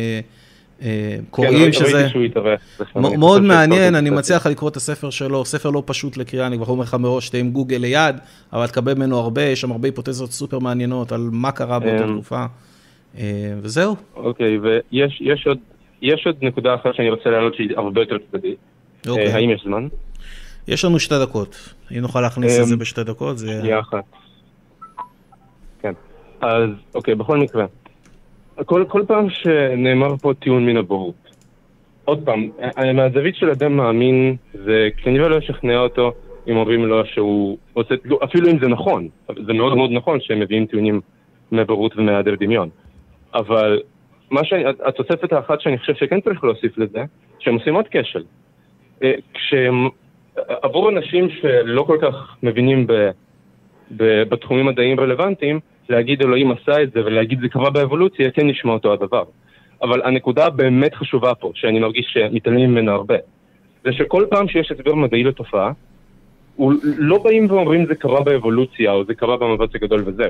הקוראים שזה מאוד מעניין. אני מציע לך לקרוא את הספר שלו, ספר לא פשוט לקריאה, אני כבר אומר לך מראש, שתה עם גוגל ליד, אבל תקבל ממנו הרבה, יש שם הרבה היפותזות סופר מעניינות על מה קרה באותה תקופה, וזהו. אוקיי, ויש עוד נקודה אחת שאני רוצה להעלות שהיא הרבה יותר צדדית. האם יש זמן? יש לנו 2 דקות. אם נוכל להכניס את זה ב2 דקות, זה... שנייה אחת. כן. אז, אוקיי, בכל מקרה. כל פעם שנאמר פה טיעון מן הבורות. עוד פעם, מהזווית של אדם מאמין, זה כנראה לא ישכנע אותו אם אומרים לו שהוא עושה... אפילו אם זה נכון. זה מאוד מאוד נכון שהם מביאים טיעונים מהבורות ומהיעדר דמיון. אבל התוספת האחת שאני חושב שכן צריך להוסיף לזה, שהם עושים עוד כשל. עבור אנשים שלא כל כך מבינים בתחומים מדעיים רלוונטיים, להגיד אלוהים עשה את זה ולהגיד זה קרה באבולוציה, כן נשמע אותו הדבר. אבל הנקודה באמת חשובה פה, שאני מרגיש שמתעלמים ממנה הרבה, זה שכל פעם שיש הסבר מדעי לתופעה, לא באים ואומרים זה קרה באבולוציה או זה קרה במאמץ הגדול וזה.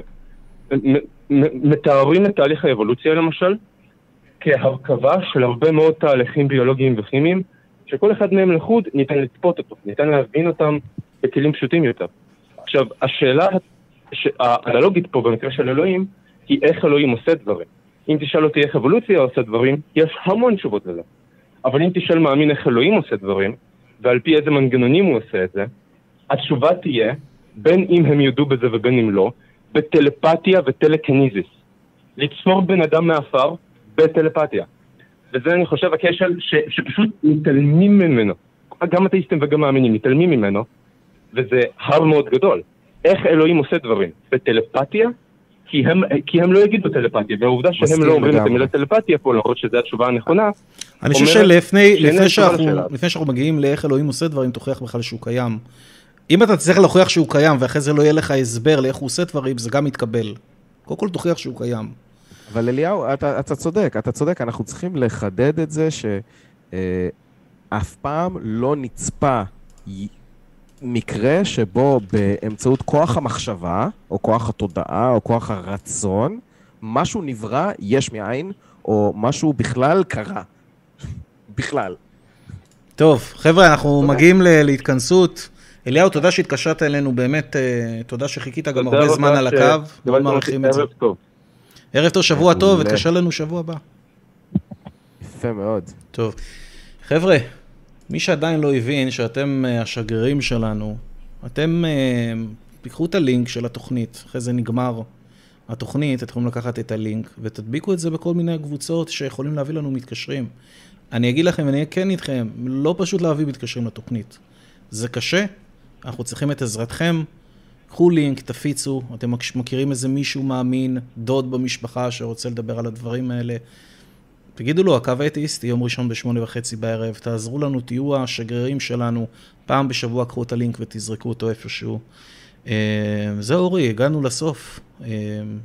מתארים את תהליך האבולוציה למשל, כהרכבה של הרבה מאוד תהליכים ביולוגיים וכימיים, שכל אחד מהם לחוד ניתן לצפות אותו, ניתן להבין אותם בכלים פשוטים יותר. עכשיו, השאלה האנלוגית פה במקרה של אלוהים, היא איך אלוהים עושה דברים. אם תשאל אותי איך אבולוציה עושה דברים, יש המון תשובות לזה. אבל אם תשאל מאמין איך אלוהים עושה דברים, ועל פי איזה מנגנונים הוא עושה את זה, התשובה תהיה, בין אם הם יודו בזה ובין אם לא, בטלפתיה וטלקניזיס. לצפור בן אדם מאפר בטלפתיה. וזה אני חושב הכשל שפשוט מתעלמים ממנו. גם אתאיסטים וגם מאמינים מתעלמים ממנו, וזה הר מאוד גדול. איך אלוהים עושה דברים? בטלפתיה? כי הם לא יגידו טלפתיה, והעובדה שהם לא אומרים את המילה טלפתיה פה, למרות שזו התשובה הנכונה. אני חושב שלפני שאנחנו מגיעים לאיך אלוהים עושה דברים, תוכיח בכלל שהוא קיים. אם אתה צריך להוכיח שהוא קיים, ואחרי זה לא יהיה לך הסבר לאיך הוא עושה דברים, זה גם יתקבל. קודם כל תוכיח שהוא קיים. אבל אליהו, אתה צודק, אנחנו צריכים לחדד את זה שאף פעם לא נצפה מקרה שבו באמצעות כוח המחשבה, או כוח התודעה, או כוח הרצון, משהו נברא יש מאין, או משהו בכלל קרה. בכלל. טוב, חבר'ה, אנחנו מגיעים להתכנסות. אליהו, תודה שהתקשרת אלינו, באמת, תודה שחיכית גם הרבה זמן על הקו. מאוד מעריכים את זה. ערב טוב, שבוע טוב, ותקשר לנו שבוע הבא. יפה מאוד. טוב. חבר'ה, מי שעדיין לא הבין שאתם השגרירים שלנו, אתם תיקחו את הלינק של התוכנית, אחרי זה נגמר התוכנית, אתם יכולים לקחת את הלינק, ותדביקו את זה בכל מיני קבוצות שיכולים להביא לנו מתקשרים. אני אגיד לכם, אני אהיה כן איתכם, לא פשוט להביא מתקשרים לתוכנית. זה קשה, אנחנו צריכים את עזרתכם, קחו לינק, תפיצו, אתם מכירים איזה מישהו מאמין, דוד במשפחה שרוצה לדבר על הדברים האלה, תגידו לו, הקו האתאיסטי, יום ראשון ב8:30 בערב, תעזרו לנו, תהיו השגרירים שלנו, פעם בשבוע קחו את הלינק ותזרקו אותו איפשהו. זהו אורי, הגענו לסוף.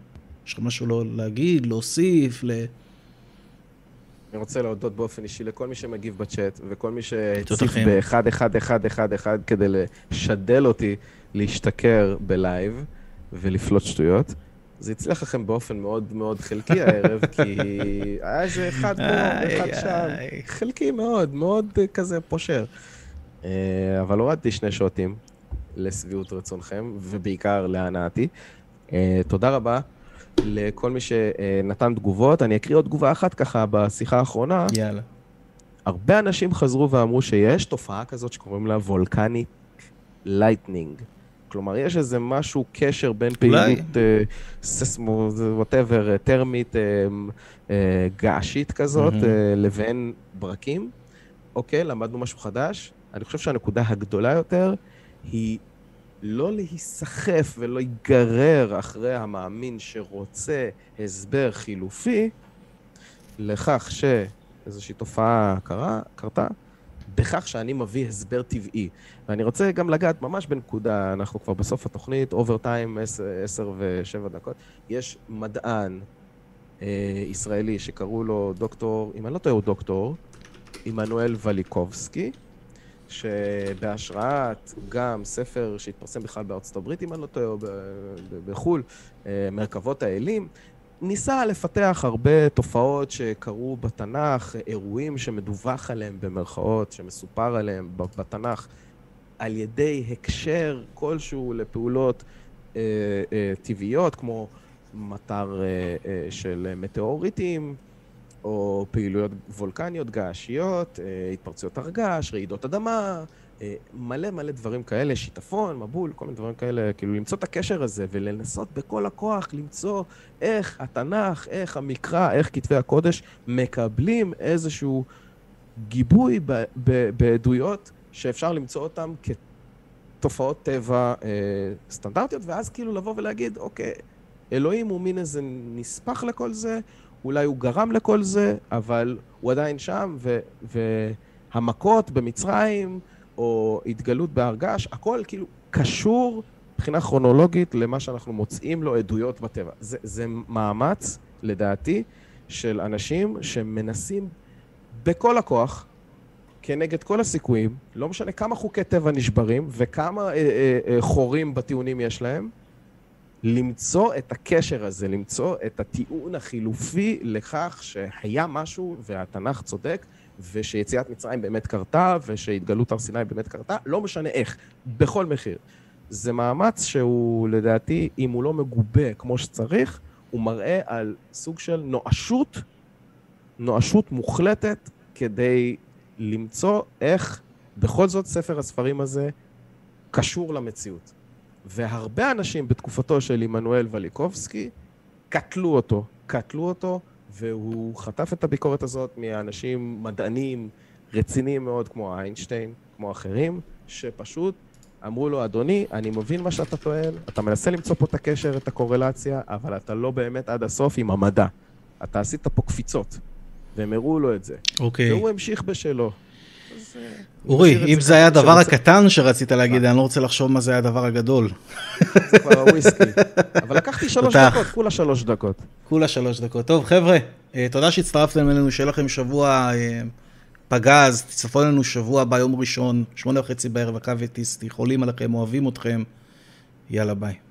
יש לך משהו להגיד, להוסיף, אני רוצה להודות באופן אישי לכל מי שמגיב בצ'אט, וכל מי שהציף ב-1-1-1-1-1 כדי לשדל אותי להשתכר בלייב ולפלוט שטויות. זה הצליח לכם באופן מאוד מאוד חלקי הערב, כי היה איזה אחד פה, אחד שם, חלקי מאוד, מאוד כזה פושר. אבל הורדתי 2 שוטים לסביעות רצונכם, ובעיקר להנאתי. תודה רבה לכל מי שנתן תגובות. אני אקריא עוד תגובה אחת ככה בשיחה האחרונה. יאללה. הרבה אנשים חזרו ואמרו שיש תופעה כזאת שקוראים לה וולקניק לייטנינג. כלומר, יש איזה משהו, קשר בין פעילות ססמו, whatever, טרמית, געשית כזאת, לבין ברקים. אוקיי, למדנו משהו חדש. אני חושב שהנקודה הגדולה יותר היא לא להיסחף ולא ייגרר אחרי המאמין שרוצה הסבר חילופי, לכך שאיזושהי תופעה קרתה, בכך שאני מביא הסבר טבעי. ואני רוצה גם לגעת ממש בנקודה, אנחנו כבר בסוף התוכנית, אוברטיים 10 ו7 דקות, יש מדען ישראלי שקראו לו דוקטור, אם אני לא טועה הוא דוקטור, עמנואל וליקובסקי, שבהשראת גם ספר שהתפרסם בכלל בארצות הברית, אם אני לא טועה, בחול, מרכבות האלים, ניסה לפתח הרבה תופעות שקרו בתנ"ך, אירועים שמדווח עליהם במרכאות, שמסופר עליהם בתנ"ך, על ידי הקשר כלשהו לפעולות טבעיות, כמו מטר של מטאוריטים, או פעילויות וולקניות, געשיות, התפרצויות הרגש, רעידות אדמה, מלא דברים כאלה, שיטפון, מבול, כל מיני דברים כאלה, כאילו למצוא את הקשר הזה ולנסות בכל הכוח למצוא איך התנ"ך, איך המקרא, איך כתבי הקודש מקבלים איזשהו גיבוי בעדויות שאפשר למצוא אותם כתופעות טבע סטנדרטיות, ואז כאילו לבוא ולהגיד, אוקיי, אלוהים הוא מין איזה נספח לכל זה, אולי הוא גרם לכל זה, אבל הוא עדיין שם, והמכות במצרים, או התגלות בהרגש, הכל כאילו קשור מבחינה כרונולוגית למה שאנחנו מוצאים לו עדויות בטבע. זה מאמץ, לדעתי, של אנשים שמנסים בכל הכוח, כנגד כל הסיכויים, לא משנה כמה חוקי טבע נשברים, וכמה חורים בטיעונים יש להם, למצוא את הקשר הזה, למצוא את הטיעון החילופי לכך שהיה משהו והתנ"ך צודק, ושיציאת מצרים באמת קרתה, ושהתגלות הר סיני באמת קרתה, לא משנה איך, בכל מחיר. זה מאמץ שהוא, לדעתי, אם הוא לא מגובה כמו שצריך, הוא מראה על סוג של נואשות מוחלטת, כדי למצוא איך בכל זאת ספר הספרים הזה קשור למציאות. והרבה אנשים בתקופתו של עמנואל וליקובסקי קטלו אותו, והוא חטף את הביקורת הזאת מאנשים מדענים רציניים מאוד, כמו איינשטיין, כמו אחרים, שפשוט אמרו לו, אדוני, אני מבין מה שאתה טוען, אתה מנסה למצוא פה את הקשר, את הקורלציה, אבל אתה לא באמת עד הסוף עם המדע. אתה עשית פה קפיצות, והם הראו לו את זה. אוקיי. והוא המשיך בשלו. אורי, אם זה היה הדבר הקטן שרצית להגיד, אני לא רוצה לחשוב מה זה היה הדבר הגדול. זה כבר הוויסקי. אבל לקחתי 3 דקות, כולה 3 דקות. כולה 3 דקות. טוב, חבר'ה, תודה שהצטרפתם אלינו, שיהיה לכם שבוע פגז, תצטרפו אלינו שבוע ביום ראשון, 8:30 בערב, הקו אטיסטי, חולים עליכם, אוהבים אתכם. יאללה, ביי.